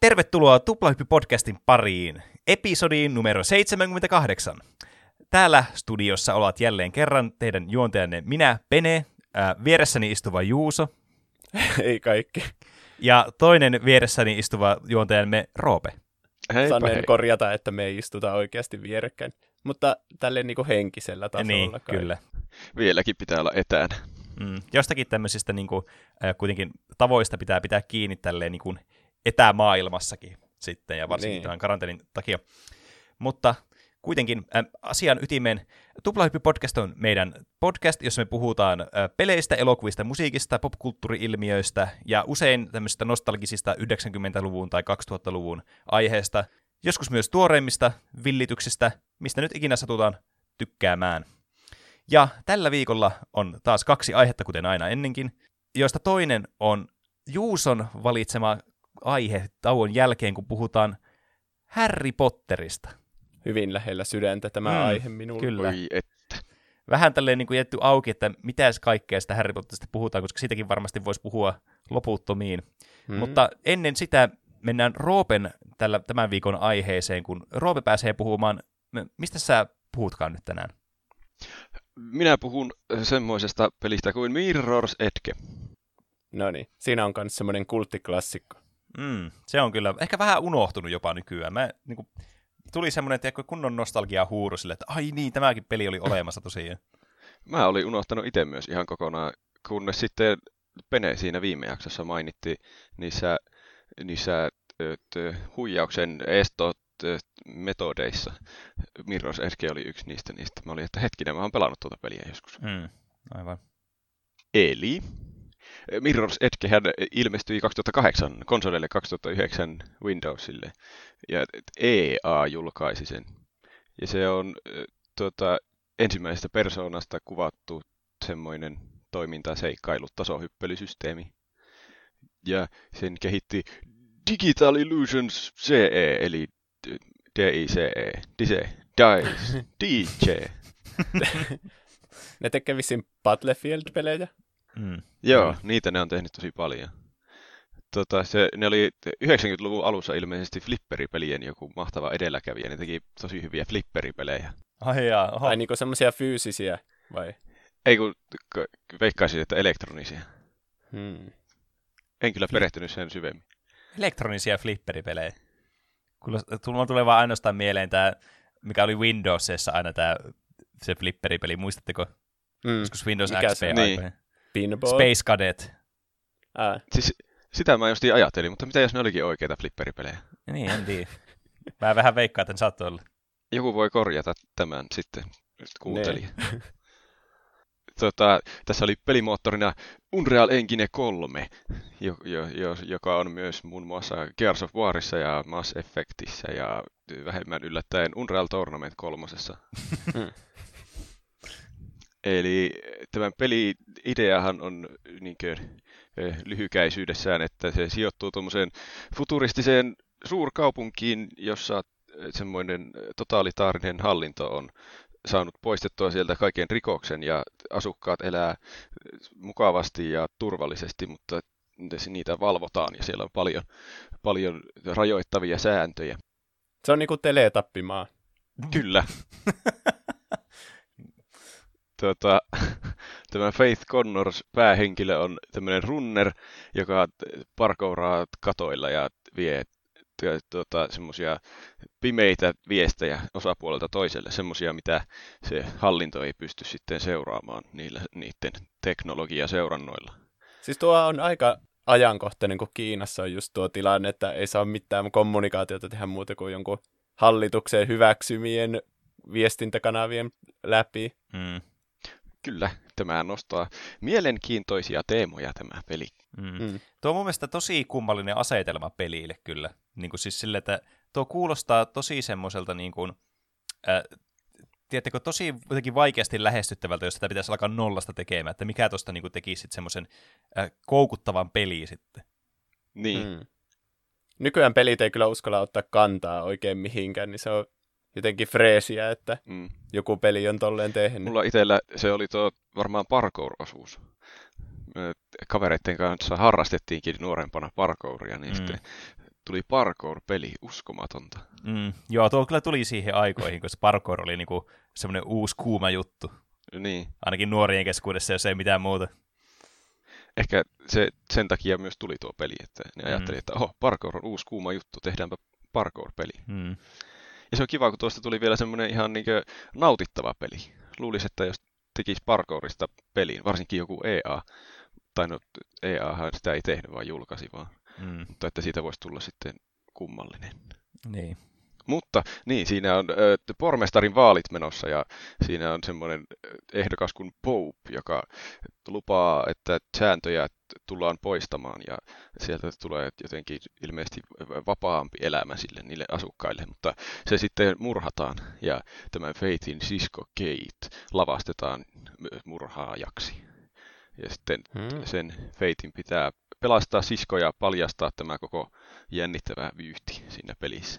Tervetuloa Tuplahyppy-podcastin pariin, episodiin numero 78. Täällä studiossa ovat jälleen kerran teidän juontajanne minä, Pene, vieressäni istuva Juuso. Ei kaikki. Ja toinen vieressäni istuva juontajamme Roope. Sanen korjata, että me ei istuta oikeasti vierekkäin, mutta tälleen niin kuin henkisellä tasolla. Niin, kai. kyllä. Vieläkin pitää olla etänä. Jostakin tämmöisistä niin kuin, kuitenkin tavoista pitää kiinni tälleen niin kuin etämaailmassakin sitten, ja varsinkin tämän karanteenin takia. Mutta kuitenkin asian ytimeen Tuplahyppy-podcast on meidän podcast, jossa me puhutaan peleistä, elokuvista, musiikista, popkulttuuri-ilmiöistä ja usein tämmöisistä nostalgisista 90-luvun tai 2000-luvun aiheista, joskus myös tuoreimmista villityksistä, mistä nyt ikinä satutaan tykkäämään. Ja tällä viikolla on taas 2 aihetta, kuten aina ennenkin, joista toinen on Juuson valitsema aihe tauon jälkeen, kun puhutaan Harry Potterista. Hyvin lähellä sydäntä tämä aihe minulle. Kyllä. Oi että. Vähän tälleen niin kuin jätty auki, että mitä kaikkea sitä Harry Potterista puhutaan, koska siitäkin varmasti voisi puhua loputtomiin. Mutta ennen sitä mennään Roopen tämän viikon aiheeseen, kun Roope pääsee puhumaan. Mistä sä puhutkaan nyt tänään? Minä puhun semmoisesta pelistä kuin Mirror's Edge. No niin, siinä on myös semmoinen kulttiklassikko. Se on kyllä ehkä vähän unohtunut jopa nykyään. Tuli semmoinen kunnon nostalgia-huuru sille, että ai niin, tämäkin peli oli olemassa tosiaan. Mä olin unohtanut itse myös ihan kokonaan, kunnes sitten Pene siinä viime jaksossa mainitti niissä huijauksen metodeissa. Mirror's Edge oli yksi niistä. Mä olin, että hetkinen, mä oon pelannut tuota peliä joskus. Aivan. Eli Mirror's Edgehän ilmestyi 2008 konsoleille, 2009 Windowsille, ja EA julkaisi sen. Ja se on ensimmäisestä persoonasta kuvattu semmoinen toimintaseikkailu tasohyppelysysteemi. Ja sen kehitti Digital Illusions CE, eli DICE, DJ. Ne tekee vissiin Battlefield-pelejä. Joo, niitä ne on tehnyt tosi paljon. Ne oli 90-luvun alussa ilmeisesti flipperipelien joku mahtava edelläkävijä. Ne teki tosi hyviä flipperipelejä. Ai niinku semmoisia fyysisiä, vai? Ei kun veikkaisin, että elektronisia. En kyllä perehtynyt sen syvemmin. Elektronisia flipperipelejä. Mulla tulee vaan ainoastaan mieleen tämä, mikä oli Windowsissa aina se flipperipeli. Muistatteko? Joskus Windows XP-aikoihin. Pinball. Space Cadet. Siis sitä mä justiin ajattelin, mutta mitä jos ne olikin oikeita flipperipelejä? Niin, en tiedä. Mä vähän veikkaan, että ne saattoi olla. Joku voi korjata tämän sitten, kuuntelija. Tässä oli pelimoottorina Unreal Engine 3, joka on myös muun muassa Gears of Warissa ja Mass Effectissä ja vähemmän yllättäen Unreal Tournament 3. Eli tämän peli-ideahan on lyhykäisyydessään, että se sijoittuu tuommoiseen futuristiseen suurkaupunkiin, jossa semmoinen totalitaarinen hallinto on saanut poistettua sieltä kaiken rikoksen ja asukkaat elää mukavasti ja turvallisesti, mutta niitä valvotaan ja siellä on paljon rajoittavia sääntöjä. Se on niinku teletappimaa. Kyllä. Tämä Faith Connors päähenkilö on tämmöinen runner, joka parkouraa katoilla ja vie semmoisia pimeitä viestejä osapuolelta toiselle, semmoisia, mitä se hallinto ei pysty sitten seuraamaan niiden teknologiaseurannoilla. Siis tuo on aika ajankohtainen, kun Kiinassa on just tuo tilanne, että ei saa mitään kommunikaatiota tehdä muuta kuin jonkun hallituksen hyväksymien viestintäkanavien läpi. Kyllä, tämä nostaa mielenkiintoisia teemoja tämä peli. Tuo on mun mielestä tosi kummallinen asetelma pelille kyllä. Niin kuin siis sille, että tuo kuulostaa tosi semmoiselta niin kuin, tiedättekö, tosi jotenkin vaikeasti lähestyttävältä, jos sitä pitäisi alkaa nollasta tekemään, että mikä tuosta niin kuin tekisi sitten semmoisen koukuttavan peliä sitten. Niin. Nykyään pelit ei kyllä uskalla ottaa kantaa oikein mihinkään, niin se on jotenkin freesiä, että joku peli on tolleen tehnyt. Mulla itsellä se oli varmaan parkour-osuus. Me kavereiden kanssa harrastettiinkin nuorempana parkouria, niin sitten tuli parkour-peli, uskomatonta. Joo, tuo kyllä tuli siihen aikoihin, koska parkour oli niinku semmoinen uusi kuuma juttu. Niin. Ainakin nuorien keskuudessa, jos ei mitään muuta. Ehkä sen takia myös tuli tuo peli, että ne ajatteli, että parkour on uusi kuuma juttu, tehdäänpä parkour-peli. Ja se on kiva, kun tuosta tuli vielä semmoinen ihan niin nautittava peli. Luulisi, että jos tekisi parkourista peliin, varsinkin joku EA, tai no EAhan sitä ei tehnyt, vaan julkaisi vaan. Mutta että siitä voisi tulla sitten kummallinen. Niin. Mutta niin, siinä on pormestarin vaalit menossa ja siinä on semmoinen ehdokas kuin Pope, joka lupaa, että sääntöjä tullaan poistamaan ja sieltä tulee jotenkin ilmeisesti vapaampi elämä niille asukkaille, mutta se sitten murhataan ja tämän Faithin sisko Kate lavastetaan murhaajaksi. Ja sitten sen Faithin pitää pelastaa sisko ja paljastaa tämä koko jännittävä vyyhti siinä pelissä.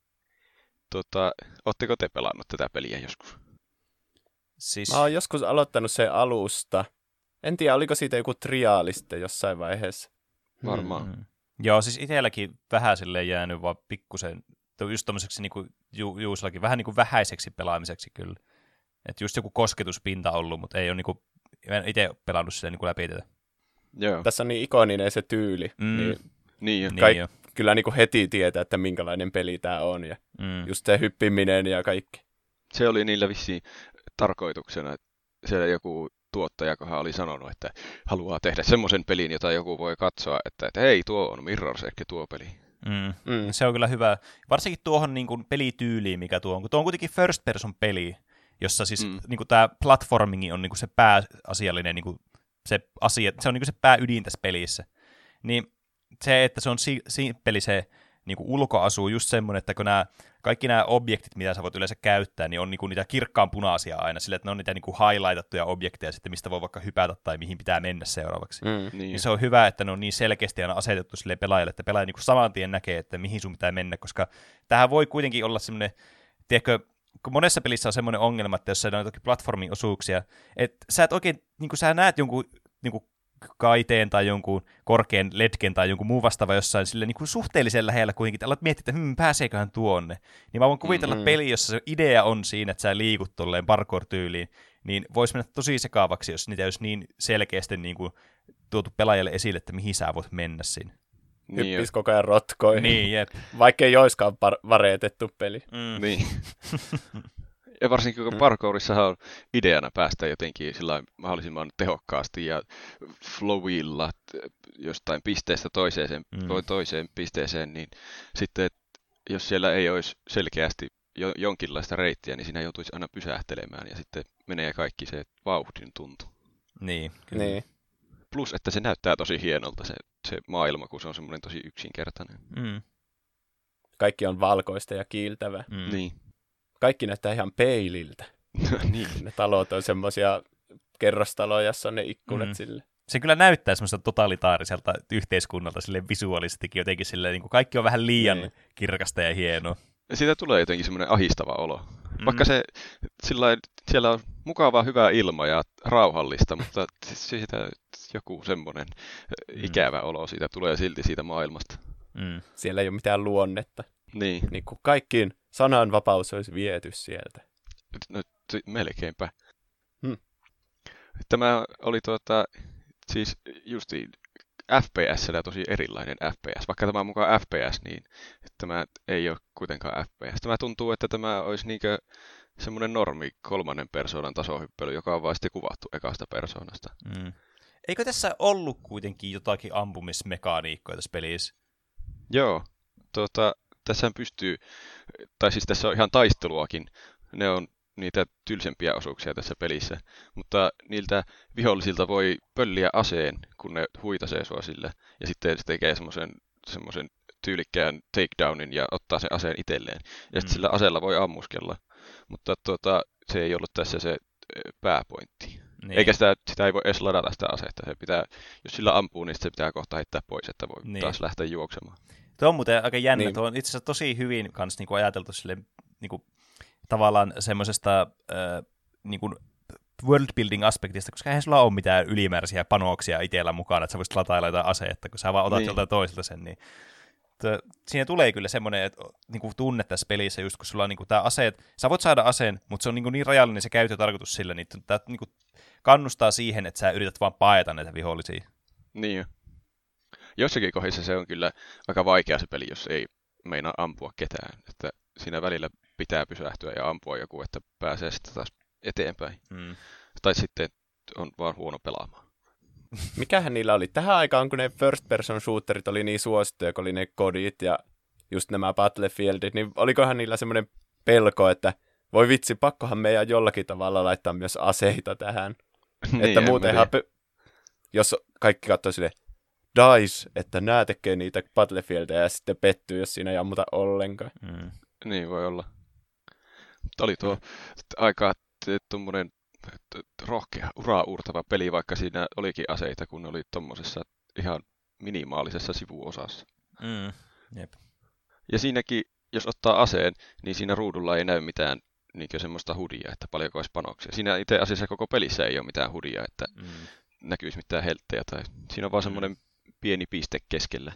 Ootteko te pelannut tätä peliä joskus? Siis... Mä oon joskus aloittanut sen alusta. En tiedä, oliko siitä joku triaali sitten jossain vaiheessa. Varmaan. Joo, siis itselläkin vähän silleen jäänyt vaan pikkusen, just tommoseksi niinku Juusellakin, vähän niinku vähäiseksi pelaamiseksi kyllä. Että just joku kosketuspinta ollut, mutta ei ole niinku, en itse pelannut silleen niinku läpi tätä. Joo. Tässä on niin ikoninen se tyyli. Niin kyllä niinku heti tietää, että minkälainen peli tää on. Ja just se hyppiminen ja kaikki. Se oli niillä vissiin tarkoituksena, että siellä joku tuottajakohan oli sanonut, että haluaa tehdä semmoisen pelin, jota joku voi katsoa, että hei, tuo on Mirror's Edge, tuo peli. Se on kyllä hyvä. Varsinkin tuohon niin kuin pelityyliin, mikä tuo on. Kun tuo on kuitenkin first person peli, jossa siis niin kuin tämä platformingi on niin kuin se pääasiallinen niin kuin se asia, se on niin kuin se pääydin tässä pelissä. Niin se, että se on simppeli se niin kuin ulkoasu, just semmoinen, että kun kaikki nämä objektit, mitä sä voit yleensä käyttää, niin on niin kuin niitä kirkkaan punaisia aina, sillä että ne on niitä niin kuin highlightattuja objekteja sitten, mistä voi vaikka hypätä tai mihin pitää mennä seuraavaksi. Niin se on hyvä, että ne on niin selkeästi aina asetettu sille pelaajalle, että pelaaja niin kuin saman tien näkee, että mihin sun pitää mennä, koska tämähän voi kuitenkin olla semmoinen, tiedätkö, kun monessa pelissä on semmoinen ongelma, että jos on jotakin platformin osuuksia, että sä et oikein, niin kuin sä näet jonkun niin kuin kaiteen tai jonkun korkean ledgen tai jonkun muun vastaava jossain sille niin kuin suhteellisen lähellä kuitenkin, että alat miettiä, että pääseeköhän tuonne. Niin mä voin kuvitella peli, jossa se idea on siinä, että sä liikut tolleen parkour-tyyliin, niin voisi mennä tosi sekaavaksi, jos niitä olisi niin selkeästi niin kuin tuotu pelaajalle esille, että mihin sä voit mennä siinä. Hyppis koko ajan rotkoihin. Niin, jep. Vaikka ei olisikaan vareetettu peli. Niin. Ja varsinkin kun parkourissahan on ideana päästä jotenkin mahdollisimman tehokkaasti ja flowilla jostain pisteestä toiseen pisteeseen, niin sitten jos siellä ei olisi selkeästi jonkinlaista reittiä, niin siinä joutuisi aina pysähtelemään ja sitten menee kaikki se vauhdin tuntu. Niin. Plus, että se näyttää tosi hienolta se maailma, kun se on semmoinen tosi yksinkertainen. Kaikki on valkoista ja kiiltävä. Niin. Kaikki näyttää ihan peililtä. Niin. Ne talot on semmoisia kerrostaloja, jossa on ne ikkunat sille. Se kyllä näyttää semmoista totalitaariselta yhteiskunnalta sille visuaalisestikin jotenkin sille, niin kuin kaikki on vähän liian kirkasta ja hienoa. Siitä tulee jotenkin semmoinen ahistava olo. Vaikka siellä on mukavaa hyvää ilma ja rauhallista, mutta siitä joku semmoinen ikävä olo siitä tulee silti siitä maailmasta. Siellä ei ole mitään luonnetta. Niin kuin kaikkiin sananvapaus olisi viety sieltä. No, melkeinpä. Tämä oli siis justiin FPS:llä tosi erilainen FPS. Vaikka tämä on mukaan FPS, niin tämä ei ole kuitenkaan FPS. Tämä tuntuu, että tämä olisi niinkö semmoinen normi 3. persoonan tasohyppely, joka on vain sitten kuvattu ekasta persoonasta. Eikö tässä ollut kuitenkin jotakin ampumismekaniikkoja tässä pelissä? Joo. Tässä pystyy, tai siis tässä on ihan taisteluakin. Ne on niitä tylsempiä osuuksia tässä pelissä, mutta niiltä vihollisilta voi pölliä aseen, kun ne huitasee sua sille, ja sitten se tekee semmoisen tyylikkään takedownin ja ottaa sen aseen itselleen. Ja sitten sillä aseella voi ammuskella, mutta se ei ollut tässä se pääpointti. Niin. Eikä sitä ei voi edes ladata sitä asetta. Se pitää, jos sillä ampuu, niin se pitää kohta heittää pois, että voi taas lähteä juoksemaan. Tuo on muuten aika jännä. Tuo on itse asiassa tosi hyvin kans niinku ajateltu sille, niinku, tavallaan semmoisesta niinku worldbuilding-aspektista, koska eihän sulla ole mitään ylimääräisiä panoksia itsellä mukana, että sä voisit latailla jotain aseetta, kun sä vaan otat joltain toiselta sen. Niin siinä tulee kyllä semmoinen niinku tunne tässä pelissä, just kun sulla on niinku tää aseet, sä voit saada aseen, mutta se on niin rajallinen se käyttötarkoitus sillä, niin tää niinku kannustaa siihen, että sä yrität vaan paeta näitä vihollisia. Niin jo. Jossakin kohdissa se on kyllä aika vaikea se peli, jos ei meinaa ampua ketään. Että siinä välillä pitää pysähtyä ja ampua joku, että pääsee sitten taas eteenpäin. Tai sitten on vaan huono pelaamaan. Mikähän niillä oli? Tähän aikaan, kun ne first person shooterit oli niin suosittuja, kun oli ne kodit ja just nämä Battlefieldit, niin olikohan niillä semmoinen pelko, että voi vitsi, pakkohan meidän jollakin tavalla laittaa myös aseita tähän. Niin, että muutenhan, jos kaikki katsoo silleen, DICE, että nää tekee niitä Battlefieldeja ja sitten pettyy, jos siinä ei ammuta ollenkaan. Niin voi olla. Mutta oli tuo aika tuommoinen rohkea, uraa uurtava peli, vaikka siinä olikin aseita, kun ne oli tuommoisessa ihan minimaalisessa sivuosassa. Jep. Ja siinäkin, jos ottaa aseen, niin siinä ruudulla ei näy mitään niinkö semmoista hudia, että paljonko olisi panoksia. Siinä itse asiassa koko pelissä ei ole mitään hudia, että näkyisi mitään helttejä. Tai siinä on vaan semmoinen pieni piste keskellä,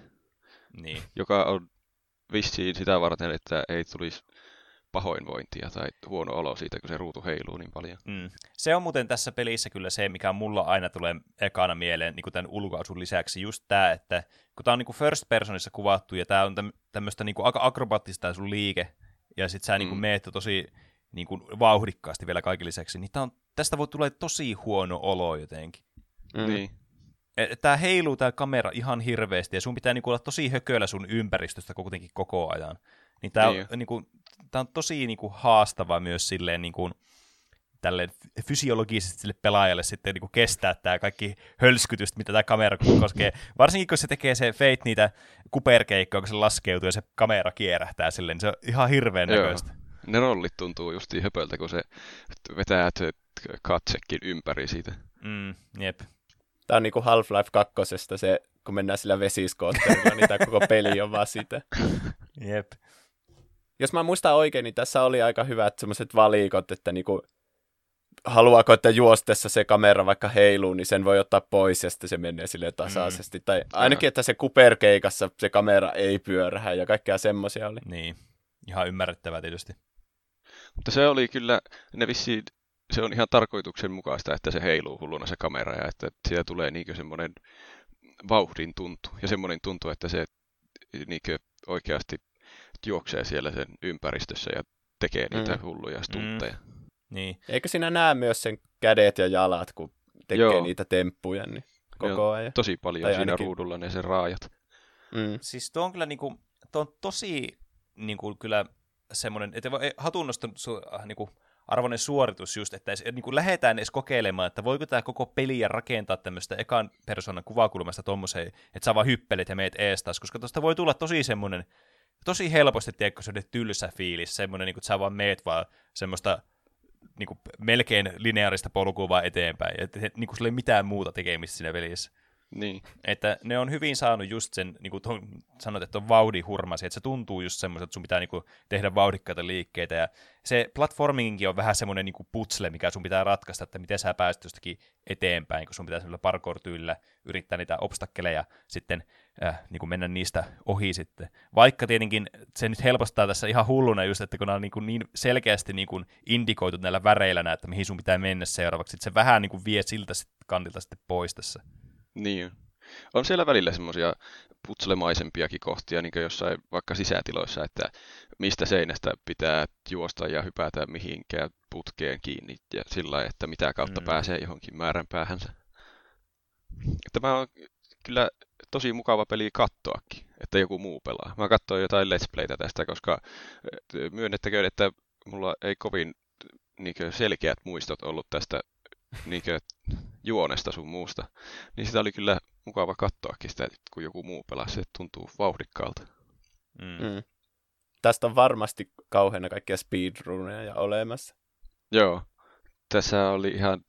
joka on vissiin sitä varten, että ei tulisi pahoinvointia tai huono olo siitä, kun se ruutu heiluu niin paljon. Se on muuten tässä pelissä kyllä se, mikä mulla aina tulee ekana mieleen niin kuin tämän ulkoasun lisäksi, just tämä, että kun tämä on niin kuin first personissa kuvattu ja tämä on tämmöistä niin kuin aika akrobaattista sun liike, ja sit sä niin kuin meet tosi niin kuin vauhdikkaasti vielä kaiken lisäksi, niin tästä voi tulla tosi huono olo jotenkin. Niin. Tää heiluu tää kamera ihan hirveästi, ja sun pitää niinku olla tosi hököllä sun ympäristöstä kuitenkin koko ajan. Niin tää on tosi niinku haastava myös silleen niinku tälleen fysiologisesti sille pelaajalle sitten niinku kestää tää kaikki hölskytystä, mitä tää kamera koskee. Varsinkin kun se tekee se Fate niitä kuperkeikkoja, kun se laskeutuu ja se kamera kierähtää silleen, niin se on ihan hirveän näköistä. Ne rollit tuntuu justiin höpöltä, kun se vetää katsekin ympäri siitä. Jep. Tämä on niinku Half-Life 2, se, kun mennään sillä vesiskootterilla, niin tämä koko peli on vaan sitä. Jep. Jos mä muistan oikein, niin tässä oli aika hyvät semmoiset valikot, että niinku, haluaako, että juostessa se kamera vaikka heiluu, niin sen voi ottaa pois ja sitten se menee silleen tasaisesti. Tai ainakin, että se kuperkeikassa se kamera ei pyörähä ja kaikkea semmoisia oli. Niin, ihan ymmärrettävää tietysti. Mutta se oli kyllä, ne vissiin, se on ihan tarkoituksenmukaista, että se heiluu hulluna se kamera ja että siitä tulee niinkö semmoinen vauhdin tuntu ja semmoinen tuntu, että se niinkö oikeasti juoksee siellä sen ympäristössä ja tekee niitä hulluja stuntteja. Niin. Eikö sinä näe myös sen kädet ja jalat, kun tekee niitä temppuja niin koko ajan? Tosi paljon siinä ainakin ruudulla ne sen raajat. Siis tuo on kyllä niinku, tuo on tosi niinku kyllä semmoinen, että hatunnoston niinku arvoinen suoritus just, että niin lähdetään edes kokeilemaan, että voiko tämä koko peliä rakentaa tämmöistä ekan persoonan kuvakulmasta tommoseen, että sä vaan hyppelet ja meet ees taas, koska tuosta voi tulla tosi semmoinen, tosi helposti, tiedätkö, semmoinen tylsä fiilis, semmoinen, niin kuin, että sä vaan meet vaan semmoista niin kuin, melkein lineaarista polkua vaan eteenpäin, että niin kuin sulla ei mitään muuta tekemistä siinä pelissä. Niin. Että ne on hyvin saanut just sen, niin kuin sanoit, että on vauhdin hurmasi, että se tuntuu just semmoiselta, että sun pitää niin kuin tehdä vauhdikkaita liikkeitä, ja se platforminginkin on vähän semmoinen niin kuin putsle, mikä sun pitää ratkaista, että miten sä pääset jostakin eteenpäin, kun sun pitää semmoilla parkour-tyylillä yrittää niitä obstakkeleja sitten niin kuin mennä niistä ohi sitten. Vaikka tietenkin se nyt helpostaa tässä ihan hulluna just, että kun on niin selkeästi niin kuin indikoitu näillä väreillä, että mihin sun pitää mennä seuraavaksi, että se vähän niin kuin vie siltä kantilta sitten pois tässä. Niin. On siellä välillä semmoisia putselemaisempiakin kohtia, niin kuin jossain vaikka sisätiloissa, että mistä seinästä pitää juosta ja hypätä mihinkään putkeen kiinni ja sillä lailla, että mitä kautta pääsee johonkin määränpäähänsä. Tämä on kyllä tosi mukava peli katsoakin, että joku muu pelaa. Mä katsoin jotain Let's Playtä tästä, koska myönnettäköön, että mulla ei kovin selkeät muistot ollut tästä juonesta sun muusta, niin sitä oli kyllä mukava katsoakin sitä, kun joku muu pelaa, se tuntuu vauhdikkaalta. Tästä on varmasti kauheana kaikkia speedruneja olemassa. Joo, tässä oli ihan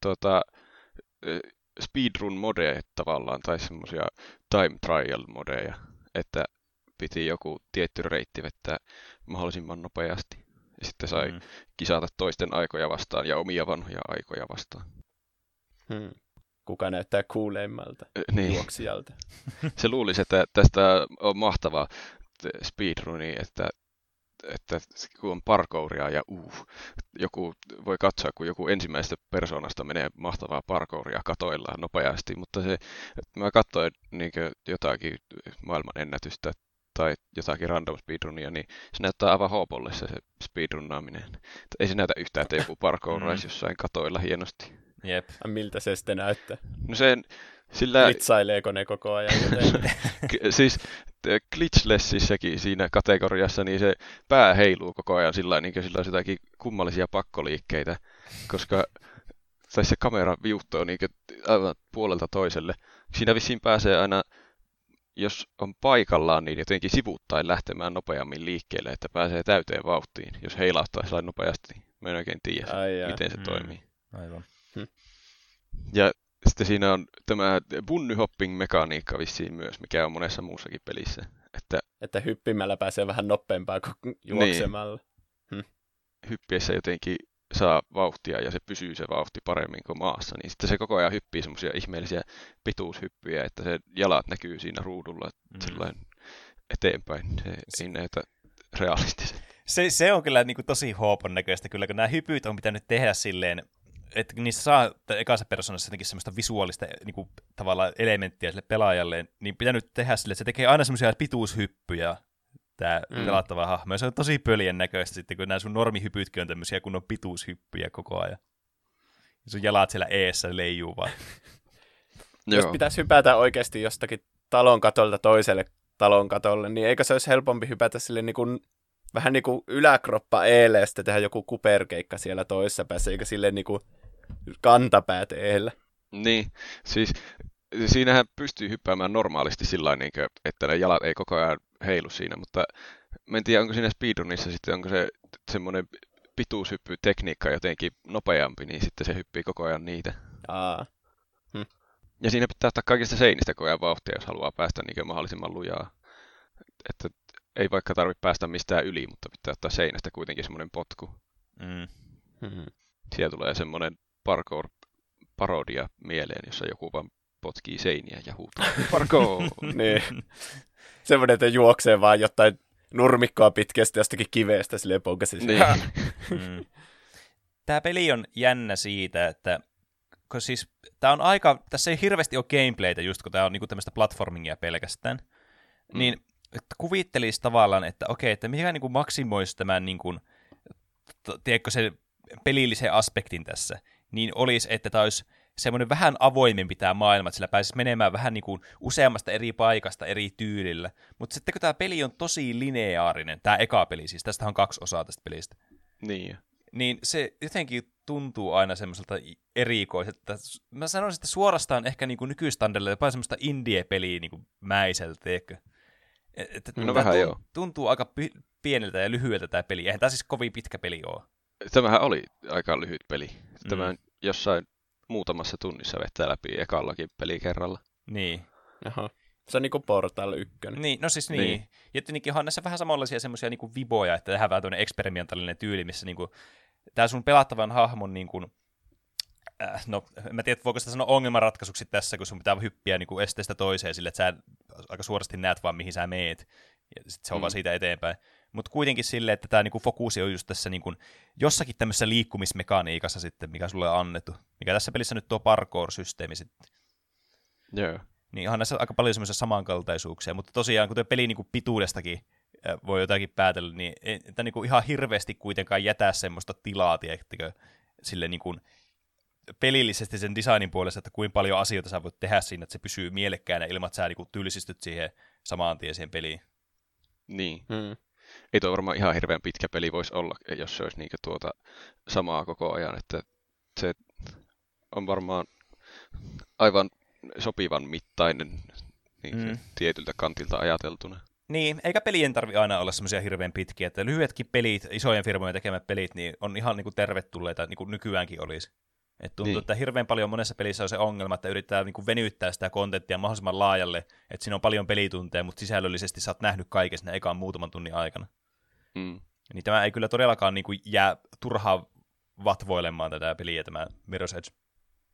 speedrun-modeja tavallaan, tai semmoisia time trial-modeja, että piti joku tietty reitti vettää mahdollisimman nopeasti, ja sitten sai kisata toisten aikoja vastaan ja omia vanhoja aikoja vastaan. Kuka näyttää kuuleimmalta juoksijalta. Se luulisi, että tästä on mahtavaa speedrunia, että kun on parkouria ja joku voi katsoa, kun joku ensimmäisestä persoonasta menee mahtavaa parkouria katoillaan nopeasti, mutta mä katsoin niin jotakin maailmanennätystä tai jotakin random speedrunia, niin se näyttää aivan hoopolle se speedrunnaaminen. Ei se näytä yhtään, että joku parkouraisi jossain katoilla hienosti. Jep. Miltä se sitten näyttää? No sillä... Glitsaileeko ne koko ajan joten? Siis glitchlessissäkin siinä kategoriassa, niin se pää heiluu koko ajan sillä niin sillä on jotakin kummallisia pakkoliikkeitä, koska tai se kamera viuhtoo niin aivan puolelta toiselle. Siinä vissiin pääsee aina, jos on paikallaan, niin jotenkin sivuuttain lähtemään nopeammin liikkeelle, että pääsee täyteen vauhtiin, jos heilauttaa sillä nopeasti. Mä en oikein tiedä, miten se toimii. Aivan. Ja sitten siinä on tämä bunny-hopping-mekaniikka vissiin myös, mikä on monessa muussakin pelissä. Että hyppimällä pääsee vähän nopeampaa kuin juoksemalla. Niin. Hyppiessä jotenkin saa vauhtia ja se pysyy se vauhti paremmin kuin maassa. Niin sitten se koko ajan hyppii semmoisia ihmeellisiä pituushyppyjä, että se jalat näkyy siinä ruudulla sellainen eteenpäin. Se ei näytä realistisesti. Se on kyllä niin kuin tosi hoopon näköistä, kyllä kun nämä hypyt on pitänyt tehdä silleen, että niissä saa ekassa persoonassa jotenkin semmoista visuaalista niin kuin, tavallaan elementtiä sille pelaajalle, niin pitänyt tehdä sille, että se tekee aina semmoisia pituushyppyjä, tämä pelattava hahmo. Ja se on tosi pöljen näköistä sitten, kun nämä sun normihypytkin on tämmöisiä kunnon pituushyppyjä koko ajan. Ja sun jalat siellä eessä leijuu vaan. Jos pitäisi hypätä oikeasti jostakin talon katolta toiselle talon katolle, niin eikö se olisi helpompi hypätä sille niin kuin vähän niin kuin yläkroppa eelle ja sitten tehdä joku kuperkeikka siellä toisessa päässä, eikä silleen niin kuin kantapäät eellä. Niin, siis siinähän pystyy hyppäämään normaalisti sillä tavalla, että ne jalat ei koko ajan heilu siinä, mutta mä en tiedä, onko siinä speedrunissa sitten, onko se semmoinen pituushyppytekniikka jotenkin nopeampi, niin sitten se hyppii koko ajan niitä. Ja siinä pitää ottaa kaikista seinistä koko ajan vauhtia, jos haluaa päästä niin mahdollisimman lujaa. Että ei vaikka tarvitse päästä mistään yli, mutta pitää ottaa seinästä kuitenkin semmoinen potku. Siellä tulee semmoinen parkour-parodia mieleen, jossa joku vaan potkii seiniä ja huutaa parkour. Niin. Semmoinen, että juoksee vaan jotain nurmikkoa pitkästä jostakin kiveestä silleen poukasi. Niin. Tämä peli on jännä siitä, että kun siis, tässä ei hirveästi ole gameplaytä just, kun tämä on niinku tämmöistä platformingia pelkästään, niin että kuvittelisi tavallaan, että okei, että mikä niinku maksimoisi tämän niinku, tiedätkö, se pelillisen aspektin tässä, niin olisi, että tämä olisi semmoinen vähän avoimempi tämä maailma, että sillä pääsisi menemään vähän niin kuin useammasta eri paikasta eri tyylillä. Mutta sitten kun tämä peli on tosi lineaarinen, tämä eka peli siis, tästä on 2 osaa tästä pelistä, niin se jotenkin tuntuu aina semmoiselta erikoiselta. Mä sanoisin, että suorastaan ehkä niin kuin nykystandardilla jopa semmoista indie-peliä niin kuin mäiseltä, teekö? No vähän joo. Tuntuu aika pieneltä ja lyhyeltä tämä peli. Eihän tämä siis kovin pitkä peli ole. Tämähän oli aika lyhyt peli. Tämä jossain muutamassa tunnissa vettää läpi ekallakin pelikerralla. Niin. Aha. Se on niinku Portal 1. Niin, no siis niin. Ja tietenkin on näissä vähän samanlaisia semmoisia niinku viboja, että tehdään vähän tämmöinen eksperimentaalinen tyyli, missä niinku, tämä sun pelattavan hahmon niinku, no mä tiedän, voiko sitä sanoa ongelmanratkaisuksi tässä, kun sun pitää hyppiä niinku esteestä toiseen sille, että sä aika suorasti näet vaan, mihin sä meet. Ja sitten se on vaan siitä eteenpäin. Mutta kuitenkin silleen, että tämä niinku fokusi on just tässä niinku jossakin tämmöisessä liikkumismekaniikassa sitten, mikä sulle on annettu. Mikä tässä pelissä nyt tuo parkour-systeemi sitten. Joo. Niin onhan näissä aika paljon semmoisia samankaltaisuuksia, mutta tosiaan, kuten pelin niinku pituudestakin voi jotakin päätellä, niin ei niinku ihan hirveästi kuitenkaan jätä semmoista tilaa, tiedättekö, sille niinku pelillisesti sen designin puolesta, että kuinka paljon asioita sä voit tehdä siinä, että se pysyy mielekkäänä ilman, että sä niinku tylsistyt siihen samaan tien siihen peliin. Niin. Ei tuo varmaan ihan hirveän pitkä peli voisi olla, jos se olisi niinku samaa koko ajan, että se on varmaan aivan sopivan mittainen niin tietyltä kantilta ajateltuna. Niin, eikä pelien tarvitse aina olla semmoisia hirveän pitkiä, että lyhyetkin pelit, isojen firmojen tekemät pelit, niin on ihan niinku tervetulleita, niin kuin nykyäänkin olisi. Et tuntuu, että hirveän paljon monessa pelissä on se ongelma, että yritetään niinku venyttää sitä kontenttia mahdollisimman laajalle, että siinä on paljon pelitunteja, mutta sisällöllisesti sä oot nähnyt kaiken siinä ekan muutaman tunnin aikana. Niin tämä ei kyllä todellakaan niinku jää turhaan vatvoilemaan tätä peliä, tämä Mirror's Edge.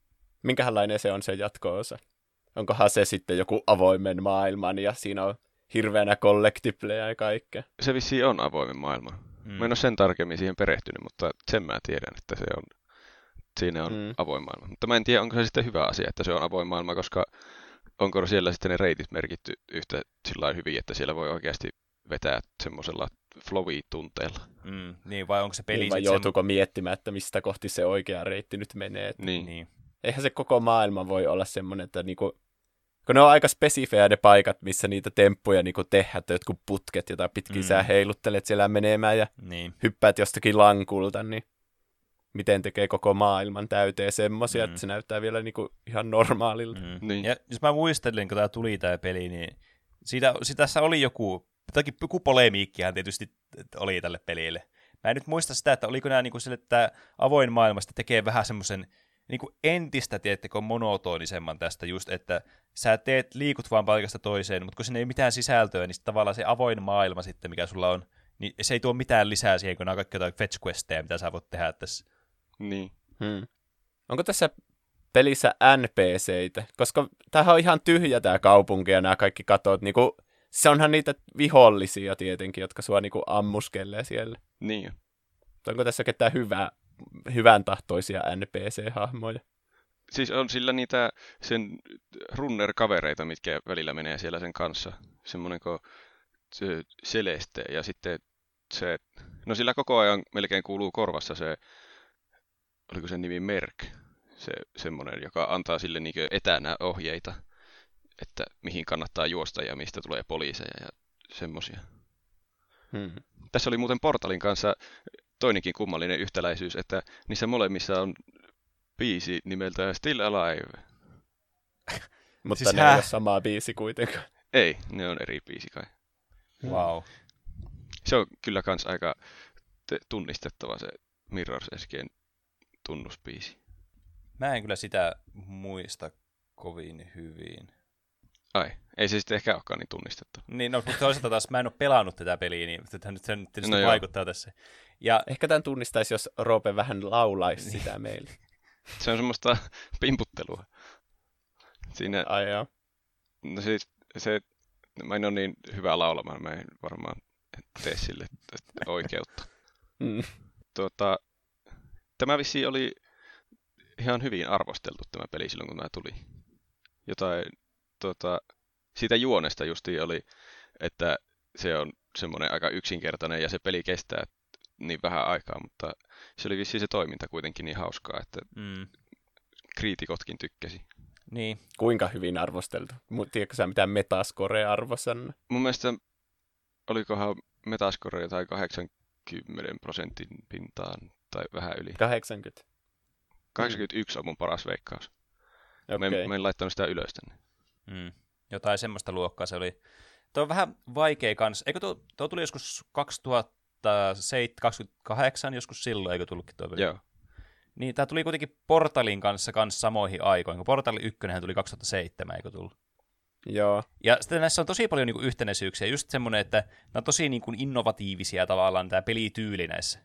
Minkälainen se on se jatko-osa? Onkohan se sitten joku avoimen maailman ja siinä on hirveänä collectibleja ja kaikkea. Se vissiin on avoimen maailma. Mä en ole sen tarkemmin siihen perehtynyt, mutta sen mä tiedän, että siinä on avoin maailma. Mutta mä en tiedä, onko se sitten hyvä asia, että se on avoin maailma, koska onko siellä sitten ne reitit merkitty yhtä sillä hyvin, että siellä voi oikeasti vetää semmoisella flowy-tunteella. Niin, vai onko se peli... Niin, vai joutuuko miettimään, että mistä kohti se oikea reitti nyt menee. Että... Niin. Eihän se koko maailma voi olla semmoinen, että niinku... Kun ne on aika spesifejä ne paikat, missä niitä temppuja niinku tehdään, että jotkut putket, jota pitkin sä heiluttelet siellä menemään ja hyppäät jostakin lankulta, niin miten tekee koko maailman täyteen semmoisia, että se näyttää vielä niinku ihan normaalilta. Niin. Ja jos mä muistelin, kun tää tuli tää peli, niin tässä oli joku polemiikkihan tietysti oli tälle pelille. Mä en nyt muista sitä, että oliko nämä niinku sille, että avoin maailmasta tekee vähän semmoisen niinku entistä, tiedättekö, monotonisemman tästä just, että sä liikut vaan paikasta toiseen, mutta kun sinne ei mitään sisältöä, niin tavallaan se avoin maailma sitten, mikä sulla on, niin se ei tuo mitään lisää siihen, kun nämä on kaikki jotain fetch questeja, mitä sä voit tehdä tässä. Niin. Onko tässä pelissä NPCitä? Koska tämähän on ihan tyhjä tämä kaupunki ja nämä kaikki katot. Niinku, se onhan niitä vihollisia tietenkin, jotka sua niinku ammuskelee siellä. Niin. Onko tässä ketään hyvän tahtoisia NPC-hahmoja? Siis on sillä niitä sen runner-kavereita, mitkä välillä menee siellä sen kanssa. Semmoinen kuin se Celeste ja sitten se... No sillä koko ajan melkein kuuluu korvassa se... Oliko sen nimi Merk? Se semmoinen, joka antaa sille niin etänä ohjeita, että mihin kannattaa juosta ja mistä tulee poliiseja ja semmoisia. Tässä oli muuten Portalin kanssa toinenkin kummallinen yhtäläisyys, että niissä molemmissa on biisi nimeltään Still Alive. Mutta siis ne ei ole samaa biisi kuitenkaan. Ei, ne on eri biisi kai. Wow. Se on kyllä kans aika tunnistettava se Mirror's Edgen tunnusbiisi. Mä en kyllä sitä muista kovin hyvin. Ai, ei se sitten ehkä olekaan niin tunnistettu. Niin, no, mutta toisaalta taas mä en ole pelannut tätä peliä, niin se nyt tietysti vaikuttaa tässä. Ja... Ehkä tämän tunnistaisi, jos Roope vähän laulaisi sitä meille. Se on semmoista pimputtelua. Siinä... Ai joo. No siis mä en ole niin hyvä laulamaan, mä en varmaan tee sille oikeutta. Tämä vissiin oli ihan hyvin arvosteltu tämä peli silloin, kun tämä tuli. Jotain siitä juonesta justiin oli, että se on semmoinen aika yksinkertainen ja se peli kestää niin vähän aikaa, mutta se oli vissiin se toiminta kuitenkin niin hauskaa, että kriitikotkin tykkäsi. Niin. Kuinka hyvin arvosteltu? Tiedätkö sä mitään Metascore-arvosanna? Mun mielestä olikohan Metascore jotain 80% pintaan tai vähän yli. 80. 81 on mun paras veikkaus. Okay. Mä en laittanut sitä ylös tänne. Jotain semmoista luokkaa se oli. Tuo on vähän vaikea kanssa. Eikö tuo tuli joskus 2028 joskus silloin, eikö tullutkin tuo peli? Joo. Niin, tää tuli kuitenkin Portalin kanssa samoihin aikoihin. Portali 1 tuli 2007, eikö tullut? Joo. Ja sitten näissä on tosi paljon niinku yhtenäisyyksiä. Just semmoinen, että nämä on tosi niinku innovatiivisia tavallaan tämä pelityyli näissä.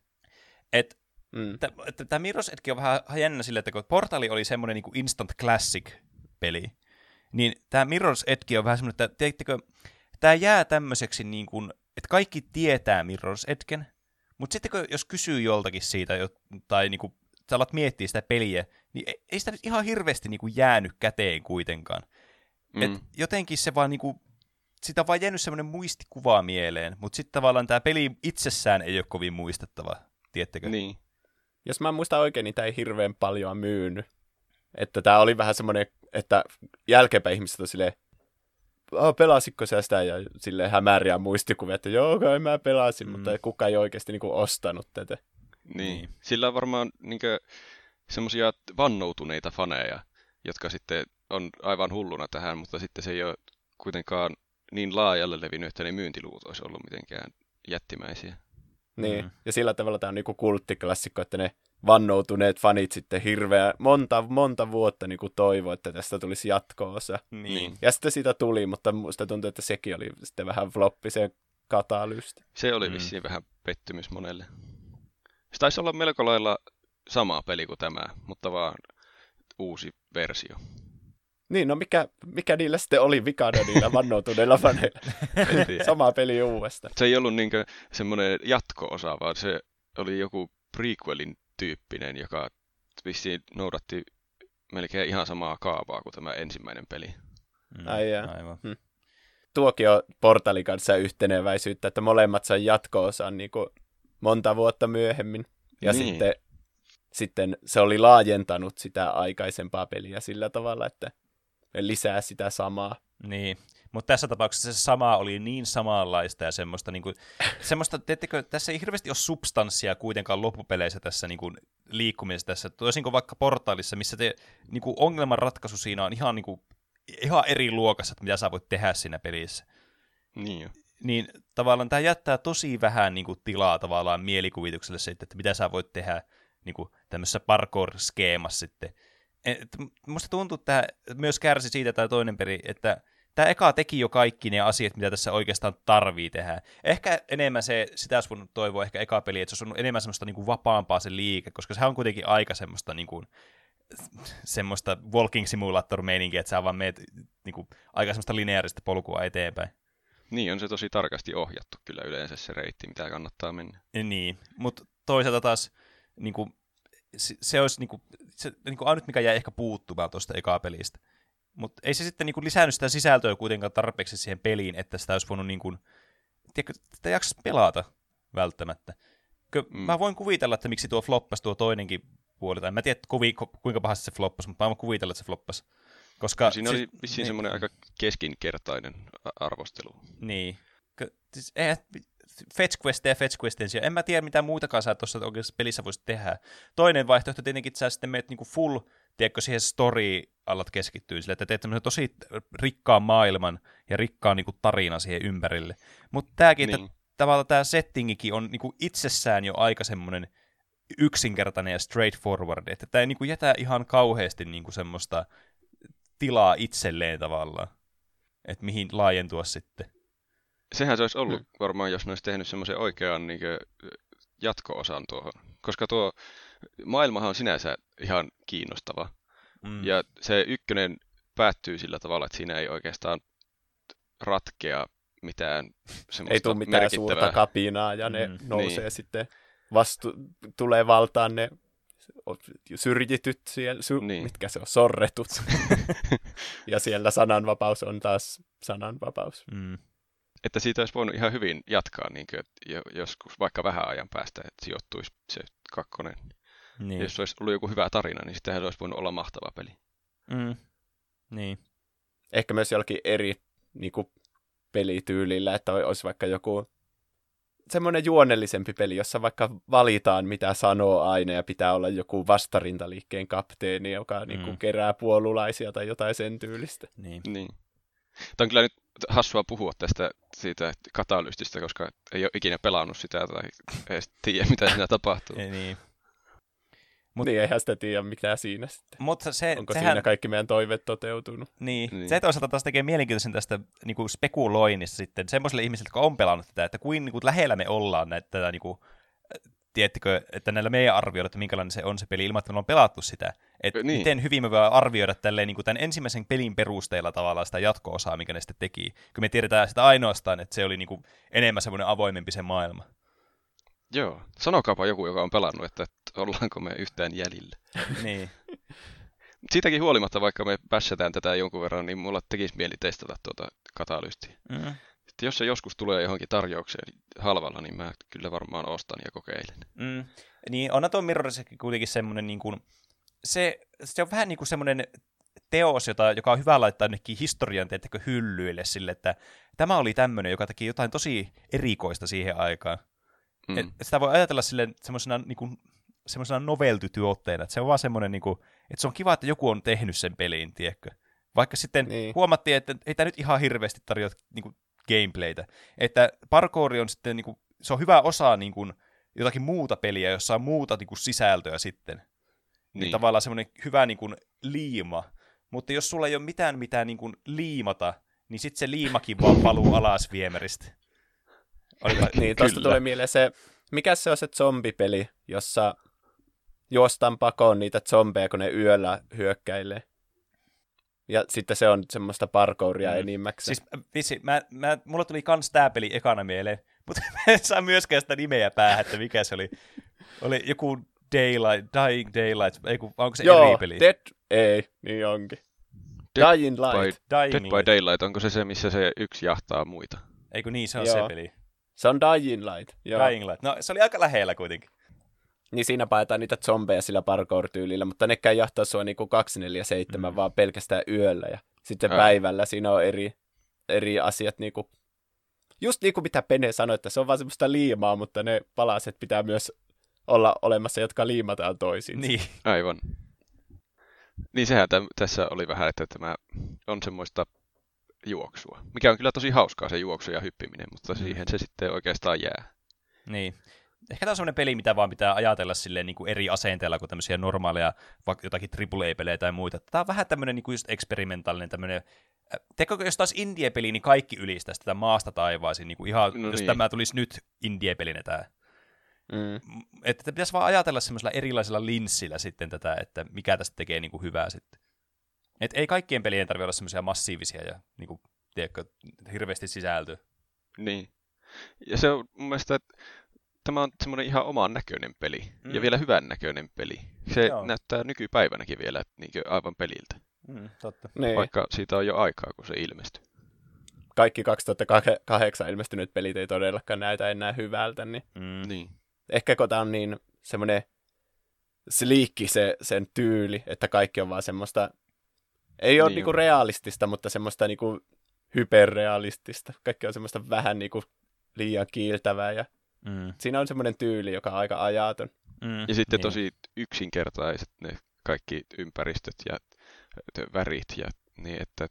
Tämä Mirror's Edge on vähän jännä sille, että kun Portali oli semmoinen niinku instant classic-peli, niin tämä Mirror's Edge on vähän semmoinen, että tiedättekö, tämä jää tämmöiseksi, niin kuin, että kaikki tietää Mirror's Edgen, mutta sitten jos kysyy joltakin siitä, tai niin kuin, sä alat miettiä sitä peliä, niin ei sitä nyt ihan hirveästi niin kuin jäänyt käteen kuitenkaan. Et jotenkin se vaan, niin kuin, sitä on vaan jäänyt semmoinen muistikuva mieleen, mutta sitten tavallaan tämä peli itsessään ei ole kovin muistettava, tiedättekö? Niin. Jos mä muistan oikein, niin tämä ei hirveän paljon myynyt. Että tämä oli vähän semmoinen, että jälkeenpäin ihmiset on silleen, pelasitko sä sitä? Ja silleen hämäriä muistikuvia, että joo, kai mä pelasin, mutta kukaan ei oikeasti niinku ostanut tätä. Niin. Sillä on varmaan niinkö semmoisia vannoutuneita faneja, jotka sitten on aivan hulluna tähän, mutta sitten se ei ole kuitenkaan niin laajalle levinnyt, että ne myyntiluvut olisi ollut mitenkään jättimäisiä. Niin, ja sillä tavalla tämä on niinku kulttiklassikko, että ne vannoutuneet fanit sitten hirveä monta vuotta niinku toivoi, että tästä tulisi jatko-osa. Niin. Ja sitten siitä tuli, mutta musta tuntuu, että sekin oli sitten vähän floppi se katalysti. Se oli vissiin vähän pettymys monelle. Se taisi olla melko lailla sama peli kuin tämä, mutta vaan uusi versio. Niin, no mikä niillä sitten oli vikana niillä vannoutuneilla faneilla? Sama peli uudestaan. Se ei ollut niinkö semmoinen jatko-osa, vaan se oli joku prequelin tyyppinen, joka vissiin noudatti melkein ihan samaa kaavaa kuin tämä ensimmäinen peli. Aivan. Tuokin on Portalin kanssa yhteneväisyyttä, että molemmat sai jatko-osan niin kuin monta vuotta myöhemmin. Ja sitten se oli laajentanut sitä aikaisempaa peliä sillä tavalla, että lisää sitä samaa. Niin, mutta tässä tapauksessa se sama oli niin samanlaista ja semmoista teettekö, tässä ei hirveästi ole substanssia kuitenkaan loppupeleissä tässä liikkumisessa tässä, toisin kuin vaikka Portalissa, missä ongelmanratkaisu siinä on ihan eri luokassa, että mitä sä voit tehdä siinä pelissä. Niin jo. Niin tavallaan tämä jättää tosi vähän tilaa tavallaan mielikuvitukselle sitten, että mitä sä voit tehdä tämmöisessä parkour-skeemassa sitten. Musta tuntuu, että tämä myös kärsi siitä tämä toinen peli, että tämä eka teki jo kaikki ne asiat, mitä tässä oikeastaan tarvii tehdä. Ehkä enemmän sitä olisi voinut toivoa ehkä eka peli, että se olisi enemmän semmoista vapaampaa se liike, koska sehän on kuitenkin aika semmoista walking simulator-meininkiä, että sä vaan meet aika semmoista lineaarista polkua eteenpäin. Niin, on se tosi tarkasti ohjattu kyllä yleensä se reitti, mitä kannattaa mennä. Niin, mutta toisaalta taas se olisi se ainut, mikä jäi ehkä puuttumaan tuosta ekaa pelistä. Mutta ei se sitten lisännyt sitä sisältöä kuitenkaan tarpeeksi siihen peliin, että sitä olisi voinut tiedätkö, sitä jaksaisi pelata välttämättä. Mä voin kuvitella, että miksi tuo floppasi tuo toinenkin puoli, tai mä tiedän, kuinka pahasti se floppasi, mutta mä voin kuvitella, että se floppasi. Koska siinä oli vissiin semmoinen aika keskinkertainen arvostelu. Niin. Siis, fetch questien, en mä tiedä mitä muutakaan sä tuossa oikeassa pelissä voisit tehdä. Toinen vaihtoehto tietenkin, että sä sitten meet full, tiedätkö, siihen story alat keskittyy sille, että teet semmoisen tosi rikkaan maailman ja rikkaan tarinan siihen ympärille. Mutta tämäkin, että tavallaan tämä settingikin on itsessään jo aika semmoinen yksinkertainen ja straightforward, että tämä ei jätä ihan kauheasti semmoista tilaa itselleen tavallaan, että mihin laajentua sitten. Sehän se olisi ollut varmaan, jos ne olisi tehnyt semmoisen oikean jatko-osan tuohon, koska tuo maailmahan on sinänsä ihan kiinnostava. Ja se ykkönen päättyy sillä tavalla, että siinä ei oikeastaan ratkea mitään semmoista ei tule mitään suurta kapinaa ja ne nousee sitten tulee valtaan ne syrjityt siellä, mitkä se on, sorretut. Ja siellä sananvapaus on taas sananvapaus. Että siitä olisi voinut ihan hyvin jatkaa joskus vaikka vähän ajan päästä, että sijoittuisi se kakkonen. Niin. Jos olisi ollut joku hyvä tarina, niin sittenhän se olisi voinut olla mahtava peli. Niin. Ehkä myös jollakin eri pelityylillä, että olisi vaikka joku semmoinen juonellisempi peli, jossa vaikka valitaan, mitä sanoo aina, ja pitää olla joku vastarintaliikkeen kapteeni, joka kerää puolulaisia tai jotain sen tyylistä. Niin. Tämä on kyllä nyt hassua puhua siitä katalystistä, koska ei ole ikinä pelannut sitä tai edes tiedä, mitä siinä tapahtuu. Niin. Niin, eihän sitä tiedä, mikä siinä sitten. Mutta onko siinä kaikki meidän toiveet toteutunut? Niin. Se toisaalta taas tekee mielenkiintoisen tästä spekuloinnista sitten semmoisille ihmisille, jotka on pelannut tätä, että kuin lähellä me ollaan tätä, tiedättekö, että näillä meidän arvioida, että minkälainen se on se peli, ilman että me on pelattu sitä. Että miten hyvin me voidaan arvioida tälleen, tämän ensimmäisen pelin perusteella tavallaan sitä jatko-osaa, mikä ne sitten teki. Kun me tiedetään sitä ainoastaan, että se oli enemmän semmoinen avoimempi se maailma. Joo, sanokaapa joku, joka on pelannut, että ollaanko me yhtään jäljellä. Niin. Siitäkin huolimatta, vaikka me bässätään tätä jonkun verran, niin mulla tekisi mieli testata tuota katalystiä. Sitten jos se joskus tulee johonkin tarjoukseen halvalla, niin mä kyllä varmaan ostan ja kokeilen. Niin, on tuo Mirrorissakin kuitenkin semmoinen, se on vähän semmoinen teos, joka on hyvä laittaa jonnekin historian hyllyille sille, että tämä oli tämmöinen, joka teki jotain tosi erikoista siihen aikaan. Sitä voi ajatella semmoisena novelty-tuotteena, että se on vaan semmoinen, että se on kiva, että joku on tehnyt sen pelin, tiedätkö? Vaikka sitten huomattiin, että ei tämä nyt ihan hirveästi tarjota gameplaytä. Että parkour on sitten, se on hyvä osa jotakin muuta peliä, jossa on muuta sisältöä sitten. Niin tavallaan semmoinen hyvä liima. Mutta jos sulla ei ole mitään liimata, niin sitten se liimakin vaan paluu alas viemäristä. Niin, tuosta tulee mieleen se, mikä se on se zombipeli, jossa juostaan pakoon niitä zombeja, kun ne yöllä hyökkäilee. Ja sitten se on semmoista parkouria enimmäkseen. Siis vitsi, mulla tuli kans tää peli ekana mieleen, mutta mä en saa myöskään sitä nimeä päähän, että mikä se oli. Oli joku Dying Daylight, onko se eri peli? Niin onkin. Dying by Daylight, onko se missä se yksi jahtaa muita? Eikö niin, se on se peli. Se on Dying Light. Dying Light. No, se oli aika lähellä kuitenkin. Niin siinä paetaan niitä zombeja sillä parkour-tyylillä, mutta nekään jahtaa sua niinku 247, vaan pelkästään yöllä. Ja sitten päivällä siinä on eri asiat. Niinku, just niin kuin mitä Pene sanoi, että se on vaan semmoista liimaa, mutta ne palaset pitää myös olla olemassa, jotka liimataan toisiin. Niin. Aivan. Niin sehän tässä oli vähän, että tämä on semmoista juoksua, mikä on kyllä tosi hauskaa se juoksu ja hyppiminen, mutta siihen se sitten oikeastaan jää. Niin. Ehkä tämä on semmoinen peli, mitä vaan pitää ajatella silleen niin kuin eri asenteella kuin tämmöisiä normaaleja, vaikka jotakin AAA-pelejä tai muita. Tämä on vähän tämmöinen niin kuin just eksperimentaalinen tämmöinen. Teekö, jos taas indie-peli, niin kaikki ylistäisi tätä maasta taivaisiin. Niin kuin ihan, jos tämä tulisi nyt indie-pelinä tämä. Että pitäisi vaan ajatella semmoisella erilaisella linssillä sitten tätä, että mikä tästä tekee niin kuin hyvää sitten. Et ei kaikkien pelien tarvitse olla semmoisia massiivisia ja niin kuin, tiedätkö, hirveästi sisältöä. Niin. Ja se on mun mielestä, että tämä on semmoinen ihan oman näköinen peli. Ja vielä hyvän näköinen peli. Se näyttää nykypäivänäkin vielä niin aivan peliltä. Totta. Niin. Vaikka siitä on jo aikaa, kun se ilmestyi. Kaikki 2008 ilmestyneet pelit ei todellakaan näytä enää hyvältä. Niin. Ehkä kun tämä on niin semmoinen sliikki sen tyyli, että kaikki on vaan semmoista, ei ole niinku realistista, mutta semmoista niinku hyperrealistista. Kaikki on semmoista vähän niinku liian kiiltävää ja siinä on semmoinen tyyli, joka on aika ajaton. Ja sitten tosi yksinkertaiset ne kaikki ympäristöt ja värit ja niin, että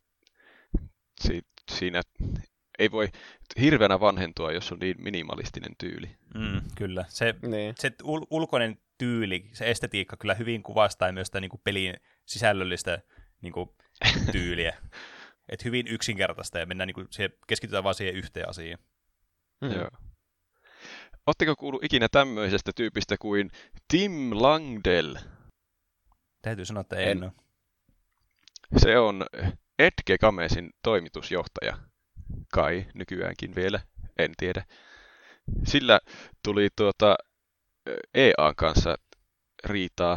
siinä ei voi hirveänä vanhentua, jos on niin minimalistinen tyyli. Kyllä. Se ulkoinen tyyli, se estetiikka kyllä hyvin kuvastaa myös sitä niin kuin pelin sisällöllistä niin kuin tyyliä. Et hyvin yksinkertaista ja mennään, niin kuin, keskitytään vaan siihen yhteen asiaan. Joo. Oletteko kuullut ikinä tämmöisestä tyypistä kuin Tim Langdell? Täytyy sanoa, että en ole. Se on Edge Gamesin toimitusjohtaja. Kai nykyäänkin vielä, en tiedä. Sillä tuli EA:n kanssa riitaa.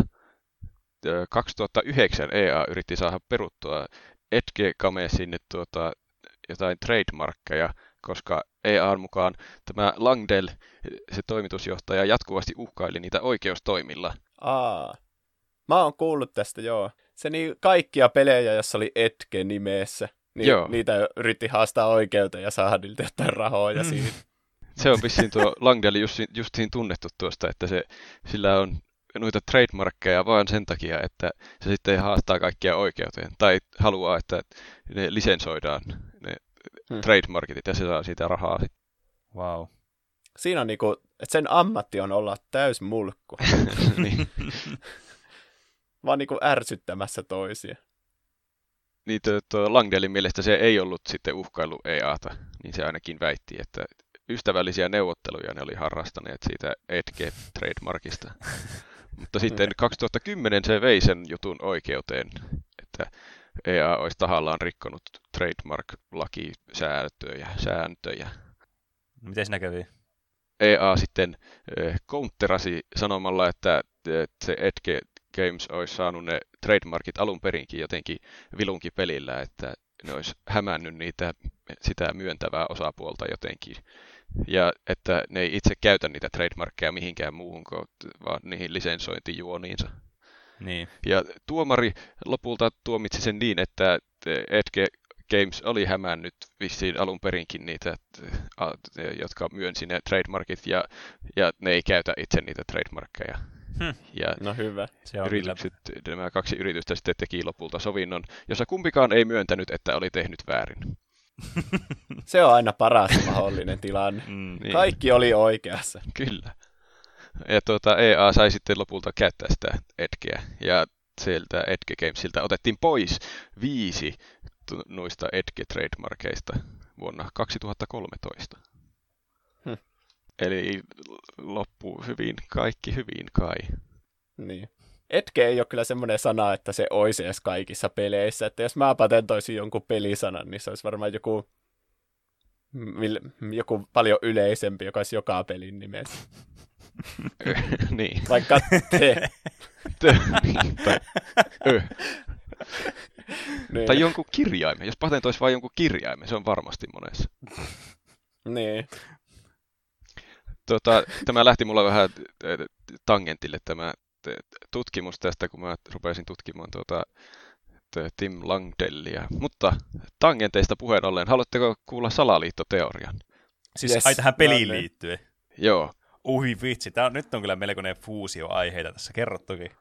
2009 EA yritti saada peruttua Edge Gamesin jotain trademarkkeja, koska EA:n mukaan tämä Langdell, se toimitusjohtaja, jatkuvasti uhkaili niitä oikeustoimilla. Mä oon kuullut tästä, joo. Se niin kaikkia pelejä, jossa oli Edge nimessä. Niin niitä yritti haastaa oikeuteen ja saada niiltä jotain rahoja siitä. Se on vissiin tuo Langdell justiin tunnettu tuosta, että sillä on noita trademarkkeja vaan sen takia, että se sitten haastaa kaikkia oikeuteen. Tai haluaa, että ne lisensoidaan ne trademarketit ja se saa siitä rahaa. Wow. Siinä on niinku, että sen ammatti on olla täys mulkku. Niin. Vaan niinku ärsyttämässä toisia. Niin Langdellin mielestä se ei ollut sitten uhkailu EA:ta, niin se ainakin väitti, että ystävällisiä neuvotteluja ne oli harrastaneet siitä Edge-trademarkista. Mutta sitten 2010 se vei sen jutun oikeuteen, että EA olisi tahallaan rikkonut trademark-lakisääntöjä. Miten siinä kävi? EA sitten counterasi sanomalla, että se Edge Games olisi saanut ne trademarkit alun perinkin jotenkin vilunkin pelillä, että ne olisi hämännyt sitä myöntävää osapuolta jotenkin. Ja että ne ei itse käytä niitä trademarkkeja mihinkään muuhun kuin vaan niihin lisensointijuoniinsa. Niin. Ja tuomari lopulta tuomitsi sen niin, että Edge Games oli hämännyt vissiin alun perinkin niitä, jotka myönsi ne trademarkit, ja ne ei käytä itse niitä trademarkkeja. Ja no hyvä. Nämä kaksi yritystä sitten teki lopulta sovinnon, jossa kumpikaan ei myöntänyt, että oli tehnyt väärin. Se on aina paras mahdollinen tilanne. Niin. Kaikki oli oikeassa. Kyllä. Ja EA sai sitten lopulta käyttää sitä Edgeä, ja sieltä Edge Gamesilta otettiin pois 5 noista Edge-trademarkeista vuonna 2013. Eli loppu hyvin, kaikki hyvin kai. Niin. Edge ei ole kyllä semmoinen sana, että se olisi edes kaikissa peleissä. Että jos mä patentoisin jonkun pelisanan, niin se olisi varmaan joku paljon yleisempi, joka olisi joka pelin nimessä. Niin. Vaikka te. Niin. Tai jonkun kirjaimen. Jos patentoisi vain jonkun kirjaimen, se on varmasti monessa. Niin. Tämä lähti mulla vähän tangentille tämä tutkimus tästä, kun mä rupesin tutkimaan Tim Langdellia. Mutta tangenteista puheen ollen, haluatteko kuulla salaliittoteorian? Siis yes, ai tähän peliin liittyen. Joo. Ui vitsi, nyt on kyllä melkoinen fuusio-aiheita tässä kerrottukin.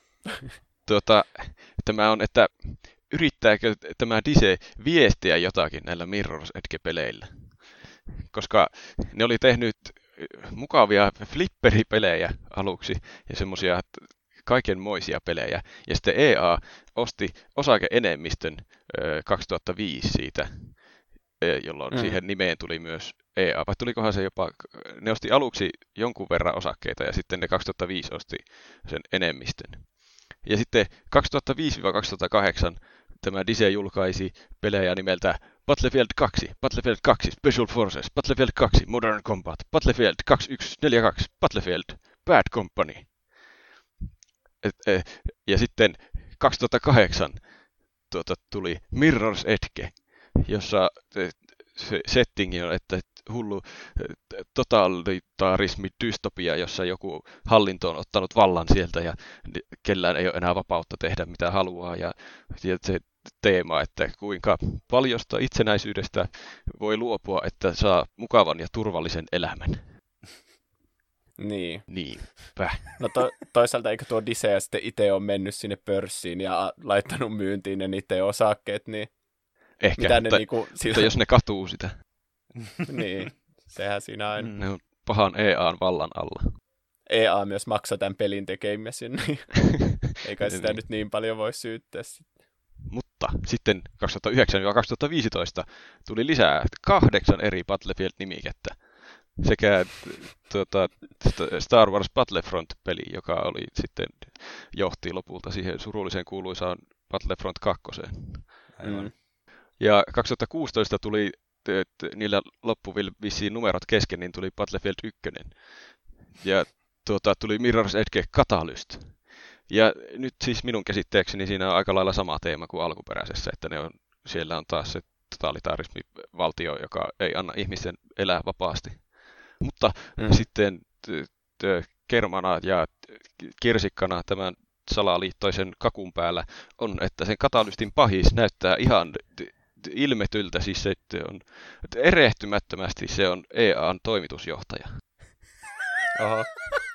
Tämä on, että yrittääkö tämä Dice viestiä jotakin näillä Mirror's Edge-peleillä? Koska ne oli tehnyt mukavia flipperipelejä aluksi ja semmoisia kaikenmoisia pelejä. Ja sitten EA osti osake-enemmistön 2005 siitä, jolloin siihen nimeen tuli myös EA. Vai tulikohan se jopa, ne osti aluksi jonkun verran osakkeita ja sitten ne 2005 osti sen enemmistön. Ja sitten 2005-2008 tämä Dice julkaisi pelejä nimeltä Battlefield 2, Battlefield 2, Special Forces, Battlefield 2, Modern Combat, Battlefield 2142, Battlefield, Bad Company. Ja sitten 2008 tuli Mirror's Edge, jossa se settingi on, että hullu totalitarismi dystopia, jossa joku hallinto on ottanut vallan sieltä ja kellään ei ole enää vapautta tehdä mitä haluaa. Ja se teema, että kuinka paljosta itsenäisyydestä voi luopua, että saa mukavan ja turvallisen elämän. Niin. Niinpä. No toisaalta eikö tuo Dice sitten itse ole mennyt sinne pörssiin ja laittanut myyntiin ne niiden osakkeet, niin ehkä, mitä mutta, ne niinku mutta jos ne katuu sitä. Niin, sehän siinä aina. Ne on pahan EA:n vallan alla. EA myös maksaa tämän pelin tekemisen, niin eikä sitä nyt niin paljon voi syyttää sitten. Mutta sitten 2009-2015 tuli lisää 8 eri Battlefield-nimikettä. Sekä Star Wars Battlefront-peli, joka oli sitten johti lopulta siihen surulliseen kuuluisaan Battlefront 2. Ja 2016 tuli, niillä loppui vissiin numerot kesken, niin tuli Battlefield 1. Ja tuli Mirror's Edge Catalyst. Ja nyt siis minun käsitteekseni siinä on aika lailla sama teema kuin alkuperäisessä, että siellä on taas se totalitarismivaltio, joka ei anna ihmisten elää vapaasti. Mutta sitten kermana ja kirsikkana tämän salaliittoisen kakun päällä on, että sen katalystin pahis näyttää ihan ilmetyltä, siis se on erehtymättömästi se on EA:n toimitusjohtaja. Oho.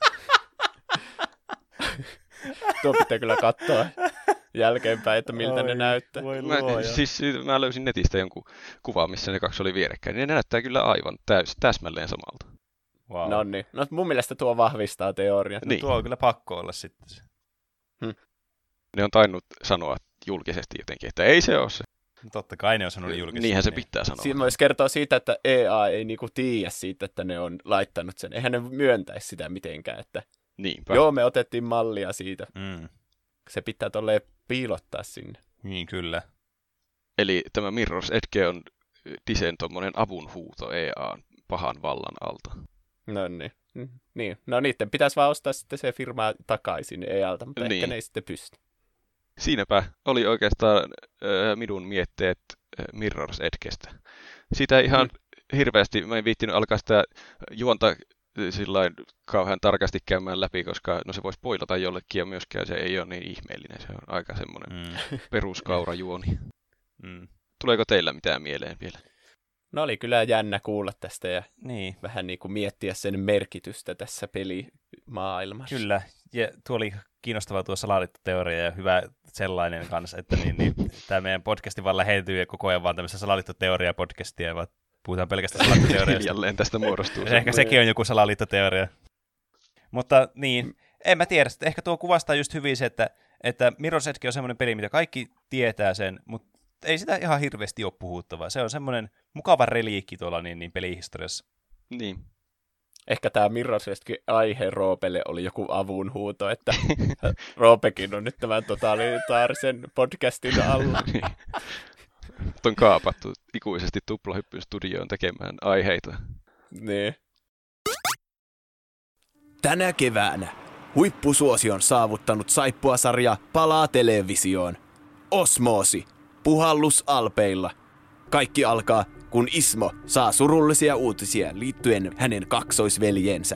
Tuo pitää kyllä katsoa jälkeenpäin, että miltä ne näyttää. Mä löysin netistä jonkun kuvan, missä ne kaksi oli vierekkäin. Ne näyttää kyllä aivan täsmälleen samalta. Wow. No niin. No mun mielestä tuo vahvistaa teoriaa. Niin. No, tuo on kyllä pakko olla sitten se. Ne on tainnut sanoa julkisesti jotenkin, että ei se ole se. Totta kai ne on sanonut julkisesti. Niinhän se pitää sanoa. Siinä myös kertoo siitä, että EA ei niinku tiedä siitä, että ne on laittanut sen. Eihän ne myöntäisi sitä mitenkään, että niinpä. Joo, me otettiin mallia siitä. Se pitää tolleen piilottaa sinne. Niin, kyllä. Eli tämä Mirror's Edge on Dicen tommonen avunhuuto EA:n pahan vallan alta. No niin. No niiden pitäisi vaan ostaa sitten se firma takaisin EA:lta, mutta ehkä ne ei sitten pysty. Siinäpä oli oikeastaan minun mietteet Mirror's Edgestä. Siitä ihan hirveästi, mä en viittinyt alkaa sitä juonta sillain kauhean tarkasti käymään läpi, koska se voisi spoilata jollekin ja myöskään se ei ole niin ihmeellinen. Se on aika semmoinen peruskaurajuoni. Tuleeko teillä mitään mieleen vielä? No oli kyllä jännä kuulla tästä ja vähän niin kuin miettiä sen merkitystä tässä pelimaailmassa. Kyllä, ja tuo oli kiinnostava tuo salaliittoteoria ja hyvä sellainen kanssa, että tämä meidän podcasti vaan lähetyy koko ajan vaan tämmöistä salaliittoteoria-podcastia, vaan puhutaan pelkästään salaliittoteoriasta. Jälleen tästä muodostuu. Ehkä sekin on joku salaliittoteoria. Mutta niin, en mä tiedä. Ehkä tuo kuvastaa just hyvin se, että Mirror's Edge on semmoinen peli, mitä kaikki tietää sen, mutta ei sitä ihan hirveästi ole puhuttavaa. Se on semmoinen mukava reliikki tuolla niin pelihistoriassa. Niin. Ehkä tämä Mirror's aihe Roopelle oli joku avunhuuto, että Roopekin on nyt tämän totalitaarisen podcastin alla. On kaapattu ikuisesti Tuplahyppyn studioon tekemään aiheita. Niin. Tänä keväänä huippusuosion saavuttanut saippuasarja palaa televisioon. Osmoosi. Puhallus Alpeilla. Kaikki alkaa, kun Ismo saa surullisia uutisia liittyen hänen kaksoisveljensä.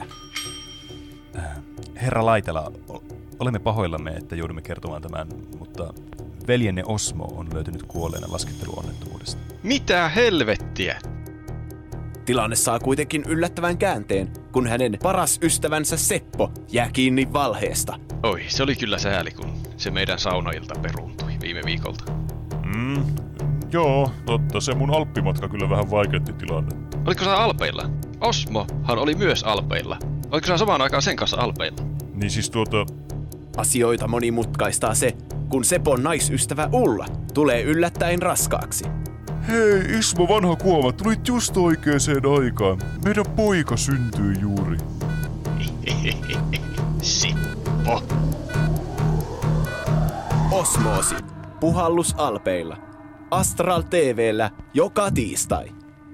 Herra Laitela, olemme pahoillamme, että joudumme kertomaan tämän, mutta veljenne Osmo on löytynyt kuolleena lasketteluonnettomuudesta. Mitä helvettiä? Tilanne saa kuitenkin yllättävän käänteen, kun hänen paras ystävänsä Seppo jää kiinni valheesta. Oi, se oli kyllä sääli, kun se meidän saunailta peruuntui viime viikolta. Joo, totta. Se mun alppimatka kyllä vähän vaikeutti tilannetta. Oliko sä Alpeilla? Osmohan oli myös Alpeilla. Oliko sä samaan aikaan sen kanssa Alpeilla? Niin siis Asioita monimutkaistaa se, kun Sepon naisystävä Ulla tulee yllättäen raskaaksi. Hei Ismo, vanha kuoma, tulit just oikeaan aikaan. Meidän poika syntyy juuri. Sippo. Osmoosi. Puhallus Alpeilla. Astral TV:llä joka tiistai.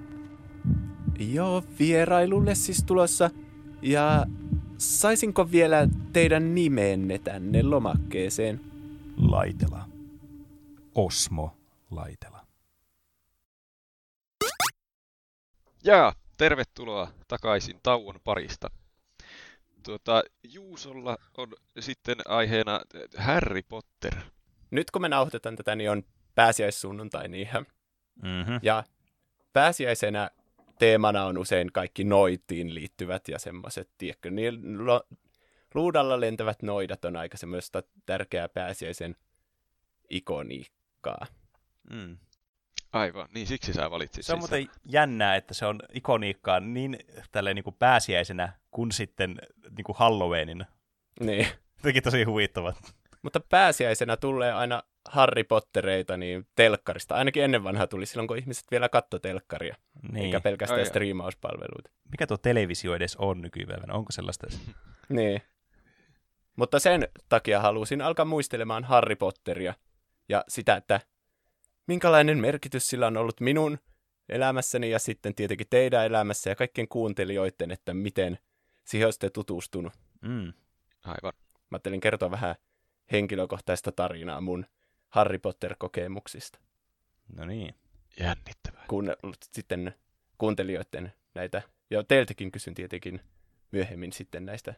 Joo, vierailulle siis tulossa. Ja saisinko vielä teidän nimeenne tänne lomakkeeseen? Laitela. Osmo Laitela. Ja tervetuloa takaisin tauon parista. Juusolla on sitten aiheena Harry Potter. Nyt kun me nauhoitetaan tätä, niin on pääsiäissunnuntai niinhän. Mm-hmm. Ja pääsiäisenä teemana on usein kaikki noitiin liittyvät ja semmoiset, tiedätkö, niin luudalla lentävät noidat on aika semmoista tärkeää pääsiäisen ikoniikkaa. Mm. Aivan, niin siksi sä valitsit Se on muuten jännää, että se on ikoniikkaa niin tälleen niin kuin pääsiäisenä kuin sitten niin kuin Halloweenina. Niin. Jotenkin tosi huvittava. Mutta pääsiäisenä tulee aina Harry Pottereita niin telkkarista. Ainakin ennen vanhaa tuli silloin, kun ihmiset vielä katsoi telkkaria, Niin. eikä pelkästään striimauspalveluita. Mikä tuo televisio edes on nykypäivänä? Onko sellaista? Niin. Mutta sen takia halusin alkaa muistelemaan Harry Potteria ja sitä, että minkälainen merkitys sillä on ollut minun elämässäni ja sitten tietenkin teidän elämässä ja kaikkien kuuntelijoiden, että miten siihen olisitte tutustunut. Mm. Aivan. Mä ajattelin kertoa vähän henkilökohtaista tarinaa mun Harry Potter-kokemuksista. No niin. Jännittävää. Sitten kuuntelijoiden näitä, ja teiltäkin kysyn tietenkin myöhemmin sitten näistä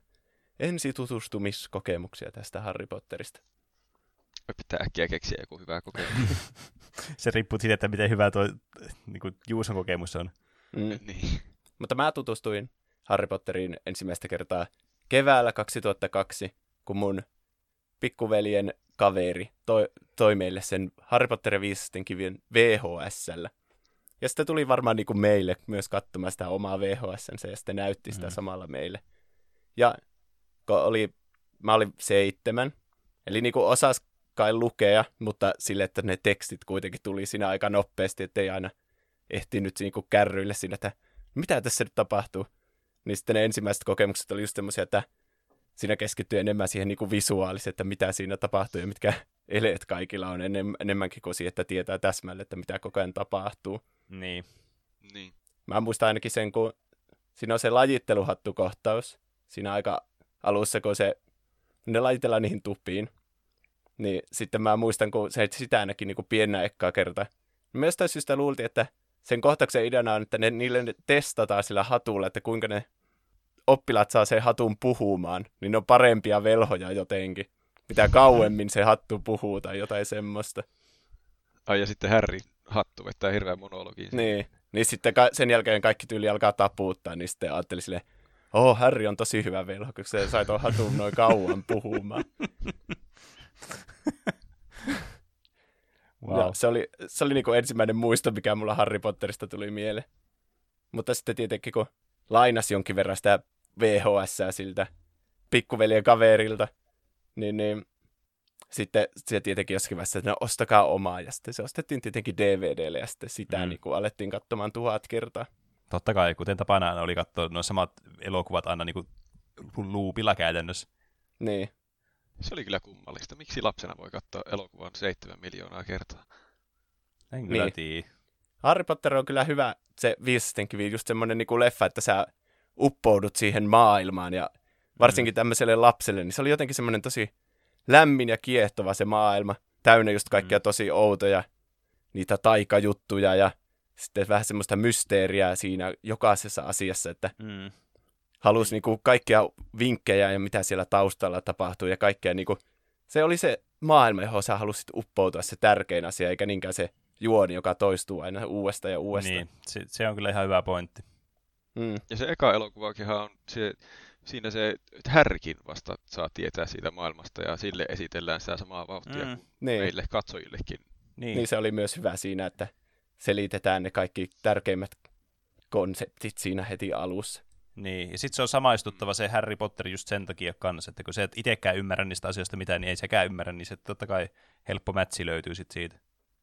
ensitutustumiskokemuksia tästä Harry Potterista. Pitää äkkiä keksiä joku hyvä kokemus. Se riippuu siitä, että miten hyvä tuo niin kuin Juuson kokemus on. Niin. Mutta mä tutustuin Harry Potteriin ensimmäistä kertaa keväällä 2002, kun mun pikkuveljen kaveri toi meille sen Harry Potter ja Viisasten kivien VHS:llä. Ja sitten tuli varmaan niin kuin meille myös katsomaan sitä omaa VHS:nsä ja sitten näytti sitä samalla meille. Ja kun mä olin 7, eli niin kuin osas kai lukea, mutta sille, että ne tekstit kuitenkin tuli siinä aika nopeasti, ettei aina ehtinyt niin kuin kärryille siinä, että mitä tässä nyt tapahtuu. Niin sitten ne ensimmäiset kokemukset oli just semmoisia, että siinä keskittyi enemmän siihen niin kuin visuaalisesti, että mitä siinä tapahtuu ja mitkä eleet kaikilla on enemmänkin kuin siihen, että tietää täsmälleen, että mitä koko ajan tapahtuu. Niin. Niin. Mä muistan ainakin sen, kun siinä on se lajitteluhattukohtaus siinä aika alussa, kun ne lajitellaan niihin tupiin. Niin sitten mä muistan, kun se sitä ainakin niin kuin piennä ekkaa kertaa. Mä jostain syystä luultiin, että sen kohtauksen ideana on, että niille testataan sillä hatulla, että kuinka ne oppilaat saa sen hatun puhumaan, niin ne on parempia velhoja jotenkin. Mitä kauemmin se hattu puhuu tai jotain semmoista. Ai ja sitten Harry hattu vettää hirveän monologiin. Niin sitten sen jälkeen kaikki tyyli alkaa tapuuttaa, niin sitten ajattelin silleen, Harry on tosi hyvä velho, kun se sai tuon hatun noin kauan puhumaan. Wow. Ja se oli niin kuin ensimmäinen muisto, mikä mulla Harry Potterista tuli mieleen. Mutta sitten tietenkin, kun lainasi jonkin verran sitä VHS:ää siltä pikkuveljen kaverilta, niin sitten se tietenkin jossakin vaiheessa, että no ostakaa omaa. Ja sitten se ostettiin tietenkin DVDlle ja sitten sitä niin kuin alettiin katsomaan 1000 kertaa. Totta kai, kuten tapana aina oli katsoa nuo samat elokuvat aina niin kuin loopilla käytännössä. Niin. Se oli kyllä kummallista. Miksi lapsena voi katsoa elokuvan 7 miljoonaa kertaa? En kyllä Niin. tiedä. Harry Potter on kyllä hyvä, se Viisasten kivi, just semmoinen niin kuin leffa, että sä uppoudut siihen maailmaan, ja varsinkin tämmöiselle lapselle, niin se oli jotenkin semmoinen tosi lämmin ja kiehtova se maailma, täynnä just kaikkia tosi outoja, niitä taikajuttuja, ja sitten vähän semmoista mysteeriä siinä jokaisessa asiassa, että halusi niinku kaikkia vinkkejä ja mitä siellä taustalla tapahtuu ja kaikkea niinku, se oli se maailma, johon sä halusit uppoutua, se tärkein asia, eikä niinkään se juoni, joka toistuu aina uudestaan ja uudestaan. Niin, se on kyllä ihan hyvä pointti. Ja se eka elokuvakinhan on siinä se Harrykin vasta saa tietää siitä maailmasta ja sille esitellään sitä samaa vauhtia kuin meille katsojillekin. Niin se oli myös hyvä siinä, että selitetään ne kaikki tärkeimmät konseptit siinä heti alussa. Niin, ja sitten se on samaistuttava se Harry Potter just sen takia kanssa, että kun se et itsekään ymmärrä niistä asioista mitään, niin ei sekään ymmärrä, niin se totta kai helppo mätsi löytyy sitten siitä.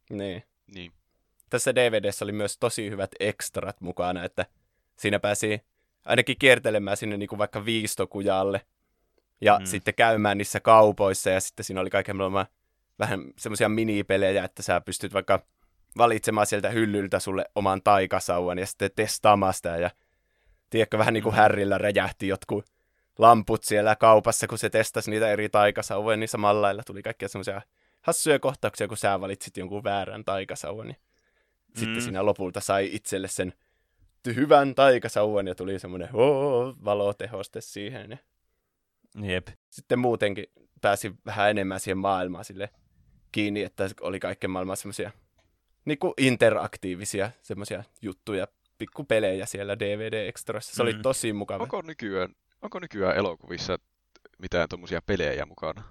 Niin. Tässä DVD:ssä oli myös tosi hyvät ekstrat mukana, että siinä pääsi ainakin kiertelemään sinne niin kuin vaikka Viistokujalle ja sitten käymään niissä kaupoissa ja sitten siinä oli kaikenlaisia vähän semmoisia minipelejä, että sä pystyt vaikka valitsemaan sieltä hyllyltä sulle oman taikasauvan ja sitten testaamaan sitä ja tiedätkö, vähän niin kuin Harryllä räjähti jotkut lamput siellä kaupassa, kun se testasi niitä eri taikasauvoja, niin samalla lailla tuli kaikkia semmoisia hassuja kohtauksia, kun sä valitsit jonkun väärän taikasauvan, niin sitten siinä lopulta sai itselle sen hyvän taikasauvan ja tuli semmoinen valotehoste siihen. Ja Jep. sitten muutenkin pääsi vähän enemmän siihen maailmaan sille kiinni, että oli kaiken maailman semmoisia niin kuin interaktiivisia semmoisia juttuja, pikkupelejä siellä DVD-ekstroissa. Se oli tosi mukava. Onko nykyään elokuvissa mitään tommosia pelejä mukana?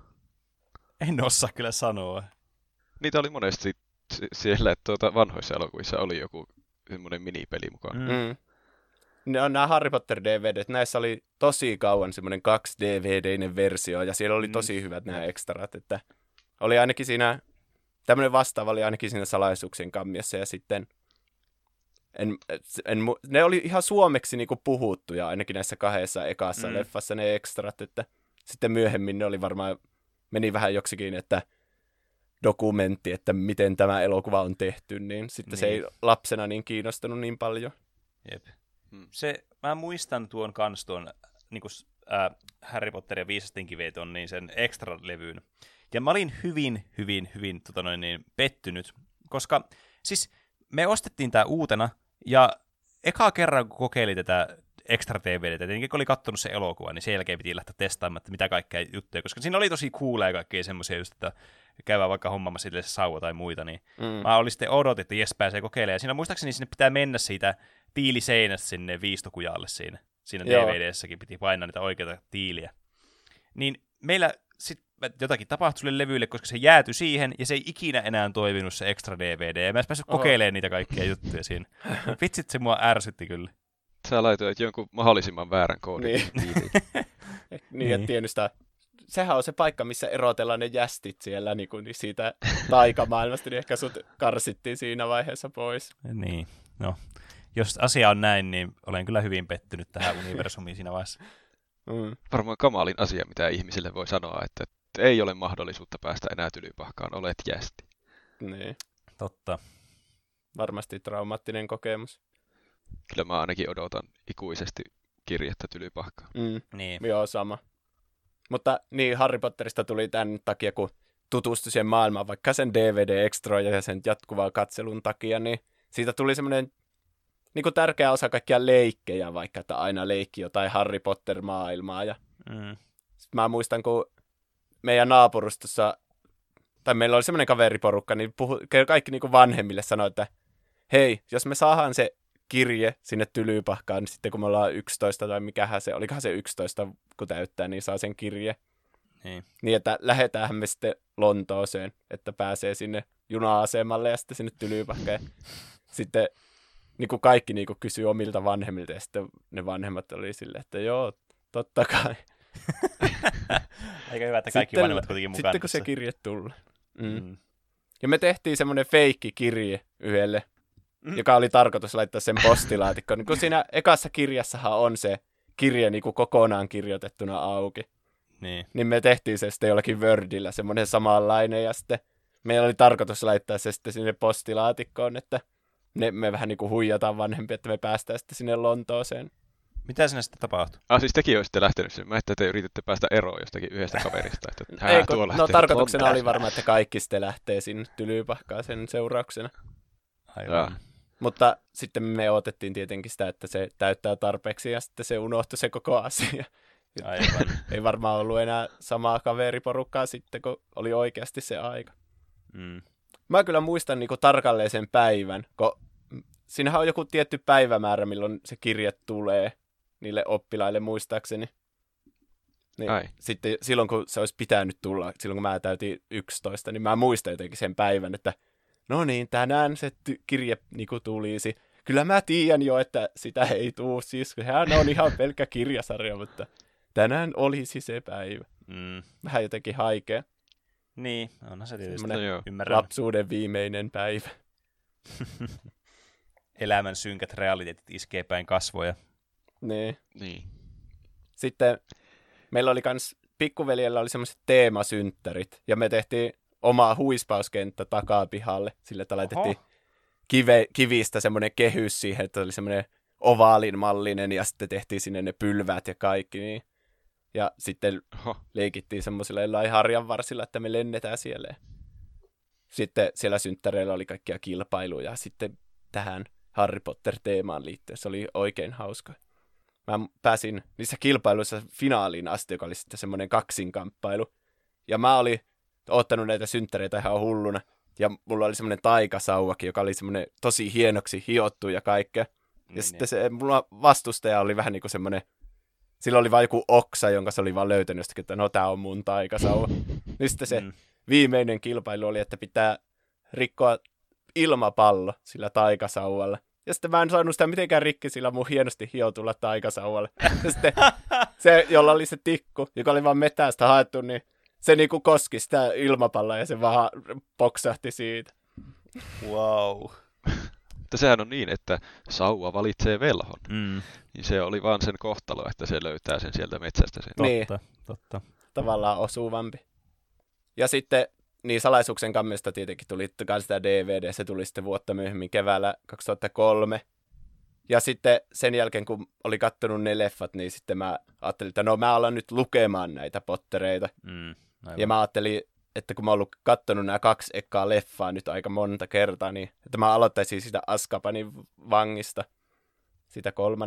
En osaa kyllä sanoa. Niitä oli monesti siellä, että vanhoissa elokuvissa oli joku semmoinen minipeli mukana. Nämä Harry Potter DVDt, näissä oli tosi kauan semmoinen 2-DVD-inen versio, ja siellä oli tosi hyvät nämä ekstrat, että oli ainakin siinä, tämmöinen vastaava oli ainakin siinä Salaisuuksien kammiossa, ja sitten ne oli ihan suomeksi niinku puhuttuja, ainakin näissä kahdessa ekassa leffassa ne ekstrat, että sitten myöhemmin ne oli varmaan, meni vähän joksikin, että dokumentti, että miten tämä elokuva on tehty, niin sitten se ei lapsena niin kiinnostanut niin paljon. Jep. Mä muistan tuon niin kuin, Harry Potter ja Viisasten kivet on niin sen extra-levyyn. Ja mä olin hyvin pettynyt, koska siis me ostettiin tää uutena, ja eka kerran kun kokeili tätä extra DVDtä, tietenkin kun oli kattonut se elokuva, niin sen jälkeen piti lähteä testaamaan, että mitä kaikkea juttuja, koska siinä oli tosi coolia kaikkea semmoisia just, että käydään vaikka hommaamassa sille se sauva tai muita, niin mä olin sitten odotin, että jes pääsee kokeilemaan, ja siinä muistaakseni sinne pitää mennä siitä tiiliseinästä sinne Viistokujalle siinä DVDssäkin piti painaa niitä oikeita tiiliä. Niin meillä sitten jotakin tapahtui sille levyille, koska se jäätyi siihen, ja se ei ikinä enää toiminut se extra DVD, ja mä en päässyt kokeilemaan niitä kaikkia juttuja siinä. Vitsit, se mua ärsytti kyllä. Sä laitoit jonkun mahdollisimman väärän koodin. Niin, et tiennyt sitä. Sehän on se paikka, missä erotellaan ne jästit siellä niin siitä taikamaailmasta, niin ehkä sut karsittiin siinä vaiheessa pois. Niin, no. Jos asia on näin, niin olen kyllä hyvin pettynyt tähän universumiin siinä vaiheessa. Varmaan kamalin asia, mitä ihmisille voi sanoa, että ei ole mahdollisuutta päästä enää Tylypahkaan, olet jästi. Niin. Totta. Varmasti traumaattinen kokemus. Kyllä mä ainakin odotan ikuisesti kirjettä Tylypahkaan. Niin. Joo, sama. Mutta niin, Harry Potterista tuli tämän takia, kun tutustui siihen maailmaan, vaikka sen DVD-ekstroja ja sen jatkuvaa katselun takia, niin siitä tuli semmoinen niin kuin tärkeä osa kaikkia leikkejä, vaikka että aina leikki jotain Harry Potter-maailmaa. Ja mä muistan, kun meidän naapurustossa, tai meillä oli semmoinen kaveriporukka, niin kaikki niin kuin vanhemmille sanoi, että hei, jos me saadaan se kirje sinne Tylypahkaan, niin sitten kun me ollaan 11 tai mikähän se, olikohan se 11 kun täyttää, niin saa sen kirje. Niin, että lähdetään me sitten Lontooseen, että pääsee sinne juna-asemalle ja sitten sinne Tylypahkaan. Sitten niin kuin kaikki niin kuin kysyi omilta vanhemmilta ja sitten ne vanhemmat oli silleen, että joo, totta kai. Eikä hyvä, että kaikki sitten, vanhemmat kuitenkin mukaan. Sitten kun se kirje tuli. Ja me tehtiin semmoinen feikkikirje yhdelle joka oli tarkoitus laittaa sen postilaatikkoon. Niin kun siinä ekassa kirjassahan on se kirje niin kuin kokonaan kirjoitettuna auki. Niin me tehtiin se sitten jollakin Wordillä semmoinen samanlainen, ja sitten meillä oli tarkoitus laittaa se sitten sinne postilaatikkoon, että me vähän niin kuin huijataan vanhempia, että me päästään sitten sinne Lontooseen. Mitä sinne sitten tapahtui? Siis tekin olisitte lähtenyt sinne. Mä että te yrititte päästä eroon jostakin yhdestä kaverista. Että, Ei, tarkoituksena oli varmaan, että kaikki sitten lähtee sinne Tylypahkaan sen seurauksena. Aivan. Mutta sitten me odotettiin tietenkin sitä, että se täyttää tarpeeksi, ja sitten se unohtui se koko asia. Aivan. Ei varmaan ollut enää samaa kaveriporukkaa sitten, kun oli oikeasti se aika. Mä kyllä muistan niin kuin tarkalleen sen päivän, kun siinähän on joku tietty päivämäärä, milloin se kirje tulee niille oppilaille muistaakseni. Niin sitten silloin, kun se olisi pitänyt tulla, silloin kun mä täytin 11, niin mä muistan jotenkin sen päivän, että no niin, tänään se kirje niin kuin tulisi. Kyllä mä tiedän jo, että sitä ei tule, siis hän on ihan pelkkä kirjasarja, mutta tänään olisi se päivä. Vähän jotenkin haikea. Niin, onhan se tietysti. Ymmärrän. Lapsuuden viimeinen päivä. Elämän synkät realiteetit iskee päin kasvoja. Niin. Sitten meillä oli kans, pikkuveljellä oli semmoiset teemasynttärit, ja me tehtiin oma huispauskenttä takapihalle, sillä että laitettiin kivistä semmoinen kehys siihen, että oli semmoinen ovaalin mallinen, ja sitten tehtiin sinne ne pylväät ja kaikki, niin. Ja sitten leikittiin semmoisilla harjanvarsilla, että me lennetään siellä. Sitten siellä synttäreillä oli kaikkia kilpailuja, sitten tähän Harry Potter-teemaan liittyen. Se oli oikein hauska. Mä pääsin niissä kilpailuissa finaaliin asti, joka oli sitten semmoinen kaksinkamppailu. Ja mä olin oottanut näitä synttäreitä ihan hulluna. Ja mulla oli semmoinen taikasauvakin, joka oli semmoinen tosi hienoksi hiottu ja kaikkea. Ja sitten se mulla vastustaja oli vähän niin kuin semmoinen, sillä oli vain joku oksa, jonka se oli vaan löytänyt jostakin, että no tää on mun taikasauva. Niin sitten se viimeinen kilpailu oli, että pitää rikkoa ilmapallo sillä taikasauvalla. Ja sitten mä en saanut sitä mitenkään rikki sillä mun hienosti hiotulla taikasauvalle. Ja sitten se, jolla oli se tikku, joka oli vaan metästä haettu, niin se niinku koski sitä ilmapalloa ja se vaan poksahti siitä. Wow. Mutta sehän on niin, että sauva valitsee velhon. Niin se oli vaan sen kohtalo, että se löytää sen sieltä metsästä. Sen. Totta. Tavallaan osuvampi. Ja sitten niin Salaisuuksien kammiosta tietenkin tuli sitä DVD, se tuli sitten vuotta myöhemmin keväällä 2003. Ja sitten sen jälkeen, kun oli kattonut ne leffat, niin sitten mä ajattelin, että no mä alan nyt lukemaan näitä Pottereita. Ja mä ajattelin, että kun mä oon kattonut nämä 2 ekaa leffaa nyt aika monta kertaa, niin että mä aloittaisin sitä Azkabanin vangista, sitä 3.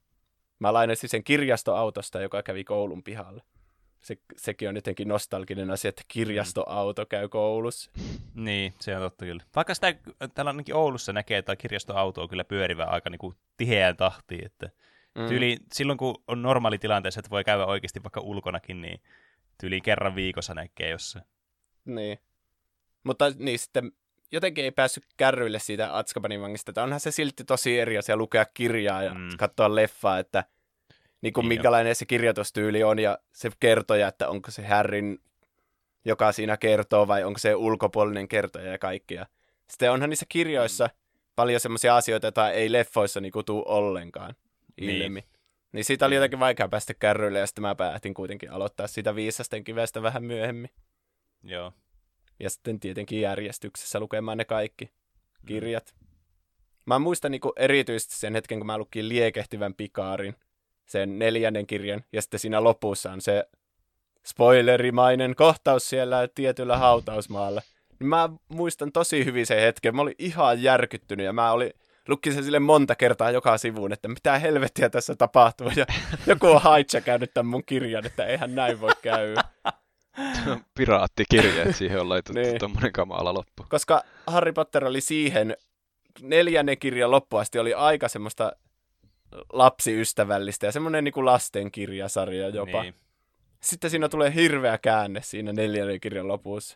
Mä lainasin sen kirjastoautosta, joka kävi koulun pihalla. Sekin on jotenkin nostalginen asia, että kirjastoauto käy koulussa. Niin, se on totta kyllä. Vaikka sitä täällä ainakin Oulussa näkee, että kirjastoauto on kyllä pyörivä aika niin kuin tiheään tahtiin. Että silloin kun on normaali tilanteessa, että voi käydä oikeasti vaikka ulkonakin, niin tyyliin kerran viikossa näkee jossain. Niin. Mutta niin sitten jotenkin ei päässyt kärryille siitä Azkabanin vangista. Että onhan se silti tosi eri asia lukea kirjaa ja katsoa leffaa, että niin kuin minkälainen se kirjoitustyyli on, ja se kertoja, että onko se Harryn, joka siinä kertoo, vai onko se ulkopuolinen kertoja ja kaikki. Ja sitten onhan niissä kirjoissa paljon semmoisia asioita, joita ei leffoissa niin kuin tule ollenkaan ilmi. Niin siitä oli jotenkin vaikea päästä kärryille, ja sitten mä päätin kuitenkin aloittaa sitä Viisasten kivestä vähän myöhemmin. Joo. Ja sitten tietenkin järjestyksessä lukemaan ne kaikki kirjat. Mä muistan niin kuin erityisesti sen hetken, kun mä lukin Liekehtivän pikaarin, sen 4. kirjan, ja sitten siinä lopussa on se spoilerimainen kohtaus siellä tietyllä hautausmaalla. Mä muistan tosi hyvin sen hetken. Mä olin ihan järkyttynyt, ja lukin sen sille monta kertaa joka sivuun, että mitä helvettiä tässä tapahtuu, ja joku on hijackannut tämän mun kirjan, että eihän näin voi käydä. Piraattikirja, että siihen on laitettu tommonen kamala loppu. Koska Harry Potter oli siihen 4. kirjan loppuun asti oli aika semmoista lapsiystävällistä ja semmoinen niin kuin lastenkirjasarja jopa. Niin. Sitten siinä tulee hirveä käänne siinä 4. kirjan lopussa.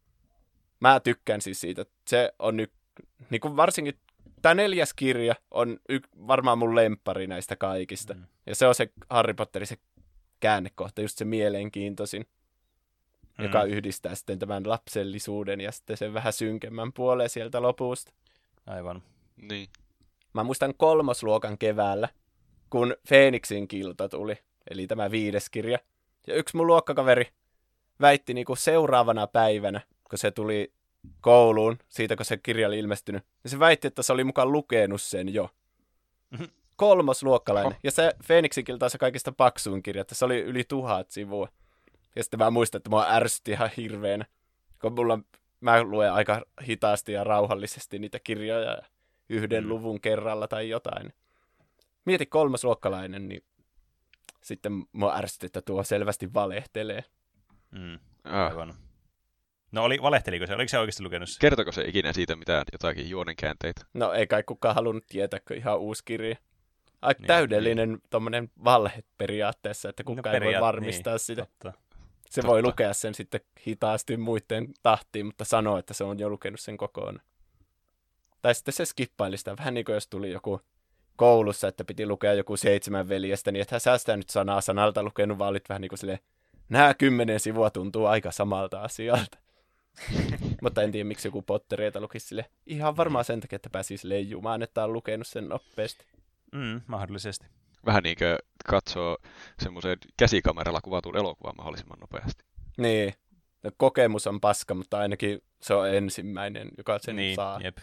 Mä tykkään siis siitä. Se on nyt, niin kuin varsinkin tämä 4. kirja on varmaan mun lemppari näistä kaikista. Ja se on se Harry Potterin se käännekohta, just se mielenkiintoisin, joka yhdistää sitten tämän lapsellisuuden ja sitten sen vähän synkemmän puoleen sieltä lopusta. Aivan. Niin. Mä muistan 3. luokan keväällä, kun Feeniksin kilta tuli, eli tämä 5. kirja. Ja yksi mun luokkakaveri väitti niinku seuraavana päivänä, kun se tuli kouluun, siitä kun se kirja oli ilmestynyt, niin se väitti, että se oli mukaan lukenut sen jo. 3. luokkalainen. Ja se Feeniksin kilta on se kaikista paksuin kirja, että se oli yli 1000 sivua. Ja sitten mä muistan, että mua ärsytti ihan hirveänä, kun mä luen aika hitaasti ja rauhallisesti niitä kirjoja yhden luvun kerralla tai jotain. Mieti 3. luokkalainen, niin sitten mua ärsytti, että tuo selvästi valehtelee. Aivan. No valehteliko se? Oliko se oikeasti lukenut se? Kertoko se ikinä siitä mitään jotakin juonenkäänteitä? No ei kai kukaan halunnut tietää, kun ihan uusi kirja. Aika Niin, täydellinen tommonen valhe periaatteessa, että kukaan ei voi varmistaa sitä. Totta. Se voi lukea sen sitten hitaasti muiden tahtiin, mutta sanoo, että se on jo lukenut sen kokonaan. Tai sitten se skippaili sitä. Vähän niin kuin jos tuli joku koulussa, että piti lukea joku 7 veljestä, niin ethän sä sitä nyt sanaa sanalta lukenut, vaan olit vähän niin kuin silleen, nämä 10 sivua tuntuu aika samalta asialta. Mutta en tiedä, miksi joku Pottereita lukisi sille. Ihan varmaan sen takia, että pääsisi leijumaan, että on lukenut sen nopeasti. Mahdollisesti. Vähän niin kuin katsoo semmoisen käsikameralla kuvatun elokuvan mahdollisimman nopeasti. Niin. No, kokemus on paska, mutta ainakin se on ensimmäinen, joka sen Niin, saa. jep.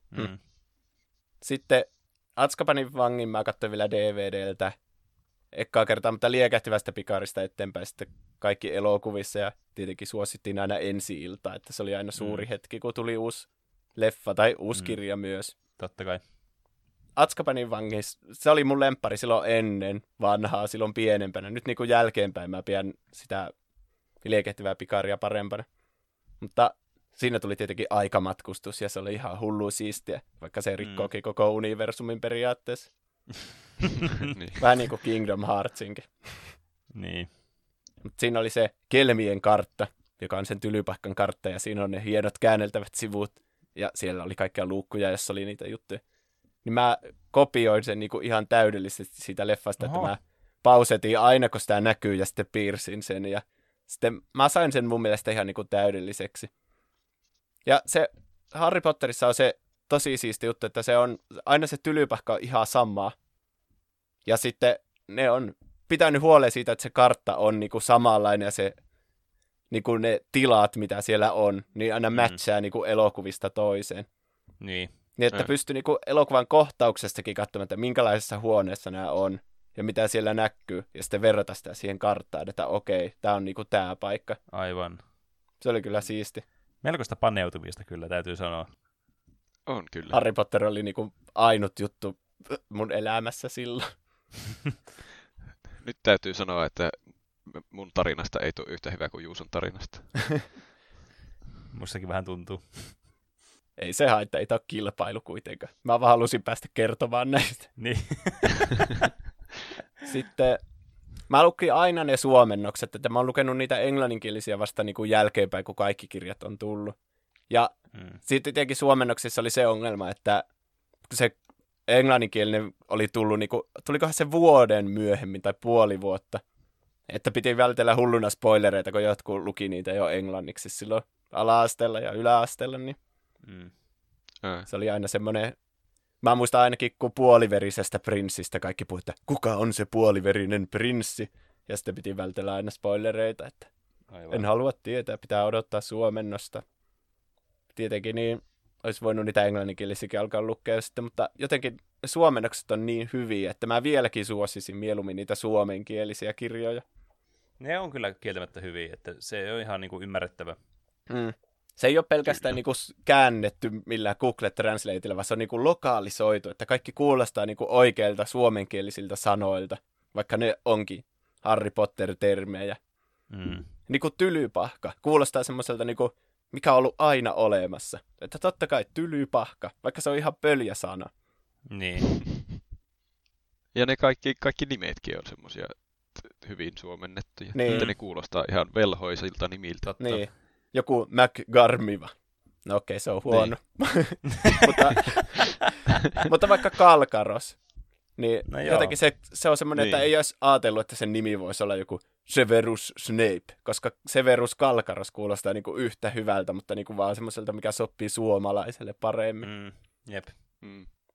Sitten Azkabanin vangin mä katsoin vielä DVDltä ekkaa kertaa, mutta Liekähtivästä pikarista eteenpäin sitten kaikki elokuvissa ja tietenkin suosittiin aina ensi-ilta, että se oli aina suuri hetki, kun tuli uusi leffa tai uusi kirja myös. Totta kai. Azkabanin vangissa, se oli mun lemppari silloin ennen vanhaa, silloin pienempänä. Nyt niin kuin jälkeenpäin mä pidän sitä Liekehtivää pikaria parempana. Mutta siinä tuli tietenkin aikamatkustus ja se oli ihan hullu siistiä, vaikka se rikkookin koko universumin periaatteessa. Niin. Vähän niin kuin Kingdom Heartsinkin. Niin. Mutta siinä oli se Kelmien kartta, joka on sen Tylypahkan kartta, ja siinä on ne hienot käänneltävät sivut, ja siellä oli kaikkia luukkuja, jossa oli niitä juttuja. Niin mä kopioin sen niinku ihan täydellisesti siitä leffasta, että mä pausetin aina, kun sitä näkyy, ja sitten piirsin sen, ja sitten mä sain sen mun mielestä ihan niinku täydelliseksi. Ja se Harry Potterissa on se tosi siisti juttu, että se on aina se Tylypahka on ihan samaa. Ja sitten ne on pitänyt huolen siitä, että se kartta on niinku samanlainen ja se, niinku ne tilat, mitä siellä on, niin aina matchaa niinku elokuvista toiseen. Niin. Niin, että pystyy niinku elokuvan kohtauksestakin katsomaan, että minkälaisessa huoneessa nämä on ja mitä siellä näkyy. Ja sitten verrata sitä siihen karttaan, että okei, tämä on niinku tämä paikka. Aivan. Se oli kyllä siisti. Melkoista paneutuvista kyllä, täytyy sanoa. On kyllä. Harry Potter oli niinku ainut juttu mun elämässä silloin. Nyt täytyy sanoa, että mun tarinasta ei tule yhtä hyvä kuin Juuson tarinasta. Mustakin vähän tuntuu. Ei se haittaa, ei tämä ole kilpailu kuitenkaan. Mä vaan halusin päästä kertomaan näistä. Niin. Sitten mä lukin aina ne suomennokset, että mä oon lukenut niitä englanninkielisiä vasta niin kuin jälkeenpäin, kun kaikki kirjat on tullut. Ja sitten tietenkin suomennoksissa oli se ongelma, että se englanninkielinen oli tullut, niin kuin, tulikohan se vuoden myöhemmin tai puoli vuotta, että piti vältellä hulluna spoilereita, kun jotkut luki niitä jo englanniksi silloin ala-asteella ja yläasteella, niin se oli aina semmoinen. Mä muistan ainakin, kun puoliverisestä prinssistä kaikki puhuivat, että kuka on se puoliverinen prinssi? Ja sitten piti vältellä aina spoilereita, että en halua tietää, pitää odottaa suomennosta. Tietenkin niin olisi voinut niitä englanninkielisiäkin alkaa lukea sitten, mutta jotenkin suomennokset on niin hyviä, että mä vieläkin suosisin mieluummin niitä suomenkielisiä kirjoja. Ne on kyllä kieltämättä hyviä, että se on ihan niin kuin ymmärrettävä. Se ei ole pelkästään niinku käännetty millään Google Translateilla, vaan se on niinku lokalisoitu, että kaikki kuulostaa niinku oikeilta suomenkielisiltä sanoilta, vaikka ne onkin Harry Potter-termejä. Niinku Tylypahka kuulostaa semmoiselta, niinku, mikä on ollut aina olemassa. Että totta kai Tylypahka, vaikka se on ihan pöljä sana. Niin. Ja ne kaikki nimetkin on semmoisia hyvin suomennettuja. Niin. Että ne kuulostaa ihan velhoisilta nimiltä. Niin. Joku McGarmiva. No okei, se on huono. Niin. mutta vaikka Kalkaros, niin no jotenkin se on semmoinen, että ei olisi ajatellut, että sen nimi voisi olla joku Severus Snape, koska Severus Kalkaros kuulostaa niinku yhtä hyvältä, mutta niinku vaan semmoiselta, mikä sopii suomalaiselle paremmin. Jep.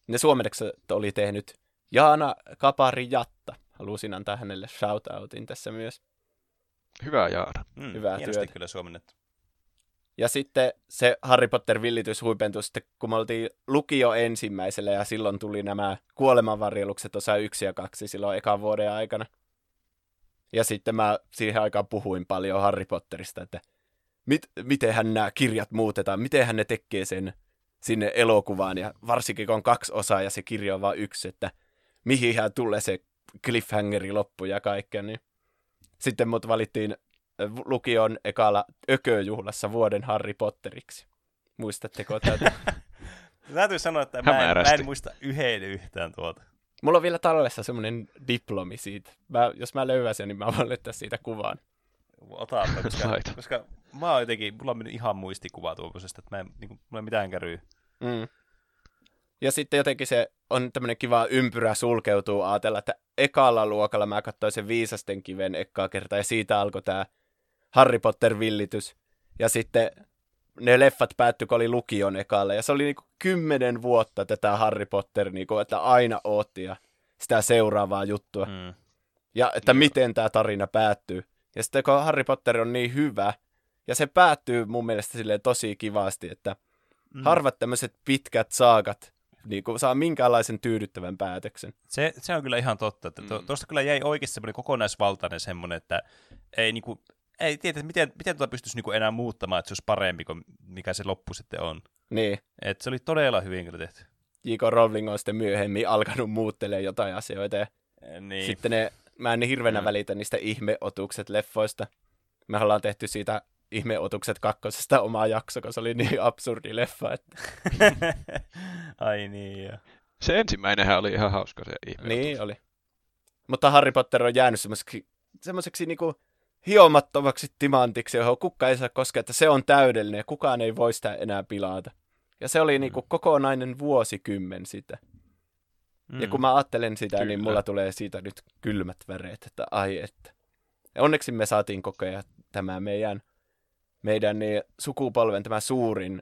ne suomennokset oli tehnyt Jaana Kapari Jatta. Halusin antaa hänelle shoutoutin tässä myös. Hyvä Jaana. Hyvää hienosti työtä. kyllä suomennettu. Ja sitten se Harry Potter-villitys huipentui sitten, kun me oltiin lukio ensimmäisellä, ja silloin tuli nämä kuolemanvarjelukset osa 1 ja 2 silloin ekan vuoden aikana. Ja sitten mä siihen aikaan puhuin paljon Harry Potterista, että mitenhän nämä kirjat muutetaan, mitenhän ne tekee sen sinne elokuvaan, ja varsinkin kun on 2 osaa ja se kirja on vain 1, että mihinhän tulee se cliffhangeri loppu ja kaikkea, niin sitten mut valittiin lukion ekalla ököjuhlassa vuoden Harry Potteriksi. Muistatteko tätä? Täytyy sanoa, että mä en muista yhtään tuota. Mulla on vielä tallessa semmoinen diplomi siitä. Jos mä löydän sen, niin mä voin laittaa siitä kuvaan. Otaanpa, koska mä oon jotenkin, mulla on mennyt ihan muistikuva tuollaisesta, että mulla ei mitään käryy. Ja sitten jotenkin se on tämmöinen kiva ympyrä sulkeutuu ajatella, että ekalla luokalla mä katsoin sen Viisasten kiven ekkaa kertaa, ja siitä alkoi tää Harry Potter-villitys. Ja sitten ne leffat päättyi, kun oli lukion ekalla, ja se oli niinku 10 vuotta tätä Harry Potter, niinku, että aina ootti ja sitä seuraavaa juttua. Ja että miten tämä tarina päättyy. Ja sitten kun Harry Potter on niin hyvä, ja se päättyy mun mielestä silleen tosi kivasti, että harvat tämmöiset pitkät saagat niin saa minkäänlaisen tyydyttävän päätöksen. Se on kyllä ihan totta. Että tuosta kyllä jäi oikeasti semmoinen kokonaisvaltainen semmoinen, että ei tiedä, miten tuota pystyisi niinku enää muuttamaan, että se olisi parempi kuin mikä se loppu sitten on. Niin. Että se oli todella hyvin kyllä tehty. J.K. Rowling on sitten myöhemmin alkanut muuttelemaan jotain asioita. Ja niin. sitten mä en niin hirveänä välitä niistä ihmeotukset leffoista. Me ollaan tehty siitä ihmeotukset 2. omaa jakso, kun se oli niin absurdi leffa. Että... Ai niin, joo. Se ensimmäinenhän oli ihan hauska se ihmeotus. Niin oli. Mutta Harry Potter on jäänyt semmoiseksi niinku hiomattomaksi timantiksi, johon kukaan ei saa koskea, että se on täydellinen ja kukaan ei voi sitä enää pilata. Ja se oli niinku kokonainen vuosikymmen sitä. Ja kun mä ajattelen sitä, niin mulla tulee siitä nyt kylmät väreet, että ai että. Ja onneksi me saatiin kokea tämä meidän niin sukupolven tämä suurin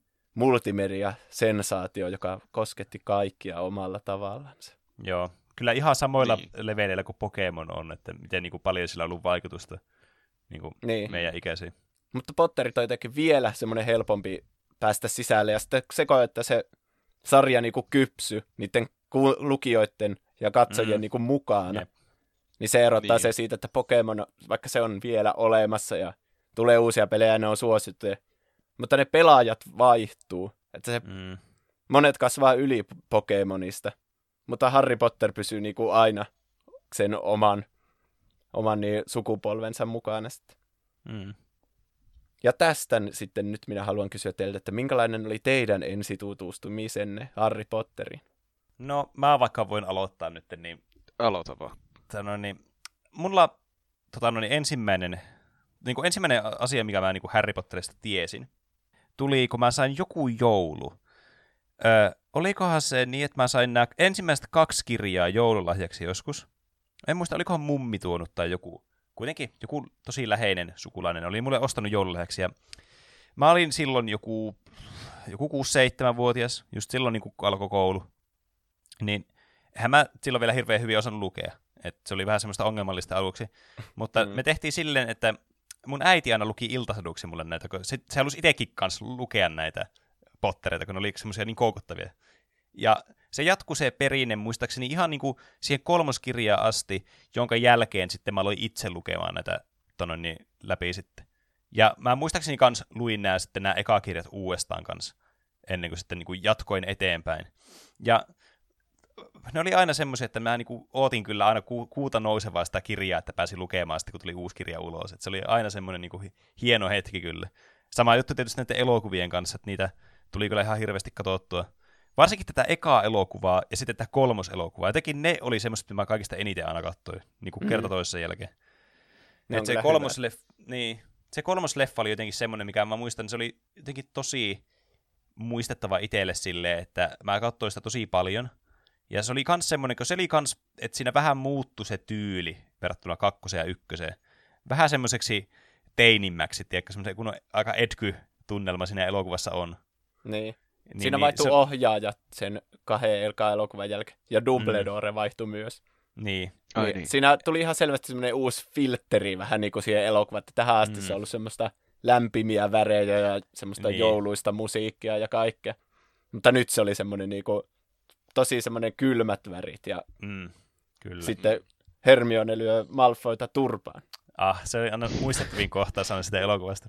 multimedia-sensaatio, joka kosketti kaikkia omalla tavallaan. Joo, kyllä ihan samoilla leveleillä kuin Pokemon on, että miten niin kuin paljon sillä on ollut vaikutusta niin. Meidän ikäisiin. Mutta Potterit on jotenkin vielä semmoinen helpompi päästä sisälle, ja sitten se, että se sarja niin kuin kypsy niiden lukijoiden ja katsojien niin kuin mukana, niin se erottaa se siitä, että Pokemon, vaikka se on vielä olemassa ja tulee uusia pelejä ja ne on suosittuja, mutta ne pelaajat vaihtuu. Että se monet kasvaa yli Pokemonista, mutta Harry Potter pysyy niin kuin aina sen oman niin sukupolvensa mukana sitten. Ja tästä sitten nyt minä haluan kysyä teiltä, että minkälainen oli teidän ensitutustumisenne Harry Potteriin? No, mä vaikka voin aloittaa nyt, niin... Aloita vaan. Mulla ensimmäinen asia, mikä mä Harry Potterista tiesin, tuli, kun mä sain joku joulu. Olikohan se niin, että mä sain nämä ensimmäiset 2 kirjaa joululahjaksi joskus. En muista, olikohan mummi tuonut tai joku. Kuitenkin joku tosi läheinen sukulainen oli mulle ostanut joululahjaksi. Ja mä olin silloin joku 6-7-vuotias, just silloin niin kun alkoi koulu. Niin eihän mä silloin vielä hirveän hyvin osannut lukea. Et se oli vähän semmoista ongelmallista aluksi. Mutta me tehtiin silleen, että mun äiti aina luki iltasaduksi mulle näitä. Se halusi itsekin kanssa lukea näitä Pottereita, kun ne oli semmoisia niin koukuttavia. Ja se jatkui se perinne muistaakseni ihan niin kuin siihen 3. kirjaan asti, jonka jälkeen sitten mä aloin itse lukemaan näitä läpi sitten. Ja mä muistaakseni kans luin nämä ekakirjat uudestaan kanssa, ennen kuin sitten niin kuin jatkoin eteenpäin. Ja ne oli aina semmoisia, että mä niin kuin ootin kyllä aina kuuta nousevaa sitä kirjaa, että pääsin lukemaan sitten, kun tuli uusi kirja ulos. Et se oli aina semmoinen niin kuin hieno hetki kyllä. Sama juttu tietysti näiden elokuvien kanssa, että niitä tuli kyllä ihan hirveästi katsottua. Varsinkin tätä ekaa elokuvaa ja sitten tätä 3. elokuvaa. Jotenkin ne oli semmoiset, mitä mä kaikista eniten aina katsoin, niin kuin kerta toisessa jälkeen. Se 3. leffa oli jotenkin semmoinen, mikä mä muistan, se oli jotenkin tosi muistettava itselle silleen, että mä katsoin sitä tosi paljon. Ja se oli kans semmoinen, että siinä vähän muuttui se tyyli verrattuna 2. ja 1. Vähän semmoiseksi teinimmäksi, tiedätkö, semmoisen kun aika edgy-tunnelma siinä elokuvassa on. Niin. Siinä vaihtui ohjaajat sen 2 elokuvan jälkeen, ja Dumbledore vaihtui myös. Niin. Niin. Siinä tuli ihan selvästi semmoinen uusi filtteri vähän niin kuin siihen elokuvaan, että tähän asti se on ollut semmoista lämpimiä värejä ja semmoista jouluista musiikkia ja kaikkea. Mutta nyt se oli semmoinen niin kuin, tosi semmoinen kylmät värit ja kyllä. sitten Hermione lyö Malfoyta turpaan. Se oli aina muistettavin kohtaa sanoa sitä elokuvasta.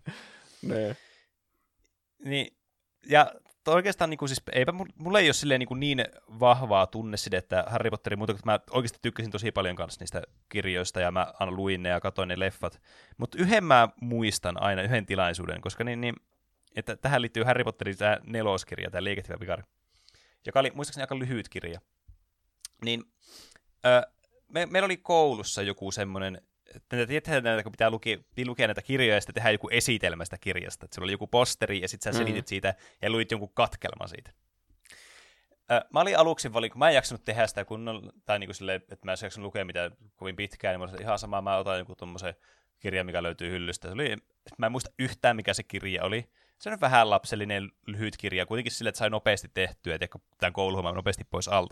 Niin, ja oikeastaan niin kuin, siis, eipä mulla ei ole silleen niin vahvaa tunnesidettä Harry Potterin, mutta mä oikeasti tykkäsin tosi paljon kanssa niistä kirjoista, ja mä aina luin ne ja katsoin ne leffat. Mutta yhden mä muistan aina, yhden tilaisuuden, koska että tähän liittyy Harry Potterin tämä 4. kirja, tämä Liekehtivä pikari, joka oli muistaakseni aika lyhyt kirja. Niin, meillä oli koulussa joku semmoinen, että kun pitää lukea näitä kirjoja ja sitten tehdään joku esitelmä sitä kirjasta. Että sulla oli joku posteri ja sitten sä selitit siitä ja luit jonkun katkelman siitä. Mä olin aluksi kun mä en jaksanut tehdä sitä kunnolla, tai niin kuin silleen, että mä en jaksanut lukea mitään kovin pitkään, niin mä olin ihan sama, mä otan joku tommosen kirjan, mikä löytyy hyllystä. Mä en muista yhtään, mikä se kirja oli. Se on vähän lapsellinen, lyhyt kirja, kuitenkin sille, että sai nopeasti tehtyä, että tämän kouluhomman nopeasti pois alta.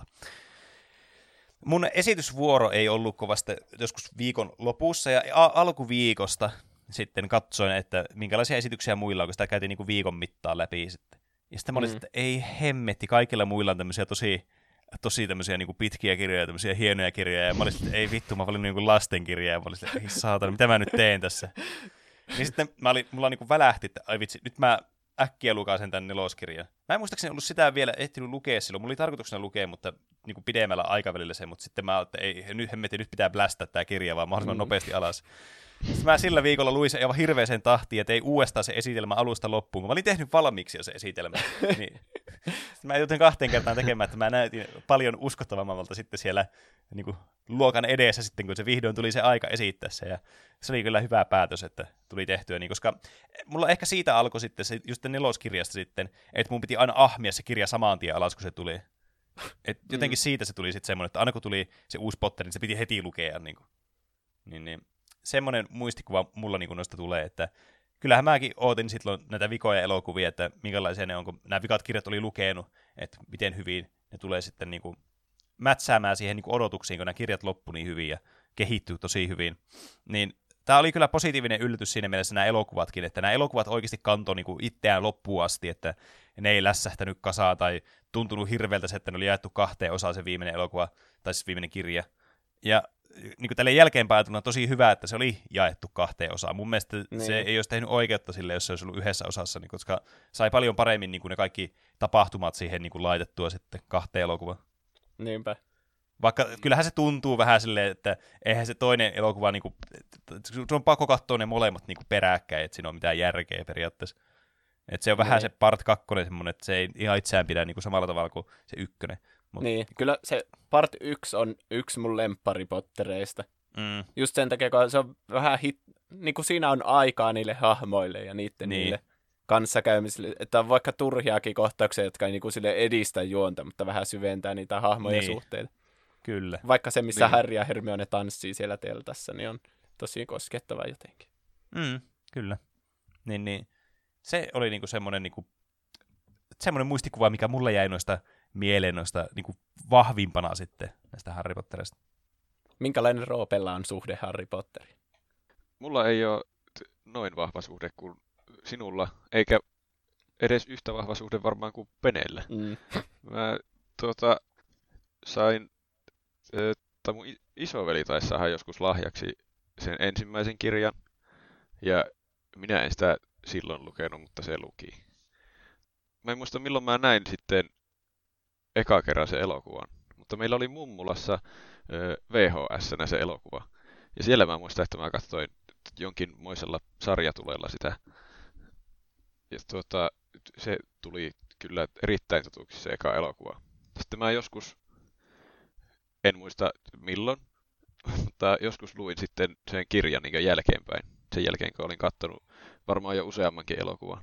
Mun esitysvuoro ei ollut kovasti joskus viikon lopussa, ja alkuviikosta sitten katsoin, että minkälaisia esityksiä muilla on, kun sitä käytiin niin kuin viikon mittaan läpi sitten. Ja sitten mä olin, että ei hemmetti, kaikilla muilla on tämmöisiä tosi tämmöisiä niin kuin pitkiä kirjoja, tämmöisiä hienoja kirjoja, ja mä olin, että ei vittu, mä olin niin kuin lastenkirjaa, ja mä olin, että ei saatana, mitä mä nyt teen tässä. Niin sitten mulla niin kuin välähti, että ai vitsi, nyt mä äkkiä lukaisen tämän 4. kirjan. Mä en muistaakseni ollut sitä vielä ehtinyt lukea silloin. Mulla oli tarkoituksena lukea, mutta niin kuin pidemmällä aikavälillä se, mutta sitten mä ajattelin, että nyt pitää blästää tämä kirja vaan mahdollisimman nopeasti alas. Sitten mä sillä viikolla luin sen aivan hirveäseen tahtiin ja tein uudestaan se esitelmä alusta loppuun, kun mä olin tehnyt valmiiksi jo se esitelmä. Niin. Sitten mä joutin 2 kertaan tekemään, että mä näytin paljon uskottavammalta sitten siellä niin kuin luokan edessä sitten, kun se vihdoin tuli se aika esittää se. Ja se oli kyllä hyvä päätös, että tuli tehtyä, niin, koska mulla ehkä siitä alkoi sitten se, just 4. kirjasta sitten, että mun piti aina ahmia se kirja saman tien alas, kun se tuli. Et jotenkin siitä se tuli sitten semmoinen, että aina kun tuli se uusi Potter, niin se piti heti lukea. Niin. Semmoinen muistikuva mulla niin noista tulee, että kyllähän mäkin ootin silloin näitä vikoja elokuvia, että minkälaisia ne on, kun nämä vikat kirjat oli lukenut, että miten hyvin ne tulee sitten niin kuin mätsäämään siihen niin kuin odotuksiin, kun nämä kirjat loppu niin hyvin ja kehittyy tosi hyvin. Niin tämä oli kyllä positiivinen yllätys siinä mielessä nämä elokuvatkin, että nämä elokuvat oikeasti kantoi niin kuin itseään loppuun asti, että ne ei lässähtänyt kasaan tai tuntunut hirveältä se, että ne oli jaettu 2 osaan se viimeinen elokuva, tai siis viimeinen kirja. Ja niin kuin tälle jälkeenpäin ajatteluna tosi hyvä, että se oli jaettu 2 osaan. Mun mielestä se ei olisi tehnyt oikeutta sille, jos se olisi ollut yhdessä osassa, niin koska sai paljon paremmin niin kuin ne kaikki tapahtumat siihen niin kuin laitettua sitten 2 elokuvaan. Niinpä. Vaikka kyllähän se tuntuu vähän silleen, että eihän se toinen elokuva, niin kuin, se on pakko katsoa ne molemmat niin kuin peräkkäin, että siinä on mitään järkeä periaatteessa. Että se on vähän se part 2 semmoinen, että se ei ihan itseään pidä niin kuin samalla tavalla kuin se 1. Niin, kyllä se part 1 on yksi mun lemppari Pottereista. Just sen takia, kun se on vähän niin kuin siinä on aikaa niille hahmoille ja niille kanssakäymisille, että on vaikka turhiakin kohtauksia, jotka ei niin kuin sille edistä juonta, mutta vähän syventää niitä hahmoja suhteita. Kyllä. Vaikka se, missä Harry ja Hermione tanssii siellä teltassa, niin on tosi koskettava jotenkin. Kyllä. Niin. Se oli niinku semmoinen muistikuva, mikä mulle jäi noista mieleen noista niinku vahvimpana sitten näistä Harry Potterista. Minkälainen Roopella on suhde Harry Potteriin? Mulla ei ole noin vahva suhde kuin sinulla, eikä edes yhtä vahva suhde varmaan kuin Penellä. Mä sain, tai mun isoveli taisi saada joskus lahjaksi sen ensimmäisen kirjan, ja minä en sitä silloin lukenut, mutta se luki. Mä en muista milloin mä näin sitten eka kerran se elokuvan, mutta meillä oli mummulassa VHS-nä se elokuva. Ja siellä mä muistan, että mä katsoin jonkinmoisella sarjatulella sitä. Ja se tuli kyllä erittäin tutuksi se eka elokuva. Sitten mä joskus, en muista milloin, mutta joskus luin sitten sen kirjan niin jälkeenpäin. Sen jälkeen, kun olin katsonut varmaan jo useammankin elokuvan.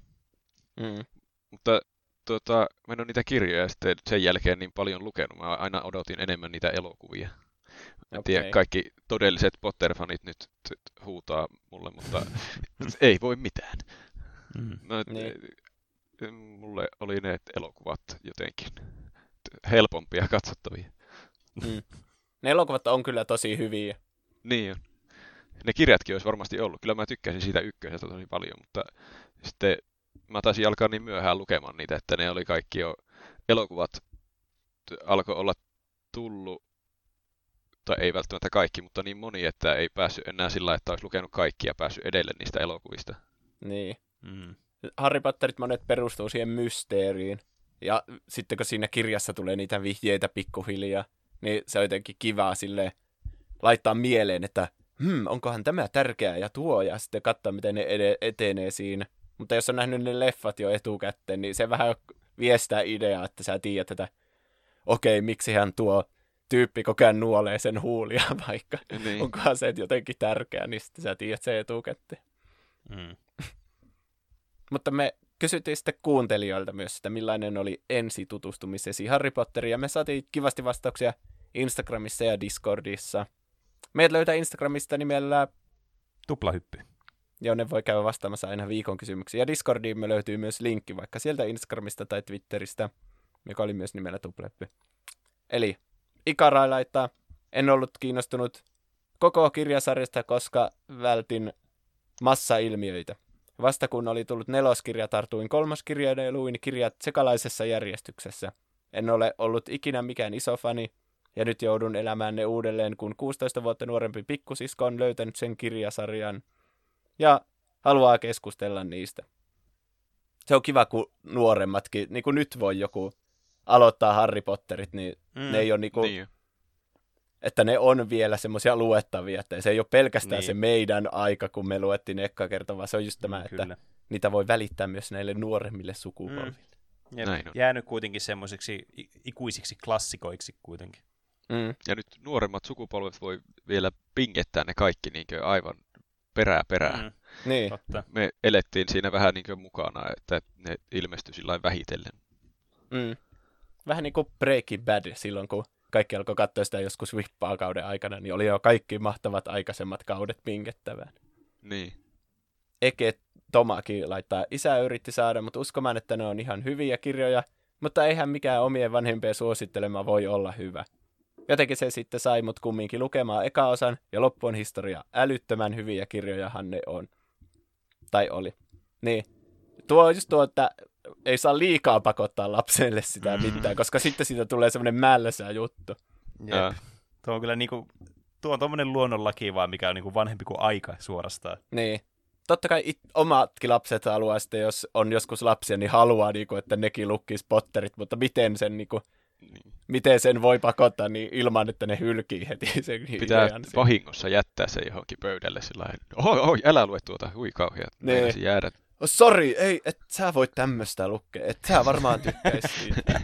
Mutta mä en ole niitä kirjoja sitten sen jälkeen niin paljon lukenut. Mä aina odotin enemmän niitä elokuvia. En tiedä, kaikki todelliset Potter-fanit nyt huutaa mulle, mutta ei voi mitään. No, mulle oli ne elokuvat jotenkin helpompia katsottavia. Mm. Ne elokuvat on kyllä tosi hyviä. Niin on. Ne kirjatkin olisi varmasti ollut. Kyllä mä tykkäsin siitä ykkösestä tosi paljon, mutta sitten mä taisin alkaa niin myöhään lukemaan niitä, että ne oli kaikki jo elokuvat alkoi olla tullut, tai ei välttämättä kaikki, mutta niin moni, että ei päässyt enää sillä, että olisi lukenut kaikki ja päässyt edelle niistä elokuvista. Niin. Harry Potterit monet perustuu siihen mysteeriin. Ja sitten kun siinä kirjassa tulee niitä vihjeitä pikkuhiljaa, niin se on jotenkin kivaa silleen laittaa mieleen, että onkohan tämä tärkeää ja tuo, ja sitten katsoa, miten ne etenee siinä. Mutta jos on nähnyt ne leffat jo etukäteen, niin se vähän viestää ideaa, että sä tiedät, että okei, miksi hän tuo tyyppi koko ajan nuolee sen huulia vaikka. Niin. Onkohan se jotenkin tärkeää, niin sitten sä tiedät sen etukäteen. Mutta me kysyttiin sitten kuuntelijoilta myös sitä, millainen oli ensitutustumisesi Harry Potteriin, ja me saatiin kivasti vastauksia Instagramissa ja Discordissa. Meidät löytää Instagramista nimellä Tuplahyppy. Jonne voi käydä vastaamassa aina viikon kysymyksiä. Ja Discordiin me löytyy myös linkki vaikka sieltä Instagramista tai Twitteristä, joka oli myös nimellä Tuplahyppy. Eli Ikarai laittaa, en ollut kiinnostunut koko kirjasarjasta, koska vältin massailmiöitä. Vasta kun oli tullut 4. kirja, tartuin 3. kirjaan ja luin kirjat sekalaisessa järjestyksessä. En ole ollut ikinä mikään iso fani, ja nyt joudun elämään ne uudelleen, kun 16 vuotta nuorempi pikkusisko on löytänyt sen kirjasarjan ja haluaa keskustella niistä. Se on kiva, kun nuoremmatkin, niin kuin nyt voi joku aloittaa Harry Potterit, niin ne ei ole niin. Että ne on vielä semmoisia luettavia, että se ei ole pelkästään se meidän aika, kun me luettiin ekka kerta, vaan se on just tämä, että niitä voi välittää myös näille nuoremmille sukupolville. Jäänyt kuitenkin semmoisiksi ikuisiksi klassikoiksi kuitenkin. Ja nyt nuoremmat sukupolvet voi vielä pingettää ne kaikki niin aivan perään. Niin. Me elettiin siinä vähän niin mukana, että ne ilmestyi sillä vähitellen. Vähän niin kuin Breaking Bad silloin, kun kaikki alkoi katsoa sitä joskus vippaa kauden aikana, niin oli jo kaikki mahtavat aikaisemmat kaudet pingettävään. Niin. Eke Tomakin laittaa, isä yritti saada, mutta uskomaan, että ne on ihan hyviä kirjoja, mutta eihän mikään omien vanhempien suosittelema voi olla hyvä. Jotenkin se sitten sai mut kumminkin lukemaan eka osan, ja loppu on historia. Älyttömän hyviä kirjojahan ne on. Tai oli. Niin. Tuo on just tuo, että ei saa liikaa pakottaa lapselle sitä mitään, koska sitten siitä tulee semmoinen mällösä juttu. Jep. Tuo on kyllä niinku, tuo on tommonen luonnonlaki vaan, mikä on niinku vanhempi kuin aika suorastaan. Niin. Totta kai omatkin lapset haluaa sitten, jos on joskus lapsia, niin haluaa, niinku, että nekin lukkis Potterit, mutta miten sen, niinku, miten sen voi pakottaa niin ilman, että ne hylkii heti sen pitää vahingossa jättää se johonkin pöydälle sillain. Älä lue tuota, hui kauheat. Niin. Jäädä. Sori, ei, et sä voi tämmöstä lukea, et sä varmaan tykkäisi siitä.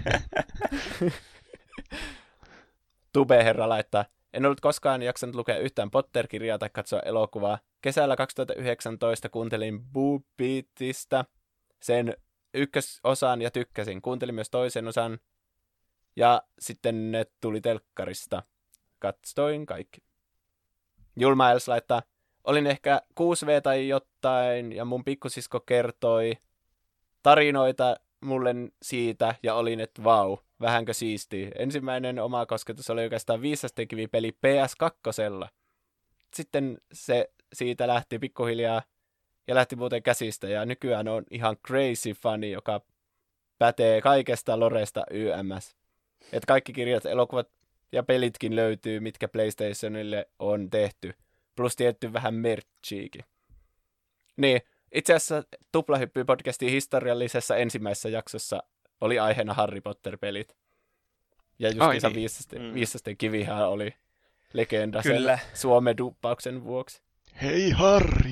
Tube-herra laittaa, en ollut koskaan jaksanut lukea yhtään Potter-kirjaa tai katsoa elokuvaa. Kesällä 2019 kuuntelin BookBeatista sen ykkösosan ja tykkäsin. Kuuntelin myös toisen osan ja sitten ne tuli telkkarista. Katsoin kaikki. Julma Els laittaa, olin ehkä 6V tai jotain, ja mun pikkusisko kertoi tarinoita mulle siitä, ja olin, että vau, vähänkö siistiä. Ensimmäinen oma kosketus oli oikeastaan viisastekivipeli PS2. Sitten se siitä lähti pikkuhiljaa, ja lähti muuten käsistä, ja nykyään on ihan crazy fani, joka pätee kaikesta Loresta YMS. Että kaikki kirjat, elokuvat ja pelitkin löytyy, mitkä PlayStationille on tehty. Plus tietty vähän merchiikin. Niin, itse asiassa Tuplahyppy-podcastin historiallisessa ensimmäisessä jaksossa oli aiheena Harry Potter-pelit. Ja justiinsa Viisasten kivihän oli legenda sen Suomen-duppauksen vuoksi. Hei Harry!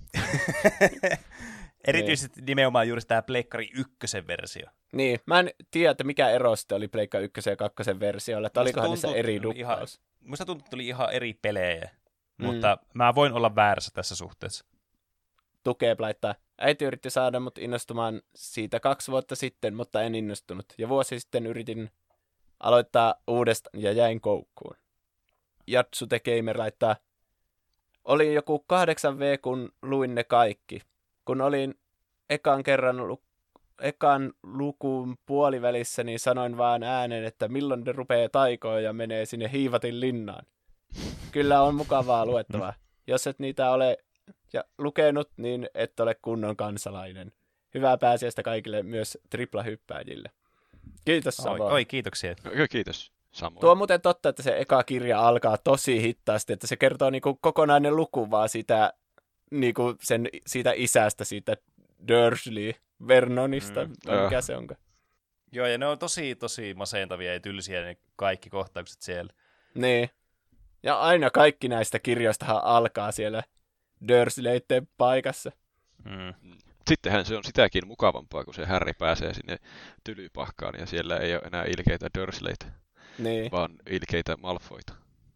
Erityisesti nimenomaan juuri tämä Pleikkari 1 versio. Niin, mä en tiedä, että mikä ero sitten oli Pleikka 1 ja 2 versioilla, että olikohan niissä eri duppaus. Musta tuntuu, että oli ihan eri pelejä. Mutta mä voin olla väärässä tässä suhteessa. Tukee laittaa. Äiti yritti saada mut innostumaan siitä 2 vuotta sitten, mutta en innostunut. Ja vuosi sitten yritin aloittaa uudestaan ja jäin koukkuun. Jatsu the Gamer laittaa. Oli joku 8V, kun luin ne kaikki. Kun olin ekan kerran ekan lukuun puolivälissä, niin sanoin vaan äänen, että milloin ne rupeaa taikoon ja menee sinne Hiivatin linnaan. Kyllä on mukavaa luettavaa. Jos et niitä ole lukenut, niin et ole kunnon kansalainen. Hyvää pääsiäistä kaikille, myös triplahyppääjille. Kiitos Savo. Oi, kiitoksia. Kiitos. Samoin. Tuo on muuten totta, että se eka kirja alkaa tosi hittaasti, että se kertoo niinku kokonainen luku vaan siitä, niinku siitä isästä, siitä Dursley Vernonista, mikä se onko. Joo, ja ne on tosi masentavia ja tylsiä ne kaikki kohtaukset siellä. Niin. Ja aina kaikki näistä kirjoistahan alkaa siellä Dursleyten paikassa. Sittenhän se on sitäkin mukavampaa, kun se Harry pääsee sinne Tylypahkaan ja siellä ei ole enää ilkeitä Dursleytä, niin. vaan ilkeitä Malfoyta.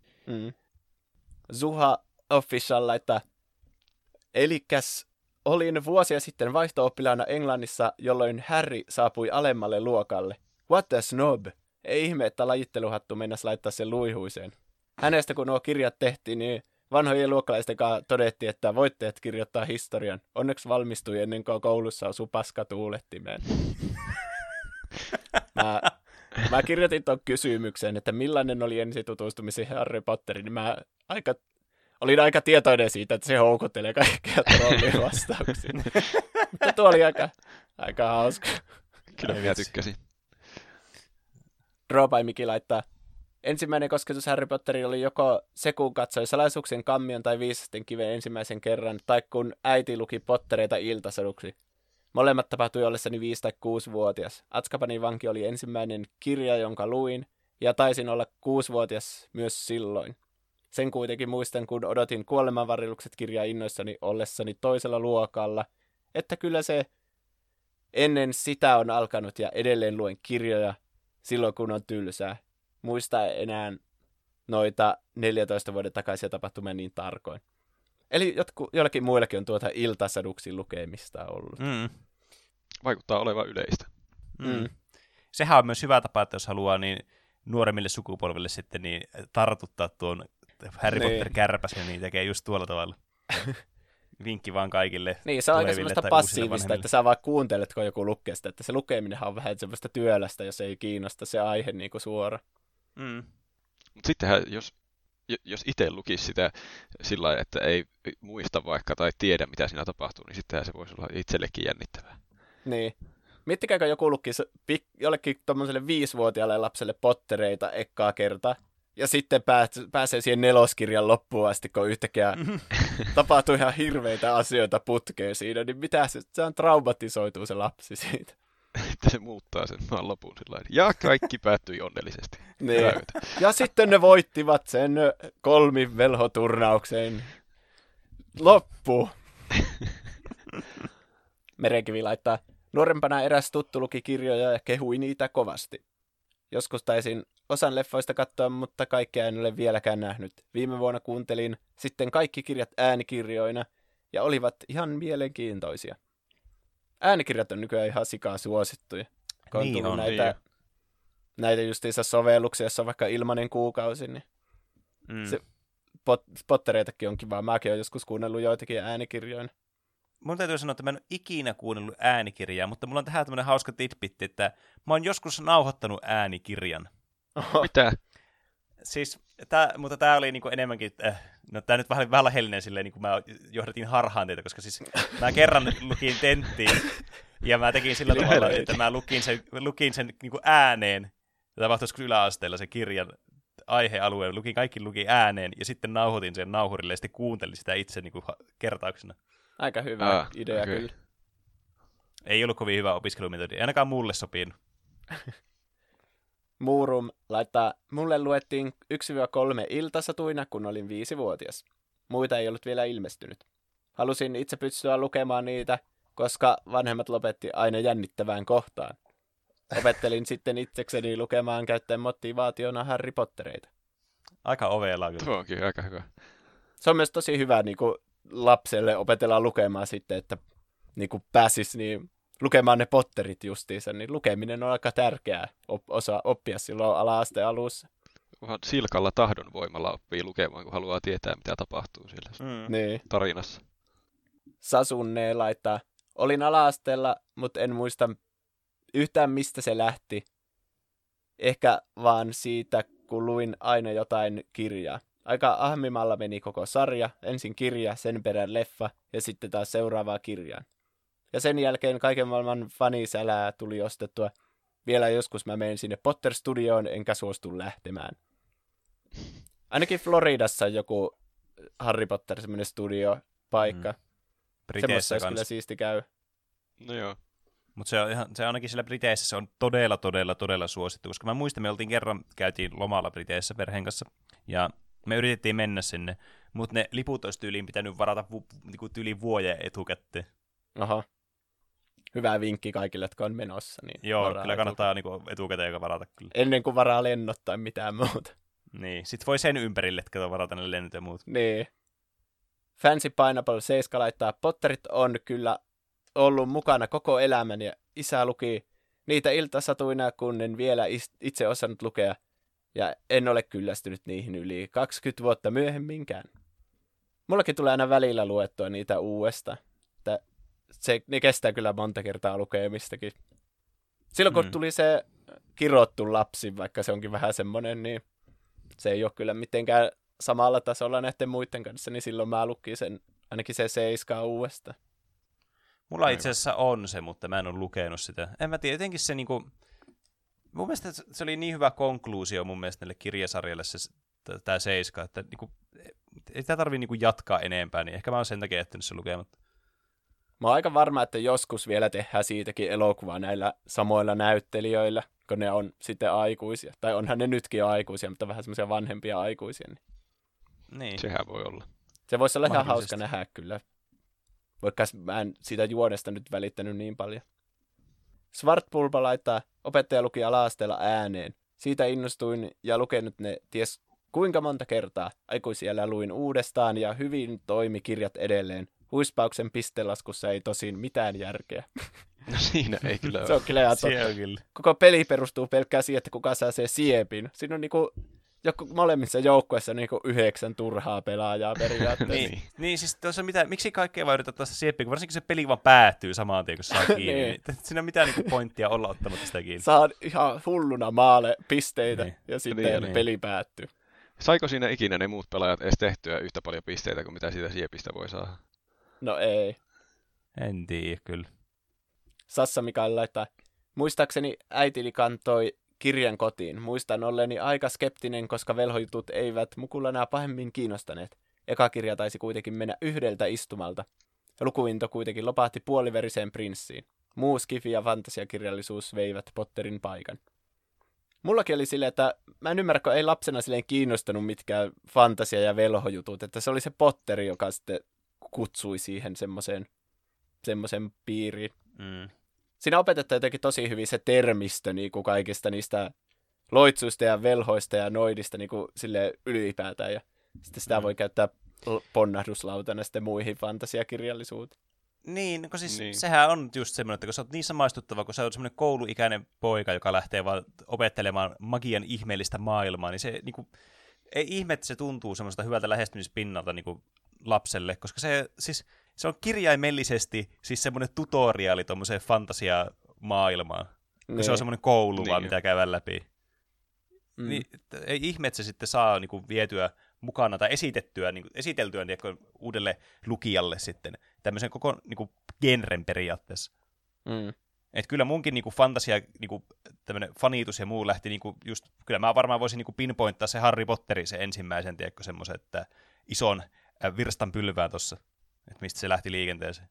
Zuha Official laittaa, elikäs olin vuosia sitten vaihto-oppilaana Englannissa, jolloin Harry saapui alemmalle luokalle. What a snob! Ei ihme, että lajitteluhattu mennäs laittaa sen luihuiseen. Hänestä kun nuo kirjat tehtiin, niin vanhojen luokkalaisten kanssa todettiin, että voitteet kirjoittaa historian. Onneksi valmistui ennen kuin koulussa osui paska tuulettimeen. Mä kirjoitin tuon kysymyksen, että millainen oli ensi tutustumisen Harry Potteriin, niin mä olin aika tietoinen siitä, että se houkuttelee kaikkia trollin vastauksia. Mutta tuo oli aika hauska. Kyllä minä tykkäsin. Drawby laittaa, ensimmäinen kosketus Harry Potteriin oli joko se, kun katsoi Salaisuuksien kammion tai Viisasten kiven ensimmäisen kerran, tai kun äiti luki Pottereita iltasaduksi. Molemmat tapahtui ollessani 5- tai 6-vuotias. Azkabanin vanki oli ensimmäinen kirja, jonka luin, ja taisin olla 6-vuotias myös silloin. Sen kuitenkin muistan, kun odotin Kuolemanvarilukset kirjaa innoissani ollessani toisella luokalla, että kyllä se ennen sitä on alkanut ja edelleen luen kirjoja silloin, kun on tylsää. Muista enää noita 14 vuoden takaisia tapahtumia niin tarkoin. Eli jollakin muillakin on tuota iltasaduksi lukemista ollut. Vaikuttaa olevan yleistä. Sehän on myös hyvä tapa, että jos haluaa niin nuoremmille sukupolville sitten niin tartuttaa tuon Harry Potter-kärpäsen, niin tekee just tuolla tavalla. Vinkki vaan kaikille. Niin, se on aika semmoista passiivista, että sä vaan kuuntelet, kun joku lukee sitä, että se lukeminenhan on vähän semmoista työlästä, jos ei kiinnosta se aihe niin kuin suora. Mutta sittenhän, jos itse lukisi sitä sillä lailla, että ei muista vaikka tai tiedä, mitä siinä tapahtuu, niin sittenhän se voisi olla itsellekin jännittävää. Niin. Miettikääkö joku lukisi jollekin tommoselle 5-vuotiaalle lapselle Pottereita ekkaa kertaa, ja sitten pääsee siihen 4. kirjan loppuun asti, kun yhtäkkiä tapahtuu ihan hirveitä asioita putkeen siinä, niin mitä se on traumatisoituu se lapsi siitä. Että se muuttaa sen maan lopun sillä ja kaikki päättyi onnellisesti. Niin. Ja sitten ne voittivat sen kolmivelhoturnauksen loppu. Merenkivi laittaa, nuorempana eräs tuttu luki kirjoja ja kehui niitä kovasti. Joskus taisin osan leffoista katsoa, mutta kaikkea en ole vieläkään nähnyt. Viime vuonna kuuntelin sitten kaikki kirjat äänikirjoina ja olivat ihan mielenkiintoisia. Äänikirjat on nykyään ihan sikaa suosittuja. Kun niin on näitä justiinsa sovelluksia, jossa on vaikka ilmainen kuukausi, niin se Pottereitakin on kiva. Mäkin olen joskus kuunnellut joitakin äänikirjoina. Mun täytyy sanoa, että mä en ole ikinä kuunnellut äänikirjaa, mutta mulla on tähän tämmöinen hauska tidbitti, että mä oon joskus nauhoittanut äänikirjan. Oho. Mitä? Siis, mutta tää oli niinku enemmänkin, no tää nyt vähän lähellinen silleen, niin kuin mä johdatin harhaan teitä, koska siis mä kerran lukin tenttiin, ja mä tekin sillä tavalla, että mä lukin sen niinku ääneen, ja tapahtui joskus yläasteella se kirjan aihealueen, kaikki luki ääneen, ja sitten nauhoitin sen nauhurille, ja sitten kuuntelin sitä itse niinku kertauksena. Aika hyvä idea kyllä. Ei ollut kovin hyvä opiskelumetodi, ei ainakaan mulle sopinut. Muurum laittaa, mulle luettiin 1-3 iltasatuina, kun olin 5-vuotias. Muita ei ollut vielä ilmestynyt. Halusin itse pystyä lukemaan niitä, koska vanhemmat lopetti aina jännittävään kohtaan. Opettelin sitten itsekseni lukemaan käyttäen motivaationa Harry Pottereita. Aika oveelaa kyllä. Tuo onkin aika hyvä. Se on myös tosi hyvä niin kuin lapselle opetella lukemaan sitten, että niin kuin pääsisi niin lukemaan ne Potterit justiinsa, niin lukeminen on aika tärkeää osa oppia silloin ala-asteen alussa. Kunhan silkalla tahdonvoimalla oppii lukemaan, kun haluaa tietää, mitä tapahtuu siellä tarinassa. Sasunne laittaa, olin ala-asteella, mutta en muista yhtään mistä se lähti. Ehkä vaan siitä, kun luin aina jotain kirjaa. Aika ahmimalla meni koko sarja. Ensin kirja, sen perään leffa ja sitten taas seuraavaa kirjaan. Ja sen jälkeen kaiken maailman fanisälää tuli ostettua. Vielä joskus mä menen sinne Potter-studioon, enkä suostu lähtemään. Ainakin Floridassa on joku Harry Potter, semmoinen studiopaikka. Semmoista olisi kyllä siisti käy. No joo. Mutta se ainakin siellä Briteissä se on todella suosittu, koska mä muistan, me käytiin lomalla Briteissä perheen kanssa, ja me yritettiin mennä sinne, mutta ne liput olisi tyyliin pitänyt varata tyyliin vuoden etukäteen. Aha. Hyvä vinkki kaikille, jotka on menossa. Niin joo, kyllä kannattaa etukäteen varata kyllä. Ennen kuin varaa lennot tai mitään muuta. Niin, sit voi sen ympärille, että varata ne lennot ja muut. Niin. Fancy Pineapple 7 laittaa, Potterit on kyllä ollut mukana koko elämän ja isä luki niitä iltasatuina, kun en vielä itse osannut lukea. Ja en ole kyllästynyt niihin yli 20 vuotta myöhemminkään. Mullakin tulee aina välillä luettua niitä uudesta. Ne kestää kyllä monta kertaa lukemistakin. Silloin kun tuli se kirottu lapsi, vaikka se onkin vähän semmoinen, niin se ei ole kyllä mitenkään samalla tasolla näiden muiden kanssa, niin silloin mä lukin sen, ainakin se 7 uudesta. Mulla itse asiassa on se, mutta mä en ole lukenut sitä. En mä tiedä, jotenkin se mun mielestä se oli niin hyvä konkluusio mun mielestä näille kirjasarjalle tää 7, että ei sitä tarvii jatkaa enempää, niin ehkä mä oon sen takia jättänyt se lukematta. Mä oon aika varma, että joskus vielä tehdään siitäkin elokuvaa näillä samoilla näyttelijöillä, kun ne on sitten aikuisia. Tai onhan ne nytkin aikuisia, mutta vähän semmoisia vanhempia aikuisia. Niin. Sehän voi olla. Se voisi olla ihan hauska nähdä kyllä. Vaikka mä en siitä juonesta nyt välittänyt niin paljon. Svartpulpa laittaa, opettaja luki ala-asteella ääneen. Siitä innostuin ja lukenut ne ties kuinka monta kertaa. Aikuisiellä luin uudestaan ja hyvin toimi kirjat edelleen. Huispauksen pistelaskussa ei tosin mitään järkeä. No siinä ei kyllä Se on kyllä ihan totta. Koko peli perustuu pelkkään siihen, että kuka saa sen siepin. Siinä on molemmissa joukkueissa on 9 turhaa pelaajaa periaatteessa. niin siis tuossa miksi kaikkea vaan yritetään sitä sieppiä, kun varsinkin se peli vaan päättyy samaan tien, kun saa kiinni. Niin. Siinä on mitään pointtia olla ottamatta sitä kiinni. Saa ihan hulluna maalle pisteitä ja sitten peli päättyy. Saiko siinä ikinä ne muut pelaajat edes tehtyä yhtä paljon pisteitä kuin mitä siitä siepistä voi saada? No ei. En tiedä kyllä. Sassa Mikael laittaa, muistaakseni äitini kantoi kirjan kotiin. Muistan olleeni aika skeptinen, koska velhojutut eivät mukulanaa pahemmin kiinnostaneet. Eka kirja taisi kuitenkin mennä yhdeltä istumalta. Lukuinto kuitenkin lopahti puoliveriseen prinssiin. Muu skifi ja fantasiakirjallisuus veivät Potterin paikan. Mullakin oli silleen, että mä en ymmärrä, kun ei lapsena silleen kiinnostanut mitkään fantasia- ja velhojutut. Että se oli se Potteri, joka sitten kutsui siihen semmoisen piiriin. Siinä opetettiin jotenkin tosi hyvin se termistö niin kuin kaikista niistä loitsuista ja velhoista ja noidista niin kuin silleen ylipäätään. Ja sitten sitä voi käyttää ponnahduslautana sitten muihin fantasiakirjallisuuteen. Niin, kun siis sehän on just semmoinen, että kun sä oot niin samaistuttava, kun sä oot semmoinen kouluikäinen poika, joka lähtee vaan opettelemaan magian ihmeellistä maailmaa, niin se niinku, ei ihme, että se tuntuu semmoista hyvältä lähestymispinnalta niinku lapselle, koska se on kirjaimellisesti siis semmoinen tutoriaali tuommoiseen fantasiamaailmaan, kun se on semmoinen koulu vaan, mitä käydään läpi. Niin, ei ihme, että se sitten saa niinku vietyä mukana tai esiteltyä uudelle lukijalle sitten tämmöisen koko niinku genren periaatteessa. Että kyllä munkin niinku fantasia, niinku tämmöinen fanitus ja muu lähti niinku just, kyllä mä varmaan voisin niinku pinpointtaa se Harry Potteri, se ensimmäisen, tiedätkö, semmoisen, että ison virstan pylvään tossa, että mistä se lähti liikenteeseen.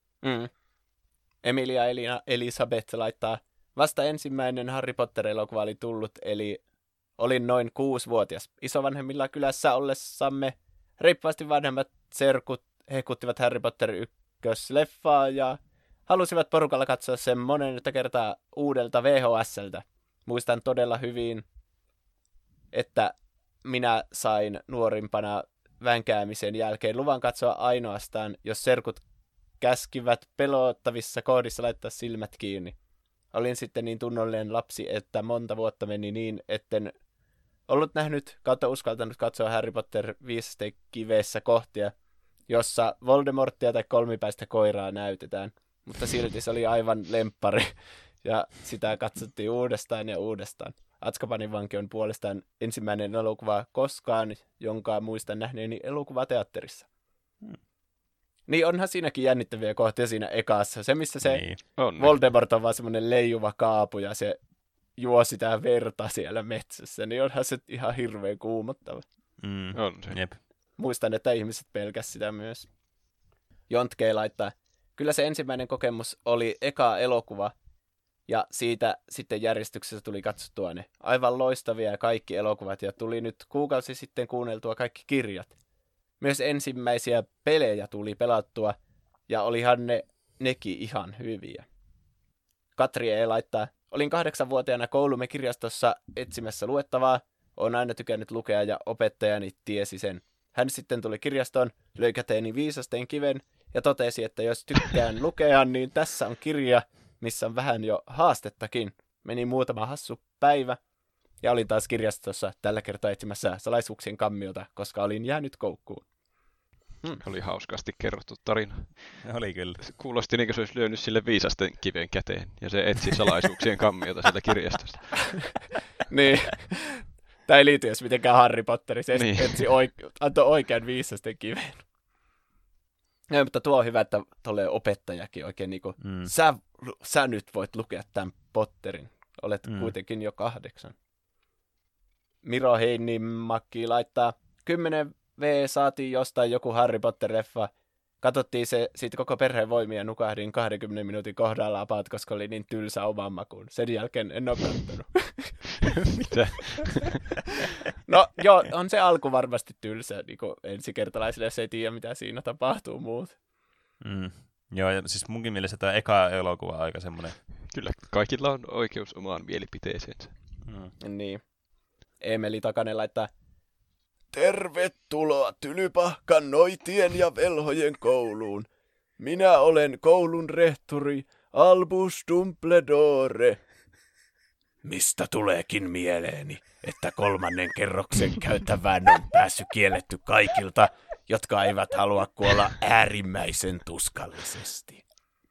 Emilia Elisabeth laittaa, vasta ensimmäinen Harry Potter-elokuva oli tullut, eli olin noin 6-vuotias. Isovanhemmilla kylässä ollessamme reippaasti vanhemmat serkut hehkuttivat Harry Potter 1-leffaa ja halusivat porukalla katsoa sen monennetta kertaa uudelta VHSltä. Muistan todella hyvin, että minä sain nuorimpana vänkäämisen jälkeen luvan katsoa ainoastaan, jos serkut käskivät pelottavissa kohdissa laittaa silmät kiinni. Olin sitten niin tunnollinen lapsi, että monta vuotta meni niin, etten ollut nähnyt kautta uskaltanut katsoa Harry Potter 5 kivessä kohtia, jossa Voldemorttia tai kolmipäistä koiraa näytetään. Mutta silti se oli aivan lemppari. Ja sitä katsottiin uudestaan ja uudestaan. Azkabanin vanki on puolestaan ensimmäinen elokuva koskaan, jonka muistan nähneeni elokuvateatterissa. Niin onhan siinäkin jännittäviä kohtia siinä ekassa. Se, missä se Voldemort on vaan semmoinen leijuva kaapu ja se juo sitä verta siellä metsässä, niin onhan se ihan hirveän kuumottava. On se. Jep. Muistan, että ihmiset pelkäs sitä myös. Jontkei laittaa. Kyllä se ensimmäinen kokemus oli eka elokuva, ja siitä sitten järjestyksessä tuli katsottua ne. Aivan loistavia kaikki elokuvat, ja tuli nyt kuukausi sitten kuunneltua kaikki kirjat. Myös ensimmäisiä pelejä tuli pelattua, ja olihan nekin ihan hyviä. Katri E. laittaa, olin 8-vuotiaana koulumme kirjastossa etsimässä luettavaa. Olen aina tykännyt lukea, ja opettajani tiesi sen. Hän sitten tuli kirjastoon, löi käteeni viisasteen kiven, ja totesi, että jos tykkään lukea, niin tässä on kirja, missä on vähän jo haastettakin. Meni muutama hassu päivä, ja olin taas kirjastossa tällä kertaa etsimässä salaisuuksien kammiota, koska olin jäänyt koukkuun. Oli hauskasti kerrottu tarina. Oli kyllä. Se kuulosti niin kuin se olisi lyönyt sille viisasten kiven käteen, ja se etsi salaisuuksien kammiota sieltä kirjastosta. Niin. Tämä ei liity jos mitenkään Harry Potteri, se antoi oikean viisasten kiven. Ja, mutta tuo on hyvä, että tulee opettajakin oikein niin kuin, sä nyt voit lukea tämän Potterin. Olet kuitenkin jo 8. Miro Heinimakki laittaa 10V saatiin jostain joku Harry Potter-leffa. Katsottiin se siitä koko perheen voimia ja nukahdin 20 minuutin kohdalla apaat, koska oli niin tylsä oman makuun. Sen jälkeen en ole kattonut. Mitä? No joo, on se alku varmasti tylsä niin ensikertalaisille, jos ei tiedä mitä siinä tapahtuu muut. Joo, ja siis munkin mielestä tämä eka elokuva on aika semmoinen. Kyllä, kaikilla on oikeus omaan mielipiteeseensä. Niin. Emeli Takanen laittaa, tervetuloa Tylypahkan noitien ja velhojen kouluun. Minä olen koulun rehtori Albus Dumbledore. Mistä tuleekin mieleeni, että 3. kerroksen käytävään on päässyt kielletty kaikilta, jotka eivät halua kuolla äärimmäisen tuskallisesti.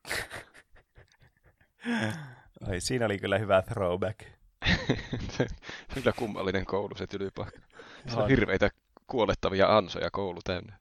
Ai, siinä oli kyllä hyvä throwback. Se on kyllä kummallinen koulu se Tylypahka. Se on hirveitä kuolettavia ansoja koulu täynnä.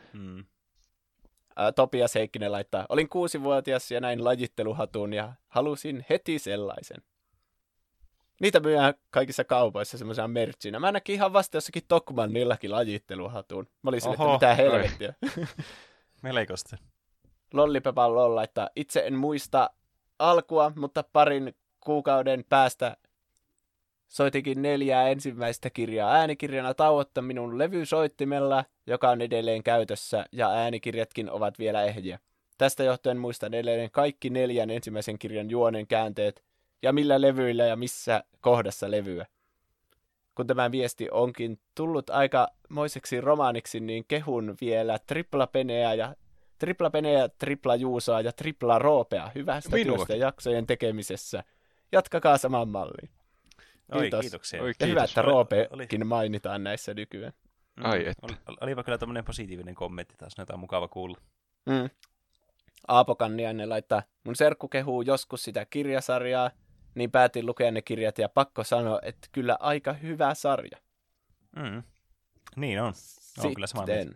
Topias Heikkinen laittaa, olin 6-vuotias ja näin lajitteluhatun ja halusin heti sellaisen. Niitä myydään kaikissa kaupoissa semmoisena merchinä. Mä näkin ihan vasta jossakin Tokmannillakin lajitteluhatun. Mä olin sille, että mitä helvettiä. Melekosta. Lollipepan lol laittaa, itse en muista alkua, mutta parin kuukauden päästä soitikin 4 ensimmäistä kirjaa äänikirjana tauotta minun levysoittimella, joka on edelleen käytössä, ja äänikirjatkin ovat vielä ehjiä. Tästä johtuen muistan edelleen kaikki 4 ensimmäisen kirjan juonen käänteet, ja millä levyillä ja missä kohdassa levyä. Kun tämä viesti onkin tullut aikamoiseksi romaaniksi, niin kehun vielä Tripla Peneä, Tripla Juusoa ja Tripla Roopea hyvästä työstä jaksojen tekemisessä. Jatkakaa saman malliin. Kiitos. Kiitoksia. Ja hyvä, että Roopekin mainitaan näissä nykyään. Ai että. Olipa kyllä tämmöinen positiivinen kommentti taas, näitä on mukava kuulla. Aapo Kanniainen laittaa, mun serkku kehuu joskus sitä kirjasarjaa, niin päätin lukea ne kirjat ja pakko sanoa, että kyllä aika hyvä sarja. Niin on. On kyllä samaa mieltä.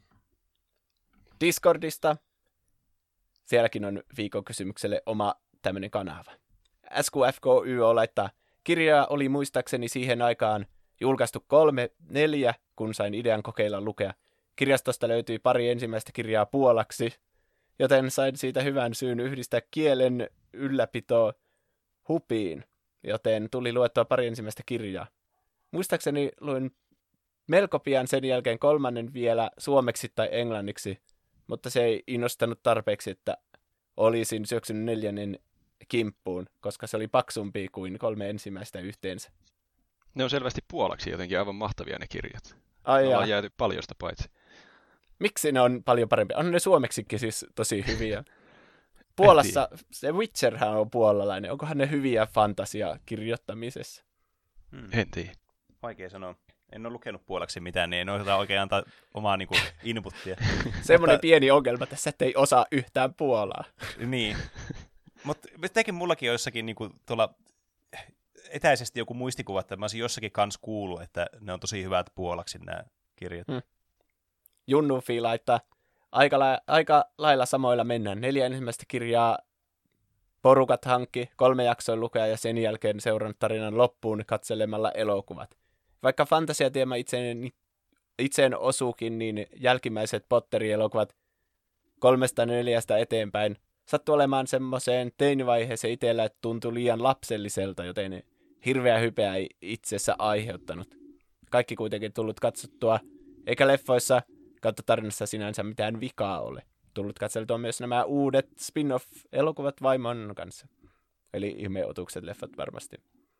Discordista. Sielläkin on viikon kysymykselle oma tämmöinen kanava. SQFKYO laittaa, kirjaa oli muistaakseni siihen aikaan julkaistu 3-4, kun sain idean kokeilla lukea. Kirjastosta löytyi pari ensimmäistä kirjaa puolaksi, joten sain siitä hyvän syyn yhdistää kielen ylläpitoa hupiin, joten tuli luettua pari ensimmäistä kirjaa. Muistaakseni luin melko pian sen jälkeen 3. vielä suomeksi tai englanniksi, mutta se ei innostanut tarpeeksi, että olisin syöksynyt 4. kimppuun, koska se oli paksumpi kuin 3 ensimmäistä yhteensä. Ne on selvästi puolaksi jotenkin aivan mahtavia ne kirjat. Ai ne on jääty paljosta paitsi. Miksi ne on paljon parempia? On ne suomeksikin siis tosi hyviä. Puolassa, se Witcherhän on puolalainen. Onkohan ne hyviä fantasiakirjoittamisessa? En tiedä. Vaikea sanoa. En ole lukenut puolaksi mitään, niin en osata oikein antaa omaa niin kuin, inputtia. Semmoinen pieni ongelma tässä, että ei osaa yhtään puolaa. Niin. Mutta tekin mullakin on jossakin niinku tuolla etäisesti joku muistikuva, että mä olisin jossakin kanssa kuullut, että ne on tosi hyvät puolaksi nämä kirjat. Junnufi laittaa aika lailla samoilla mennään. 4 ensimmäistä kirjaa porukat hankki, 3 jaksoa lukea ja sen jälkeen seurannut tarinan loppuun katselemalla elokuvat. Vaikka fantasiateema itseen osuukin, niin jälkimmäiset Potteri-elokuvat 3-4 eteenpäin sattui olemaan semmoiseen teinivaiheeseen itsellä, että tuntui liian lapselliselta, joten hirveä hypeä ei itsessä aiheuttanut. Kaikki kuitenkin tullut katsottua, eikä leffoissa kautta tarinassa sinänsä mitään vikaa ole. Tullut katseltua myös nämä uudet spin-off-elokuvat vaimon kanssa. Eli ihmeotukset leffat varmasti.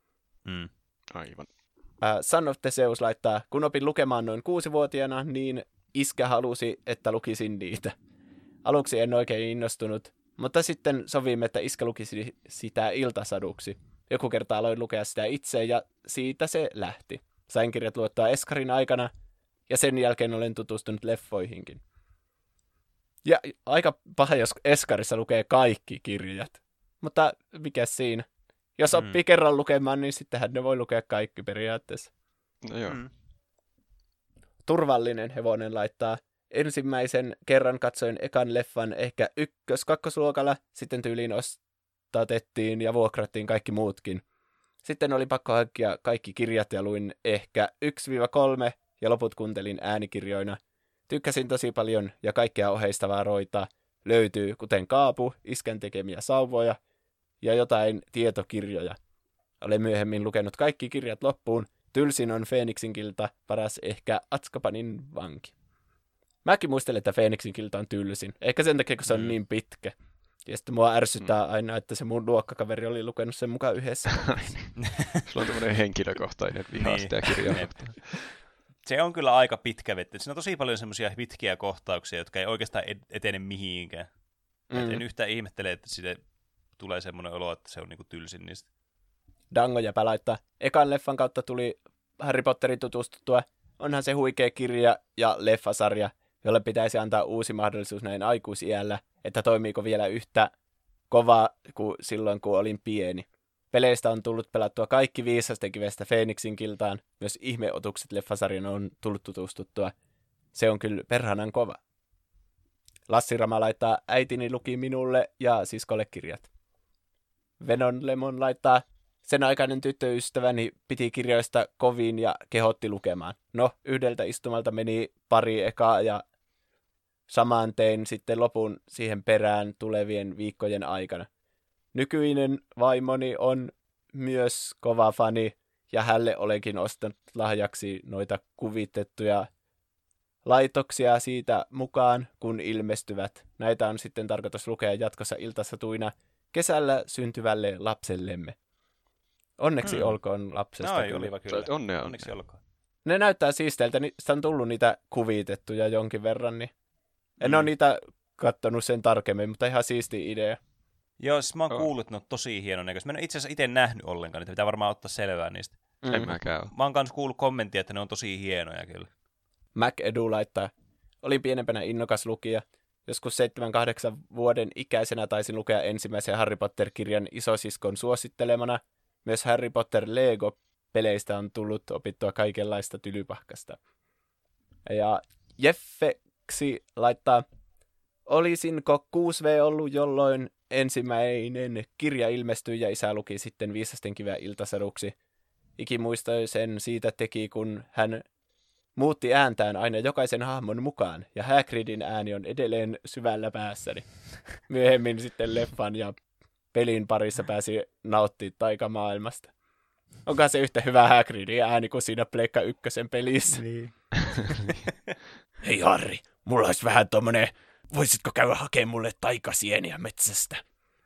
Aivan. Son of Theseus laittaa, kun opin lukemaan noin 6-vuotiaana, niin iskä halusi, että lukisin niitä. Aluksi en oikein innostunut, mutta sitten sovimme, että iskä lukisi sitä iltasaduksi. Joku kerta aloin lukea sitä itse ja siitä se lähti. Sain kirjat luettua eskarin aikana ja sen jälkeen olen tutustunut leffoihinkin. Ja aika paha, jos eskarissa lukee kaikki kirjat. Mutta mikä siinä? Jos oppii kerran lukemaan, niin sittenhän ne voi lukea kaikki periaatteessa. No joo. Turvallinen hevonen laittaa. Ensimmäisen kerran katsoin ekan leffan ehkä 1-2-luokalla, sitten tyyliin ostatettiin ja vuokrattiin kaikki muutkin. Sitten oli pakko hankkia kaikki kirjat ja luin ehkä 1-3 ja loput kuuntelin äänikirjoina. Tykkäsin tosi paljon ja kaikkea oheistavaa roita löytyy, kuten Kaapu, iskän tekemiä sauvoja ja jotain tietokirjoja. Olen myöhemmin lukenut kaikki kirjat loppuun. Tylsin on Feeniksin kilta, paras ehkä Azkabanin vanki. Mäkin muistelen, että Feeniksin kilta on tylsin. Ehkä sen takia, kun se on niin pitkä. Ja sitten mua ärsyttää aina, että se mun luokkakaveri oli lukenut sen mukaan yhdessä. Sulla on tämmöinen henkilökohtainen viha sitä kirjaa. Se on kyllä aika pitkä vettä. Siinä on tosi paljon semmoisia pitkiä kohtauksia, jotka ei oikeastaan etene mihinkään. En yhtään ihmettele, että siitä tulee semmoinen olo, että se on niinku tylsin niistä. Dango jäpä laittaa. Ekan leffan kautta tuli Harry Potterin tutustuttua. Onhan se huikea kirja ja leffasarja, jolle pitäisi antaa uusi mahdollisuus näin aikuisiällä, että toimiiko vielä yhtä kovaa kuin silloin, kun olin pieni. Peleistä on tullut pelattua kaikki Viisasten kivestä Feeniksin kiltaan. Myös ihmeotukset leffasarjan on tullut tutustuttua. Se on kyllä perhanan kova. Lassi Rama laittaa, äitini luki minulle ja siskolle kirjat. Venon Lemon laittaa, sen aikainen tyttöystäväni piti kirjoista kovin ja kehotti lukemaan. No, yhdeltä istumalta meni pari ekaa ja samaan tein sitten lopun siihen perään tulevien viikkojen aikana. Nykyinen vaimoni on myös kova fani ja hälle olenkin ostanut lahjaksi noita kuvitettuja laitoksia siitä mukaan, kun ilmestyvät. Näitä on sitten tarkoitus lukea jatkossa iltasatuina kesällä syntyvälle lapsellemme. Onneksi olkoon lapsesta. No ei oliva kyllä. Onnea. Onneksi olkoon. Ne näyttää siisteiltä, niin sitä on tullut niitä kuvitettuja jonkin verran, niin en ole niitä katsonut sen tarkemmin, mutta ihan siisti idea. Joo, siis mä oon kuullut, että ne on tosi hienon näköistä. Mä en ole itse asiassa itse nähnyt ollenkaan, niitä pitää varmaan ottaa selvää niistä. En mäkään ole. Mä oon kanssa kuullut kommenttia, että ne on tosi hienoja kyllä. Mac Edu laittaa, olin pienempänä innokas lukija. Joskus 7-8 vuoden ikäisenä taisin lukea ensimmäisen Harry Potter-kirjan isosiskon suosittelemana. Myös Harry Potter Lego-peleistä on tullut opittua kaikenlaista tylypahkasta. Ja Jeffeksi laittaa, olisinko 6V ollut, jolloin ensimmäinen kirja ilmestyi ja isä luki sitten Viisasten kiveä iltasaduksi. Iki muistoi sen siitä teki, kun hän muutti ääntään aina jokaisen hahmon mukaan, ja Hagridin ääni on edelleen syvällä päässäni. Myöhemmin sitten leffan ja pelin parissa pääsi nauttimaan taikamaailmasta. Onkohan se yhtä hyvä Hagridin ääni kuin siinä Pleikka ykkösen pelissä? Niin. Hei Harry, mulla olisi vähän tommonen, voisitko käydä hakemaan mulle taikasieniä metsästä?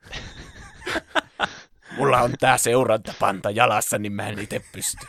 Mulla on tää seurantapanta jalassa, niin mä en itse pysty.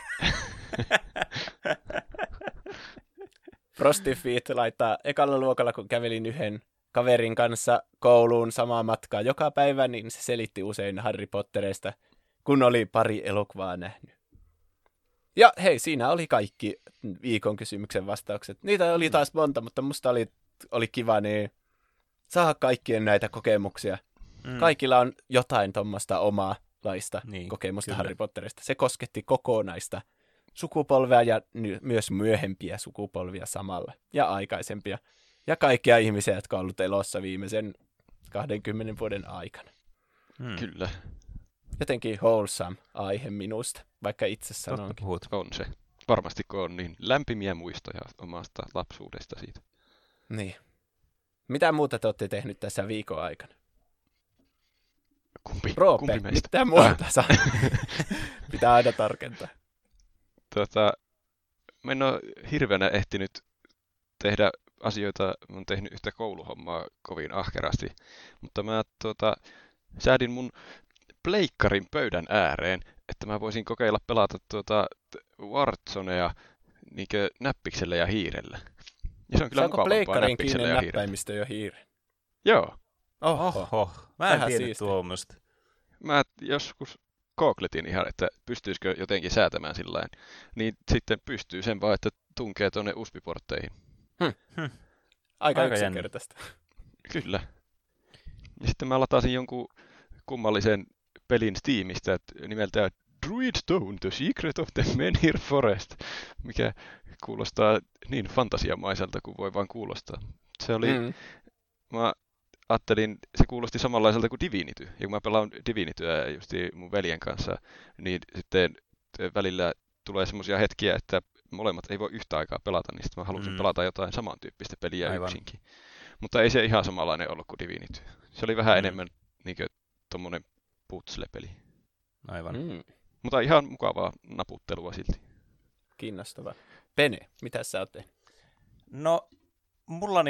Frosty laittaa, ekalla luokalla kun kävelin yhden kaverin kanssa kouluun samaa matkaa joka päivä, niin se selitti usein Harry Potterista, kun oli pari elokuvaa nähnyt. Ja hei, siinä oli kaikki viikon kysymyksen vastaukset. Niitä oli taas monta, mutta musta oli kiva niin saada kaikkien näitä kokemuksia. Kaikilla on jotain tuommoista omaa-laista kokemusta kyllä. Harry Potterista. Se kosketti kokonaista sukupolvea ja myös myöhempiä sukupolvia samalla ja aikaisempia. Ja kaikkia ihmisiä, jotka on ollut elossa viimeisen 20 vuoden aikana. Kyllä. Jotenkin wholesome aihe minusta, vaikka itse sanonkin. On se. Varmasti kun on niin lämpimiä muistoja omasta lapsuudesta siitä. Niin. Mitä muuta te olette tehnyt tässä viikon aikana? Roope, mitä muuta saa? Pitää aina tarkentaa. Mä en ole hirveänä ehtinyt tehdä asioita, mä oon tehnyt yhtä kouluhommaa kovin ahkerasti, mutta mä säädin mun pleikkarin pöydän ääreen, että mä voisin kokeilla pelata Warzonea niinkö näppiksellä ja hiirellä. Ja se on kyllä mukavampaa näppiksellä ja hiirellä. Näppäimistö jo hiiren? Joo. Oho. Mä en tiedä tuommoista. Mä joskus googletin ihan, että pystyisikö jotenkin säätämään sillain, niin sitten pystyy sen vaan, että tunkee tuonne USB-portteihin. Aika yksinkertaista. Kyllä. Ja sitten mä latasin jonkun kummallisen pelin Steamista nimeltään Druidstone, The Secret of the Menhir Forest, mikä kuulostaa niin fantasiamaiselta kuin voi vaan kuulostaa. Se oli, mä ajattelin, se kuulosti samanlaiselta kuin Divinity. Ja kun mä pelaan Divinityä just mun veljen kanssa, niin sitten välillä tulee semmoisia hetkiä, että molemmat ei voi yhtä aikaa pelata, niin sitten mä halusin pelata jotain samantyyppistä peliä yksinkin. Mutta ei se ihan samanlainen ollut kuin Divinity. Se oli vähän enemmän niinkö tommonen putsle-peli. Aivan. Mutta ihan mukavaa naputtelua silti. Kiinnostavaa. Pene, mitä sä oot tehnyt? No, mulla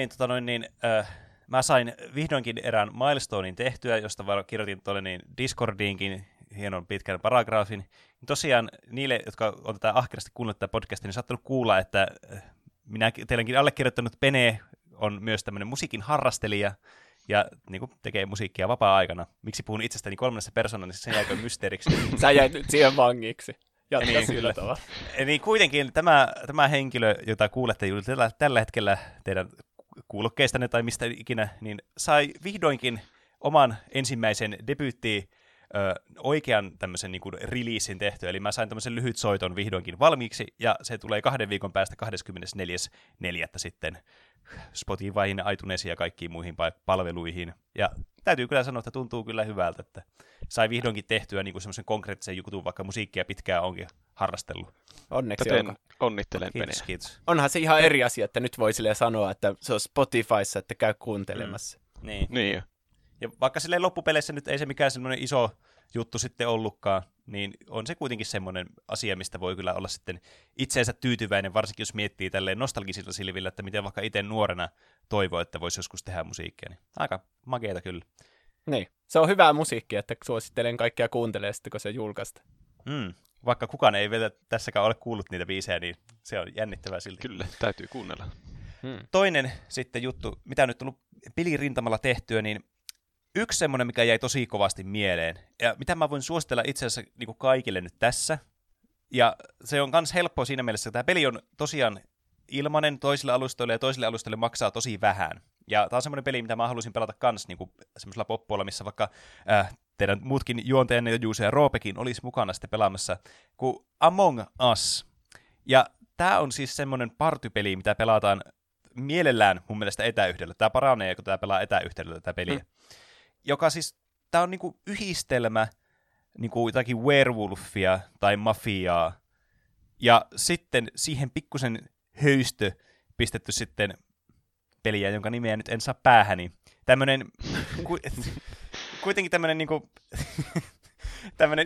mä sain vihdoinkin erään milestonein tehtyä, josta kirjoitin tuolle Discordiinkin hienon pitkän paragraafin. Tosiaan niille, jotka on tätä ahkerasti kuunnellut tätä podcastia, niin saattanut kuulla, että teilläkin allekirjoittanut Pene on myös tämmöinen musiikin harrastelija ja niin kuin tekee musiikkia vapaa-aikana. Miksi puhun itsestäni kolmannessa persoonassa, sen jälkeen mysteeriksi. Sä jäit nyt siihen vangiksi. Jatka niin, sillä tavalla. Niin kuitenkin tämä henkilö, jota kuulette juuri tällä hetkellä teidän kuulokkeistanne tai mistä ikinä, niin sai vihdoinkin oman ensimmäisen debyyttiin oikean tämmöisen niin kuin releasin tehtyä. Eli mä sain tämmöisen lyhyt soiton vihdoinkin valmiiksi, ja se tulee 2 viikon päästä 24.4. sitten Spotifyhin, iTunesiin ja kaikkiin muihin palveluihin. Ja täytyy kyllä sanoa, että tuntuu kyllä hyvältä, että sai vihdoinkin tehtyä niin kuin semmoisen konkreettisen jutun, vaikka musiikkia pitkään onkin harrastellut. Onneksi olkoon. Onnittelen Pene. Kiitos. Onhan se ihan eri asia, että nyt voi silleen sanoa, että se on Spotifyssa, että käy kuuntelemassa. Niin. Ja vaikka silleen loppupeleissä nyt ei se mikään semmoinen iso juttu sitten ollutkaan, niin on se kuitenkin semmoinen asia, mistä voi kyllä olla sitten itseensä tyytyväinen, varsinkin jos miettii tälleen nostalgisilla silvillä, että miten vaikka itse nuorena toivoo, että voisi joskus tehdä musiikkia. Niin aika makeeta kyllä. Niin, se on hyvää musiikkia, että suosittelen kaikkia kuuntelee sitten, kun se julkaista. Vaikka kukaan ei vielä tässäkään ole kuullut niitä biisejä, niin se on jännittävää silti. Kyllä, täytyy kuunnella. Toinen sitten juttu, mitä on nyt tullut pelirintamalla tehtyä, niin yksi semmoinen, mikä jäi tosi kovasti mieleen, ja mitä mä voin suositella itse asiassa niin kuin kaikille nyt tässä, ja se on myös helppoa siinä mielessä, että tämä peli on tosiaan ilmainen toisille alustoille, ja toisille alustoille maksaa tosi vähän. Ja tämä on semmoinen peli, mitä mä halusin pelata kans niin kuin semmoisella poppoilla, missä vaikka teidän muutkin juonteenne, Juuse ja Roopekin olisi mukana sitten pelaamassa, kuin Among Us. Ja tämä on siis semmoinen partypeli, mitä pelataan mielellään mun mielestä etäyhteydellä. Tämä paranee, kun tämä pelaa etäyhteydellä tätä peliä. Joka siis, tämä on niinku yhdistelmä niinku jotakin werewolfia tai mafiaa, ja sitten siihen pikkusen höystö pistetty sitten peliä, jonka nimeä nyt en saa päähäni. Tämmönen, kuitenkin tämmönen niinku, tämmönen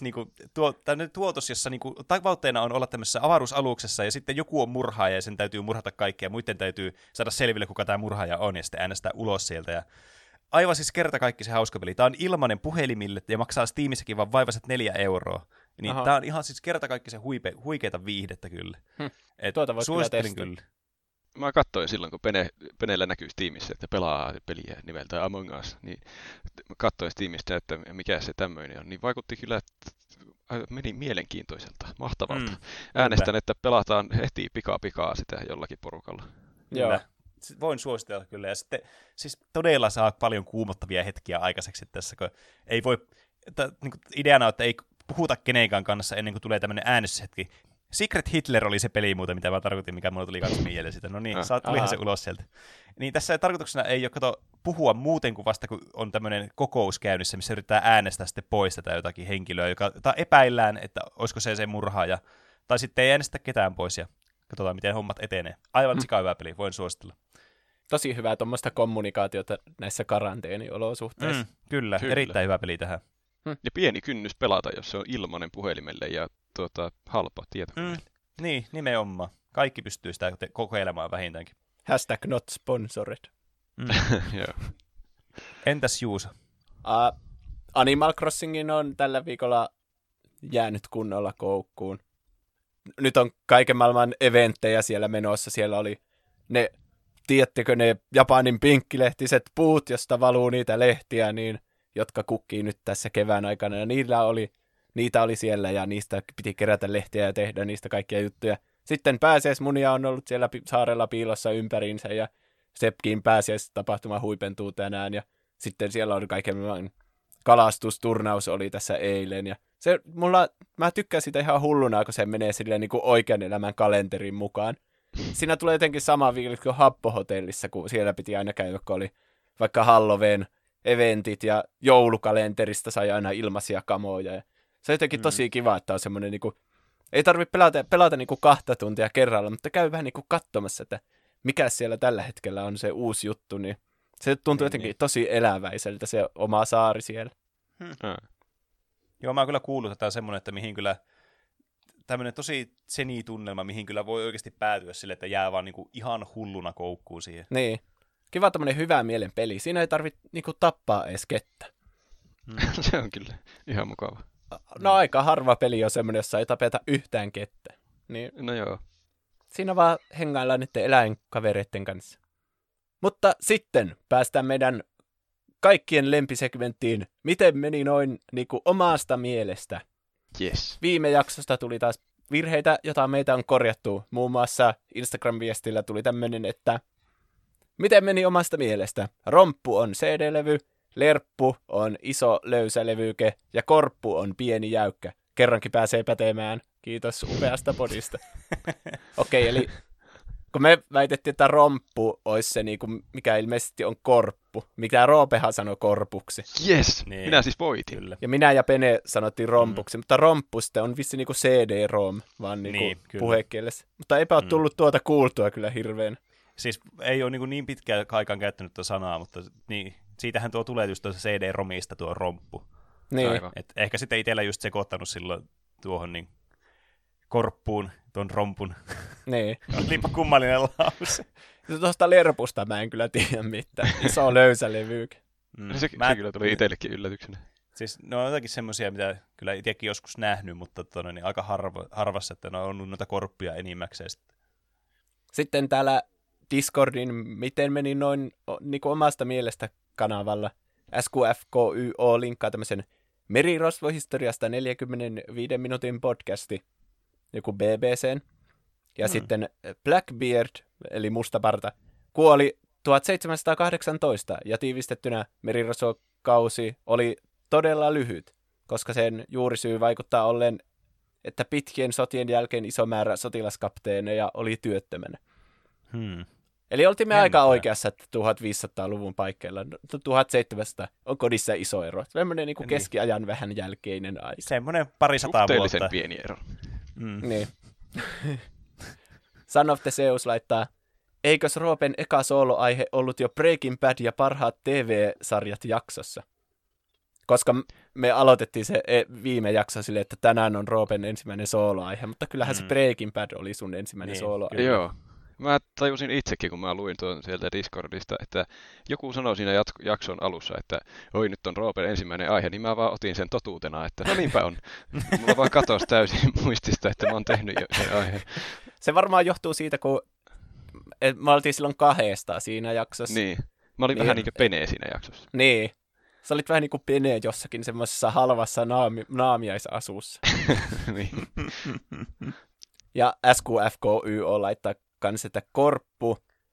tuotos, jossa niinku, tavoitteena on olla tämmöisessä avaruusaluksessa, ja sitten joku on murhaaja, ja sen täytyy murhata kaikkea, ja muiden täytyy saada selville, kuka tämä murhaaja on, ja sitten äänestää ulos sieltä, ja aivan siis kerta kaikki se hauska peli. Tämä on ilmainen puhelimille ja maksaa Steamissäkin vaan vaivaiset 4 €. Niin tämä on ihan siis kerta kaikki se huikeata viihdettä kyllä. Tuota voisi kyllä testata. Kyllä. Mä katsoin silloin, kun Penellä näkyy Steamissa, että pelaa peliä nimeltä Among Us, niin katsoin Steamista, että mikä se tämmöinen on, niin vaikutti kyllä, että meni mielenkiintoiselta, mahtavalta. Äänestän, että pelataan heti pikaa sitä jollakin porukalla. Joo. voin suositella kyllä. Ja sitten siis todella saa paljon kuumottavia hetkiä aikaiseksi tässä, kun ei voi, niin ideana on, että ei puhuta kenenkään kanssa ennen kuin tulee tämmöinen äänestyshetki. Secret Hitler oli se peli muuten, mitä mä tarkoitin, mikä mulle tuli kanssa mieleen sitä. No niin, tulihan se ulos sieltä. Niin tässä tarkoituksena ei ole puhua muuten kuin vasta, kun on tämmöinen kokous käynnissä, missä yritetään äänestää sitten pois tätä jotakin henkilöä, joka epäillään, että olisiko se murhaaja. Tai sitten ei äänestä ketään pois ja katsotaan, miten hommat etenee. Aivan sikahyvä peli, voin suositella. Tosi hyvää tuommoista kommunikaatiota näissä karanteeniolosuhteissa. Kyllä, erittäin hyvä peli tähän. Ja pieni kynnys pelata, jos se on ilmainen puhelimelle ja halpa tietokoneelle. Niin, nimenomaan. Kaikki pystyy sitä kokeilemaan vähintäänkin. #not sponsored. Entäs Juuso? Animal Crossingin on tällä viikolla jäänyt kunnolla koukkuun. Nyt on kaiken maailman eventtejä siellä menossa. Siellä oli ne, tiedättekö ne Japanin pinkkilehtiset puut, josta valuu niitä lehtiä, niin, jotka kukkii nyt tässä kevään aikana. Ja niitä oli siellä ja niistä piti kerätä lehtiä ja tehdä niistä kaikkia juttuja. Sitten pääsiäismunia on ollut siellä saarella piilossa ympäriinsä ja Sepkin pääsiäistapahtuma huipentuu tänään. Ja sitten siellä on kaikenlainen kalastusturnaus oli tässä eilen. Ja mä tykkään sitä ihan hulluna, kun se menee silleen niin kuin oikean elämän kalenterin mukaan. Siinä tulee jotenkin sama fiilis kuin Happo-hotellissa, kun siellä piti aina käydä, kun oli vaikka Halloween eventit ja joulukalenterista sai aina ilmaisia kamoja. Ja se on jotenkin tosi kiva, että on semmoinen, niin kuin, ei tarvitse pelata niin kuin 2 tuntia kerralla, mutta käy vähän niin kuin katsomassa, että mikä siellä tällä hetkellä on se uusi juttu, niin se tuntuu jotenkin tosi eläväiseltä se oma saari siellä. Joo, mä oon kyllä kuullut, että tämä on semmoinen, että mihin kyllä tämmöinen tosi senitunnelma, mihin kyllä voi oikeasti päätyä sille, että jää vaan niinku ihan hulluna koukkuun siihen. Niin. Kiva tämmöinen hyvä mielen peli. Siinä ei tarvitse niinku tappaa edes kettä. Se on kyllä ihan mukava. No aika harva peli on semmoinen, jossa ei tapeta yhtään kettä. Niin no joo. Siinä vaan hengaillaan niiden eläinkavereiden kanssa. Mutta sitten päästään meidän kaikkien lempisegmenttiin. Miten meni noin niinku omasta mielestä? Yes. Viime jaksosta tuli taas virheitä, joita meitä on korjattu. Muun muassa Instagram-viestillä tuli tämmöinen, että miten meni omasta mielestä? Romppu on CD-levy, lerppu on iso löysä levyke ja korppu on pieni jäykkä. Kerrankin pääsee pätemään. Kiitos upeasta podista. Okei, eli kun me väitettiin, että romppu olisi se, niinku, mikä ilmeisesti on korppu. Mikä Roopehan sanoi korpuksi. Yes, niin. Minä siis voitin. Kyllä. Ja minä ja Pene sanottiin rompuksi, mutta romppu sitten on vissi niinku CD-rom, vaan niinku puhekielessä. Mutta eipä ole tullut tuota kuultua kyllä hirveän. Siis ei ole niin pitkään aikaan käyttänyt tuota sanaa, mutta niin, siitähän tuo tulee just tuossa CD-romista tuo romppu. Niin. Et ehkä sitten itsellä just sekoittanut silloin tuohon niin korppuun, tuon rompun. Niin. Olipa kummallinen lause. Tuosta lerpusta mä en kyllä tiedä mitään. Iso löysä levyyke. Se kyllä tuli itsellekin yllätyksenä. Siis ne on jotakin semmoisia, mitä kyllä itsekin joskus nähnyt, mutta niin aika harvassa, että ne on ollut noita korppia enimmäkseen. Sitten täällä Discordin, miten meni noin niin kuin omasta mielestä kanavalla. SQFKYO linkkaa tämmöisen merirosvohistoriasta 45 minuutin podcasti, joku BBCn. Ja sitten Blackbeard, eli mustaparta, kuoli 1718 ja tiivistettynä merirosvokausi oli todella lyhyt, koska sen juurisyy vaikuttaa ollen, että pitkien sotien jälkeen iso määrä sotilaskapteeneja oli työttömänä. Eli oltiin me aika oikeassa, että 1500-luvun paikkeilla, 1700 on kodissa iso ero. Semmoinen niin kuin keskiajan vähän jälkeinen aika. Semmoinen 200 vuotta. Suhteellisen pieni ero. Niin. Son of the Zeus laittaa, eikös Roopen eka sooloaihe ollut jo Breaking Bad ja parhaat TV-sarjat jaksossa? Koska me aloitettiin se viime jakso silleen, että tänään on Roopen ensimmäinen sooloaihe, mutta kyllähän se Breaking Bad oli sun ensimmäinen sooloaihe. Joo. Mä tajusin itsekin, kun mä luin tuon sieltä Discordista, että joku sanoi siinä jakson alussa, että oi nyt on Roopen ensimmäinen aihe, niin mä vaan otin sen totuutena, että no niinpä on. Mulla vaan katosi täysin muistista, että mä oon tehnyt jo sen aiheen. Se varmaan johtuu siitä, kun me oltiin silloin 2 siinä jaksossa. Niin. Mä olin vähän niin kuin Pene siinä jaksossa. Niin. Sä olit vähän niin kuin Pene jossakin semmoisessa halvassa naamiaisasussa. Niin. Ja SQFKYO laittaa kans, että korppu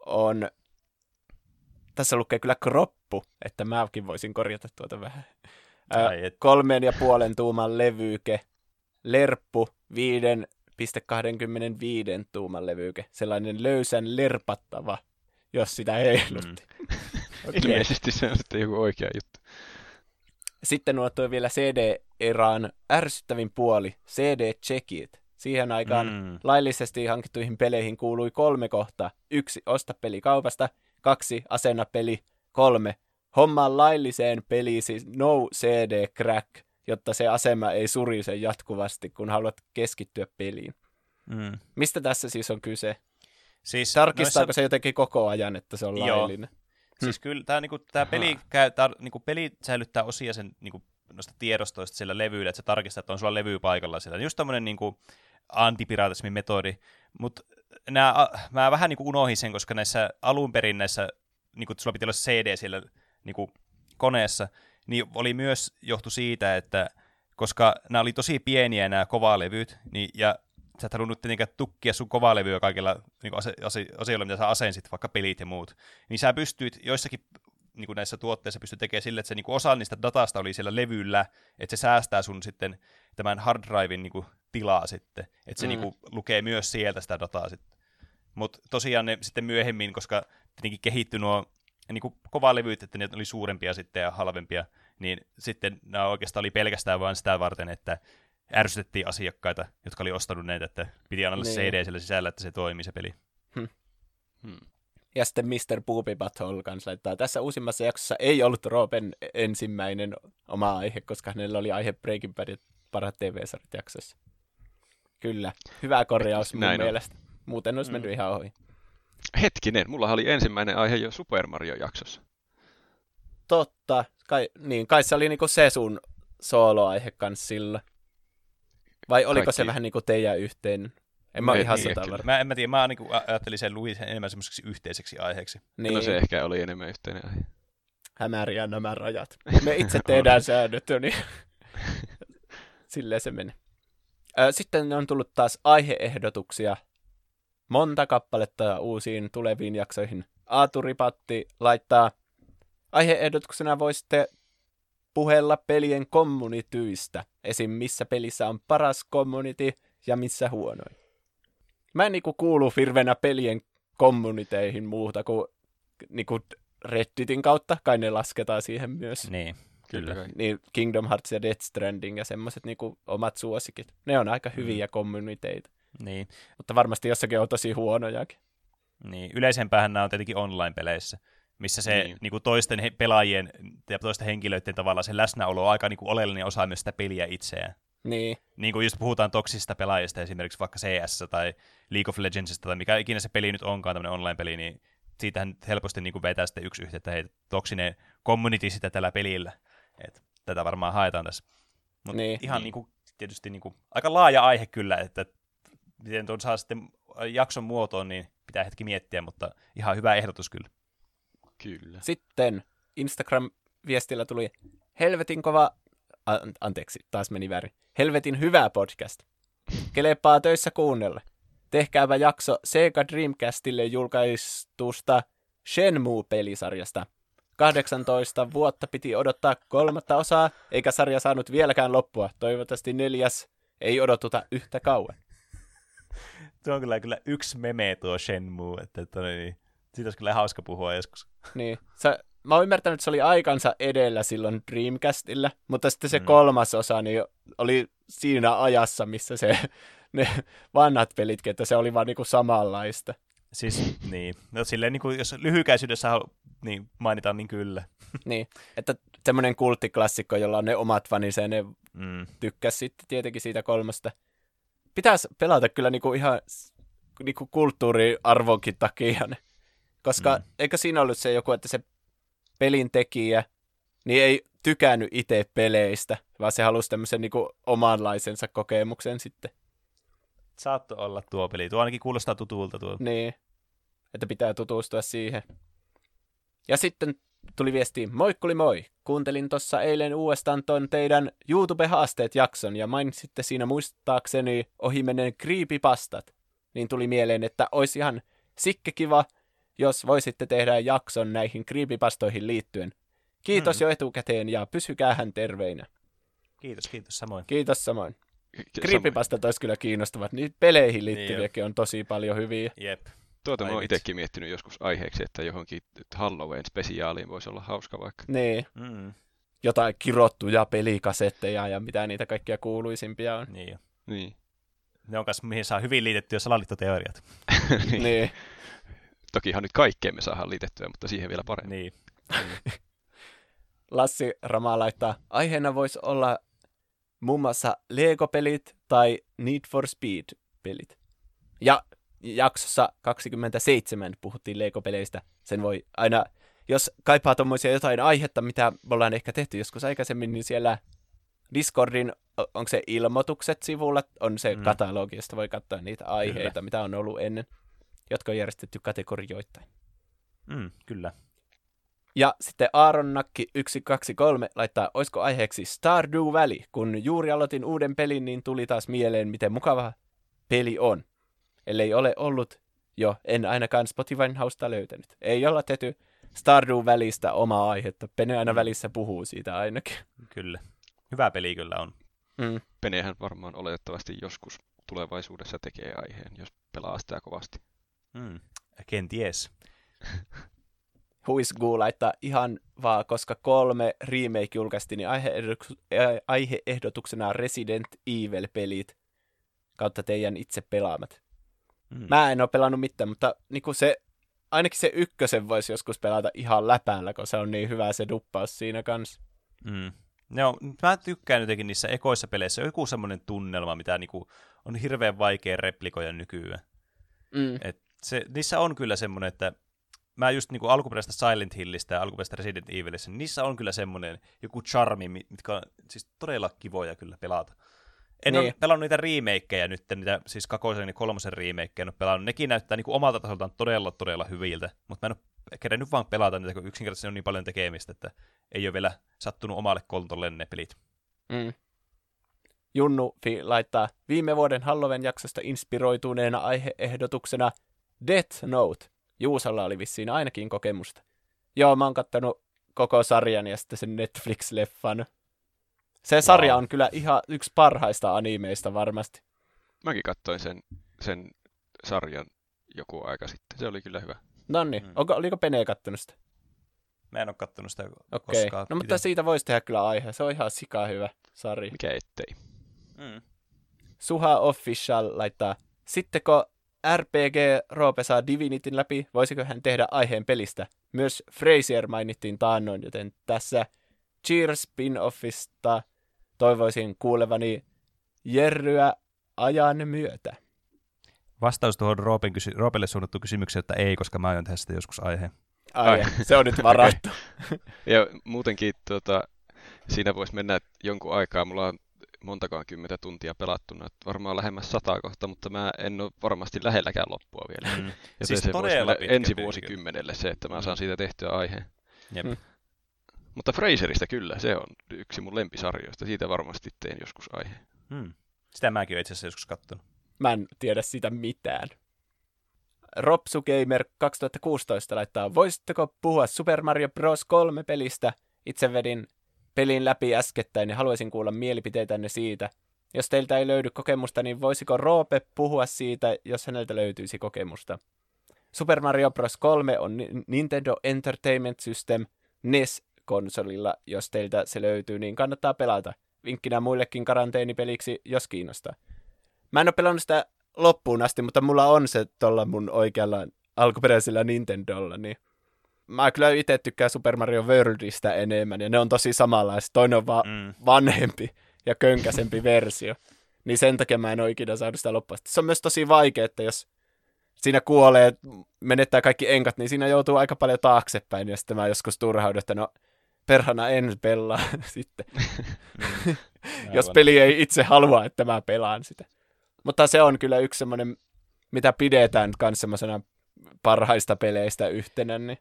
on, tässä lukee kyllä kroppu, että mäkin voisin korjata tuota vähän. 3,5 tuuman levyke, lerppu 5,25 tuuman levyke, sellainen löysän lerpattava, jos sitä heilutti. Okay. Ilmeisesti se on sitten joku oikea juttu. Sitten unohtui vielä CD-eraan ärsyttävin puoli, CD-checkit. Siihen aikaan laillisesti hankittuihin peleihin kuului 3 kohtaa. 1. Osta peli kaupasta. 2. Asenna peli. 3. Hommaa lailliseen peliisi no CD crack, jotta se asema ei surise jatkuvasti, kun haluat keskittyä peliin. Mistä tässä siis on kyse? Siis tarkistaako se jotenkin koko ajan, että se on laillinen? Siis kyllä tämä peli säilyttää osia sen niinku, noista tiedostoista sillä levyillä, että se tarkistaa, että on sulla levy paikalla siellä. Just tämmöinen niinku, antipiratismin metodi. Mutta mä vähän niinku, unohdin sen, koska näissä alun perin niinku, sulla piti olla CD siellä niinku, koneessa, niin oli myös johtu siitä, että koska nämä oli tosi pieniä nämä kovalevyt, niin, ja sä et halunnut tietenkään tukkia sun kovalevyä kaikilla niin asioilla, mitä sä asensit, vaikka pelit ja muut, niin sä pystyit joissakin niin näissä tuotteissa pystyt tekemään sille, että se niin osa niistä datasta oli siellä levyllä, että se säästää sun sitten tämän hard driven niin tilaa sitten, että se niin lukee myös sieltä sitä dataa sitten. Mutta tosiaan ne sitten myöhemmin, koska tietenkin kehittyi nuo niin kovalevyt, että ne oli suurempia sitten ja halvempia, niin sitten nämä oikeastaan oli pelkästään vain sitä varten, että ärsytettiin asiakkaita, jotka oli ostanut näitä, että piti aina olla CD siellä sisällä, että se toimii se peli. Ja sitten Mr. Poopy Butthole kanssa laittaa. Tässä uusimmassa jaksossa ei ollut Roopen ensimmäinen oma aihe, koska hänellä oli aihe Breaking Badin parhaat TV-sarjat jaksossa. Kyllä, hyvä korjaus mun mielestä. Muuten olisi mennyt ihan ohi. Hetkinen, mulla oli ensimmäinen aihe jo Super Mario-jaksossa. Totta, kai se oli niinku se sun solo-aihe kanssa sillä. Vai oliko se vähän niinku teidän yhteinen? En mä ole ihan sitä varmaan. En mä tiedä, mä niinku ajattelin sen Luis enemmän semmoiseksi yhteiseksi aiheeksi. Niin. No se ehkä oli enemmän yhteinen aihe. Hämäriä nämä rajat. Me itse tehdään säännöt, niin silleen se menee. Sitten on tullut taas aiheehdotuksia. Monta kappaletta uusiin tuleviin jaksoihin. Aaturipatti laittaa, aiheehdotuksena voisitte puhella pelien communityistä. Esim. Missä pelissä on paras community ja missä huonoin. Mä en niinku kuulu hirveänä pelien communiteihin muuta kuin niinku Redditin kautta. Kai ne lasketaan siihen myös. Niin, kyllä. Niin Kingdom Hearts ja Death Stranding ja semmoiset niinku omat suosikit. Ne on aika hyviä communiteita. Niin. Mutta varmasti jossakin on tosi huonojakin. Niin, yleisempäähän nämä on tietenkin online-peleissä, missä se niinku toisten pelaajien ja toisten henkilöiden tavalla se läsnäolo on aika niinku oleellinen osa myös sitä peliä itseään. Niin kuin just puhutaan toksisista pelaajista, esimerkiksi vaikka CS tai League of Legendsista tai mikä ikinä se peli nyt onkaan, tämmöinen online-peli, niin siitähän helposti niinku vetää sitten yksi yhteyttä, että hei, toksinen community sitä tällä pelillä. Et tätä varmaan haetaan tässä. Mutta ihan niinku, tietysti niinku, aika laaja aihe kyllä, että miten tuon saa sitten jakson muotoon, niin pitää hetki miettiä, mutta ihan hyvä ehdotus kyllä. Kyllä. Sitten Instagram-viestillä tuli helvetin kova, anteeksi, taas meni väärin. Helvetin hyvä podcast. Kelepaa töissä kuunnella. Tehkääpä jakso Sega Dreamcastille julkaistusta Shenmue-pelisarjasta. 18 vuotta piti odottaa 3. osaa, eikä sarja saanut vieläkään loppua. Toivottavasti 4. ei odotuta yhtä kauan. Tuo on kyllä yksi meme tuo Shenmue, että siitä olisi kyllä hauska puhua joskus. Niin, mä oon ymmärtänyt, että se oli aikansa edellä silloin Dreamcastilla, mutta sitten se 3. osa niin oli siinä ajassa, missä ne vanhat pelitkin, että se oli vaan niinku samanlaista. Siis niin, no silleen niinku, jos lyhykäisyydessä niin mainitaan, niin kyllä. Niin, että semmoinen kulttiklassikko, jolla on ne omat faninsa ja ne tykkäs sitten tietenkin siitä 3. Pitäisi pelata kyllä niinku ihan niinku kulttuuriarvonkin takia, koska eikö siinä ollut se joku, että se pelin tekijä niin ei tykännyt itse peleistä, vaan se halusi tämmöisen niinku omanlaisensa kokemuksen sitten. Saatto olla tuo peli. Tuo ainakin kuulostaa tutulta tuo. Niin, että pitää tutustua siihen. Ja sitten tuli viesti, moikkuli moi. Kuuntelin tuossa eilen uudestaan ton teidän YouTube-haasteet-jakson ja mainitsitte siinä muistaakseni ohimeneen creepypastat. Niin tuli mieleen, että olisi ihan sikkekiva, jos voisitte tehdä jakson näihin creepypastoihin liittyen. Kiitos jo etukäteen ja pysykäähän terveinä. Kiitos samoin. Kiitos samoin. Creepypastat olisi kyllä kiinnostavat. Niitä peleihin liittyviäkin Niin on tosi paljon hyviä. Jep. Tuota mä oon itsekin miettinyt joskus aiheeksi, että johonkin Halloween-spesiaaliin voisi olla hauska vaikka. Niin. Mm. Jotain kirottuja pelikasetteja ja mitä niitä kaikkia kuuluisimpia on. Niin. Ne on kanssa, mihin saa hyvin liitettyä salaliittoteoriat. Niin. Tokihan nyt kaikkeen me saadaan liitettyä, mutta siihen vielä paremmin. Niin. Lassi Ramaa laittaa, aiheena voisi olla muun muassa Lego-pelit tai Need for Speed-pelit. Ja jaksossa 27 puhuttiin Lego-peleistä. Sen voi aina, jos kaipaa tommoisia jotain aihetta, mitä me ollaan ehkä tehty joskus aikaisemmin, niin siellä Discordin, onko se ilmoitukset sivulla, on se katalogi, josta voi katsoa niitä aiheita, kyllä, mitä on ollut ennen, jotka on järjestetty kategorioittain. Kyllä. Ja sitten Aaronnakki 123 laittaa, olisiko aiheeksi Stardew Valley? Kun juuri aloitin uuden pelin, niin tuli taas mieleen, miten mukava peli on. Ellei ole ollut jo, en ainakaan Spotifyn hausta löytänyt. Ei olla tehty Stardew Valleystä omaa aihetta. Pene aina välissä puhuu siitä ainakin. Kyllä. Hyvä peli kyllä on. Penehän varmaan oletettavasti joskus tulevaisuudessa tekee aiheen, jos pelaa sitä kovasti. Kenties. Huisguu laittaa ihan vaan, koska 3 remake julkaistiin, niin aiheehdotuksena Resident Evil-pelit kautta teidän itse pelaamat. Mä en ole pelannut mitään, mutta niinku se, ainakin se ykkösen voisi joskus pelata ihan läpällä, kun se on niin hyvä se duppaus siinä kanssa. Mä tykkään jotenkin niissä ekoissa peleissä. Joku semmoinen tunnelma, mitä niinku on hirveän vaikea replikoida nykyään. Niissä on kyllä semmoinen, että mä just niinku alkuperäistä Silent Hillistä ja alkuperäistä Resident Evilistä, niin niissä on kyllä semmoinen joku charmi, mitkä on siis todella kivoja kyllä pelata. En ole pelannut niitä remakeja nyt, niitä siis 2. ja 3. remakeja en ole pelannut. Nekin näyttää niinku omalta tasoltaan todella hyviltä, mutta mä en ole kerennyt vaan pelata niitä, kun yksinkertaisesti on niin paljon tekemistä, että ei ole vielä sattunut omalle kontolle ne pelit. Junnu laittaa viime vuoden Halloween-jaksosta inspiroituneena aiheehdotuksena Death Note. Juusalla oli vissiin ainakin kokemusta. Joo, mä oon kattanut koko sarjan ja sitten sen Netflix-leffan. Se sarja on kyllä ihan yksi parhaista animeista varmasti. Mäkin katsoin sen sarjan joku aika sitten. Se oli kyllä hyvä. Noniin. Oliko Pene kattonut sitä? Mä en ole kattonut sitä koskaan. No mutta siitä voisi tehdä kyllä aihe. Se on ihan sika hyvä sarja. Mikä ettei. Suha Official laittaa, sitten kun RPG Roope saa Divinityn läpi, voisiko hän tehdä aiheen pelistä? Myös Frasier mainittiin taannoin, joten tässä Cheers spin-offista toivoisin kuulevani jerryä ajan myötä. Vastaus tuohon Roopelle suunnattu kysymykseen, että ei, koska mä aion tehdä sitä joskus aiheen. Ai. Se on nyt varattu. Ja muutenkin siinä voisi mennä jonkun aikaa. Mulla on montakaan 10 tuntia pelattuna. Varmaan lähemmäs 100 kohta, mutta mä en ole varmasti lähelläkään loppua vielä. Ja siis se voisi mennä ensi vuosikymmenelle se, että mä saan siitä tehtyä aiheen. Mutta Frasierista kyllä, se on yksi mun lempisarjoista. Siitä varmasti teen joskus aiheen. Sitä mäkin olen itse asiassa joskus kattonut. Mä en tiedä sitä mitään. Ropsu Gamer 2016 laittaa, voisitteko puhua Super Mario Bros. 3 pelistä? Itse vedin pelin läpi äskettäin ja haluaisin kuulla mielipiteitänne siitä. Jos teiltä ei löydy kokemusta, niin voisiko Roope puhua siitä, jos häneltä löytyisi kokemusta? Super Mario Bros. 3 on Nintendo Entertainment System NES-konsolilla. Jos teiltä se löytyy, niin kannattaa pelata. Vinkkinä muillekin karanteenipeliksi, jos kiinnostaa. Mä en ole pelannut sitä loppuun asti, mutta mulla on se tuolla mun oikealla alkuperäisellä Nintendolla, niin mä kyllä itse tykkään Super Mario Worldista enemmän, ja ne on tosi samanlaiset. Toinen on vaan vanhempi ja könkäsempi versio. Niin sen takia mä en ole ikinä saanut sitä loppuun. Se on myös tosi vaikea, että jos siinä kuolee, menettää kaikki enkat, niin siinä joutuu aika paljon taaksepäin, ja sitten mä joskus turhaudun, että no perhana en pelaa sitten. Jos peli ei itse halua, että mä pelaan sitä. Mutta se on kyllä yksi semmoinen, mitä pidetään myös semmoisena parhaista peleistä yhtenä. Niin.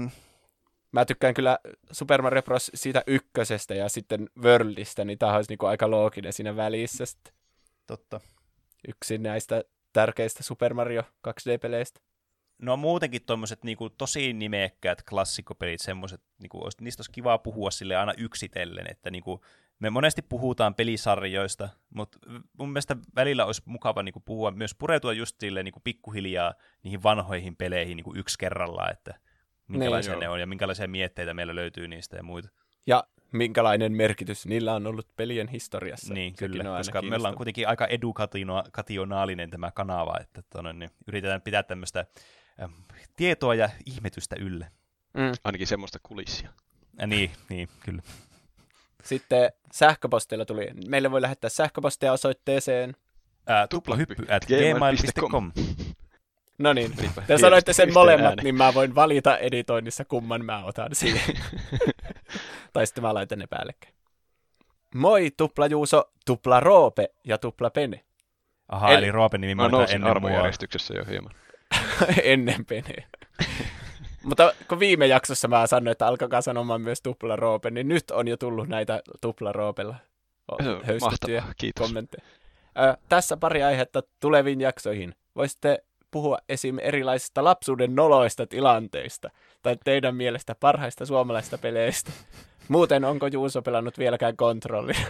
Mä tykkään kyllä Super Mario Bros. Siitä ykkösestä ja sitten Worldista, niin tämä olisi niinku aika looginen siinä välissä. Sitten. Totta. Yksi näistä tärkeistä Super Mario 2D-peleistä. No muutenkin tuommoiset niinku, tosi nimekkäät klassikkopelit, semmoiset, niinku, niistä olisi kivaa puhua sille aina yksitellen, että niinku, me monesti puhutaan pelisarjoista, mutta mun mielestä välillä olisi mukava niinku, puhua, myös pureutua just silleen niinku, pikkuhiljaa niihin vanhoihin peleihin niinku, yksi kerrallaan, että minkälaisia ne on ja minkälaisia mietteitä meillä löytyy niistä ja muita. Ja minkälainen merkitys niillä on ollut pelien historiassa. Niin, kyllä, koska me ollaan kuitenkin aika edukationaalinen tämä kanava, että niin yritetään pitää tämmöistä tietoa ja ihmetystä yllä. Ainakin semmoista kulissia. Niin, kyllä. Sitten sähköposteilla tuli, meille voi lähettää sähköpostia osoitteeseen tuplahyppy@gmail.com. No niin, te sanoitte sen molemmat, niin mä voin valita editoinnissa, kumman mä otan siihen. Tai sitten mä laitan ne päällekkäin. Moi, Tupla Juuso, Tupla Roope ja Tupla Pene. Aha, eli Roopen nimi mä nousin ennen arvojärjestyksessä jo hieman. Ennen Peneä. Mutta kun viime jaksossa mä sanoin, että alkakaa sanomaan myös Tupla Roope, niin nyt on jo tullut näitä Tupla Roopella höystettyjä kommentteja. Tässä pari aihetta tuleviin jaksoihin. Voisitte puhua esim. Erilaisista lapsuuden noloista tilanteista tai teidän mielestä parhaista suomalaisista peleistä. Muuten, onko Juuso pelannut vieläkään Kontrollia?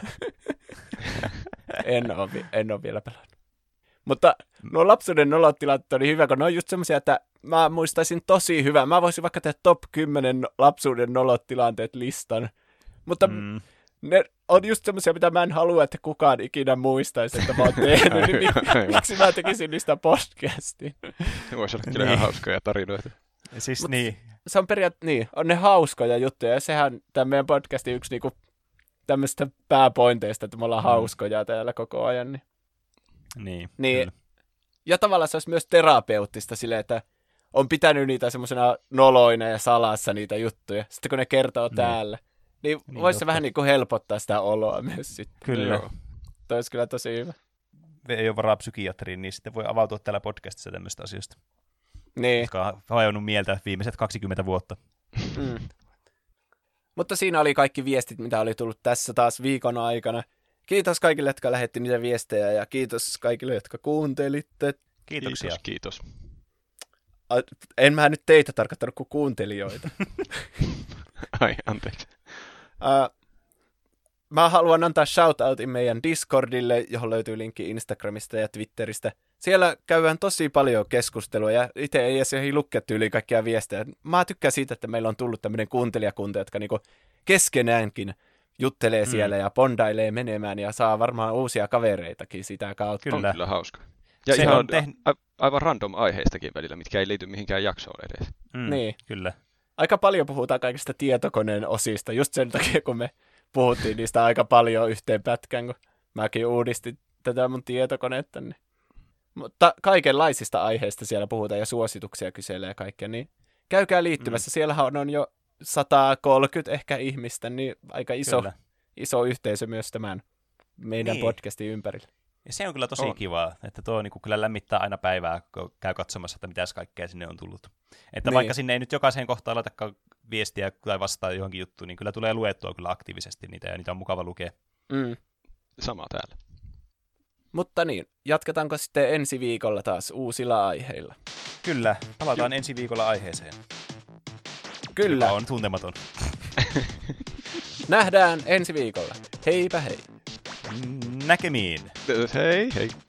En ole vielä pelannut. Mutta nuo lapsuuden nolotilanteet oli hyvä, kun ne on just semmoisia, että mä muistaisin tosi hyvää. Mä voisin vaikka tehdä top 10 lapsuuden nolotilanteet listan. Mutta ne on just semmoisia, mitä mä en halua, että kukaan ikinä muistaisi, että mä oon tehnyt. Niin miksi mä tekisin niistä podcastin? Se voisi olla kyllä ihan hauskoja tarinoita. Siis niin. Se on on ne hauskoja juttuja. Ja sehän tämän meidän podcastin yksi niinku tämmöistä pääpointeista, että me ollaan hauskoja täällä koko ajan. Niin. Ja tavallaan se olisi myös terapeuttista silleen, että on pitänyt niitä semmoisena noloina ja salassa niitä juttuja. Sitten kun ne kertoo täällä, niin voisi se vähän niin kuin helpottaa sitä oloa myös sitten. Kyllä. Toi olisi kyllä tosi hyvä. Ei ole varaa psykiatriin, niin sitten voi avautua täällä podcastissa tämmöistä asioista. Niin. Jotka on vajonnut mieltä viimeiset 20 vuotta. Mutta siinä oli kaikki viestit, mitä oli tullut tässä taas viikon aikana. Kiitos kaikille, jotka lähetti niitä viestejä, ja kiitos kaikille, jotka kuuntelitte. Kiitos. En mä nyt teitä tarkoittanut kuin kuuntelijoita. Ai, anteeksi. Mä haluan antaa shoutoutin meidän Discordille, johon löytyy linkki Instagramista ja Twitteristä. Siellä käydään tosi paljon keskustelua, ja itse ei edes lukea tyyliin kaikkia viestejä. Mä tykkään siitä, että meillä on tullut tämmöinen kuuntelijakunta, jotka niinku keskenäänkin juttelee siellä ja bondailee menemään ja saa varmaan uusia kavereitakin sitä kautta. On kyllä hauska. Ja se ihan aivan random aiheistakin välillä, mitkä ei liity mihinkään jaksoon edes. Niin. Kyllä. Aika paljon puhutaan kaikista tietokoneen osista, just sen takia, kun me puhuttiin niistä aika paljon yhteen pätkään, kun mäkin uudistin tätä mun tietokonetta. Niin. Mutta kaikenlaisista aiheista siellä puhutaan ja suosituksia kyselee ja kaikkea, niin käykää liittymässä. Siellähän on jo 130 ehkä ihmistä, niin aika iso yhteisö myös tämän meidän podcastin ympärillä. Ja se on kyllä tosi kivaa, että tuo niin kyllä lämmittää aina päivää, kun käy katsomassa, että mitäs kaikkea sinne on tullut. Että vaikka sinne ei nyt jokaiseen kohtaan laitakaan viestiä tai vastaa johonkin juttuun, niin kyllä tulee luettua kyllä aktiivisesti niitä, ja niitä on mukava lukea. Sama täällä. Mutta niin, jatketaanko sitten ensi viikolla taas uusilla aiheilla? Kyllä, palataan ensi viikolla aiheeseen. Kyllä. Joka on tuntematon. Nähdään ensi viikolla. Heipä hei. Näkemiin. Hei.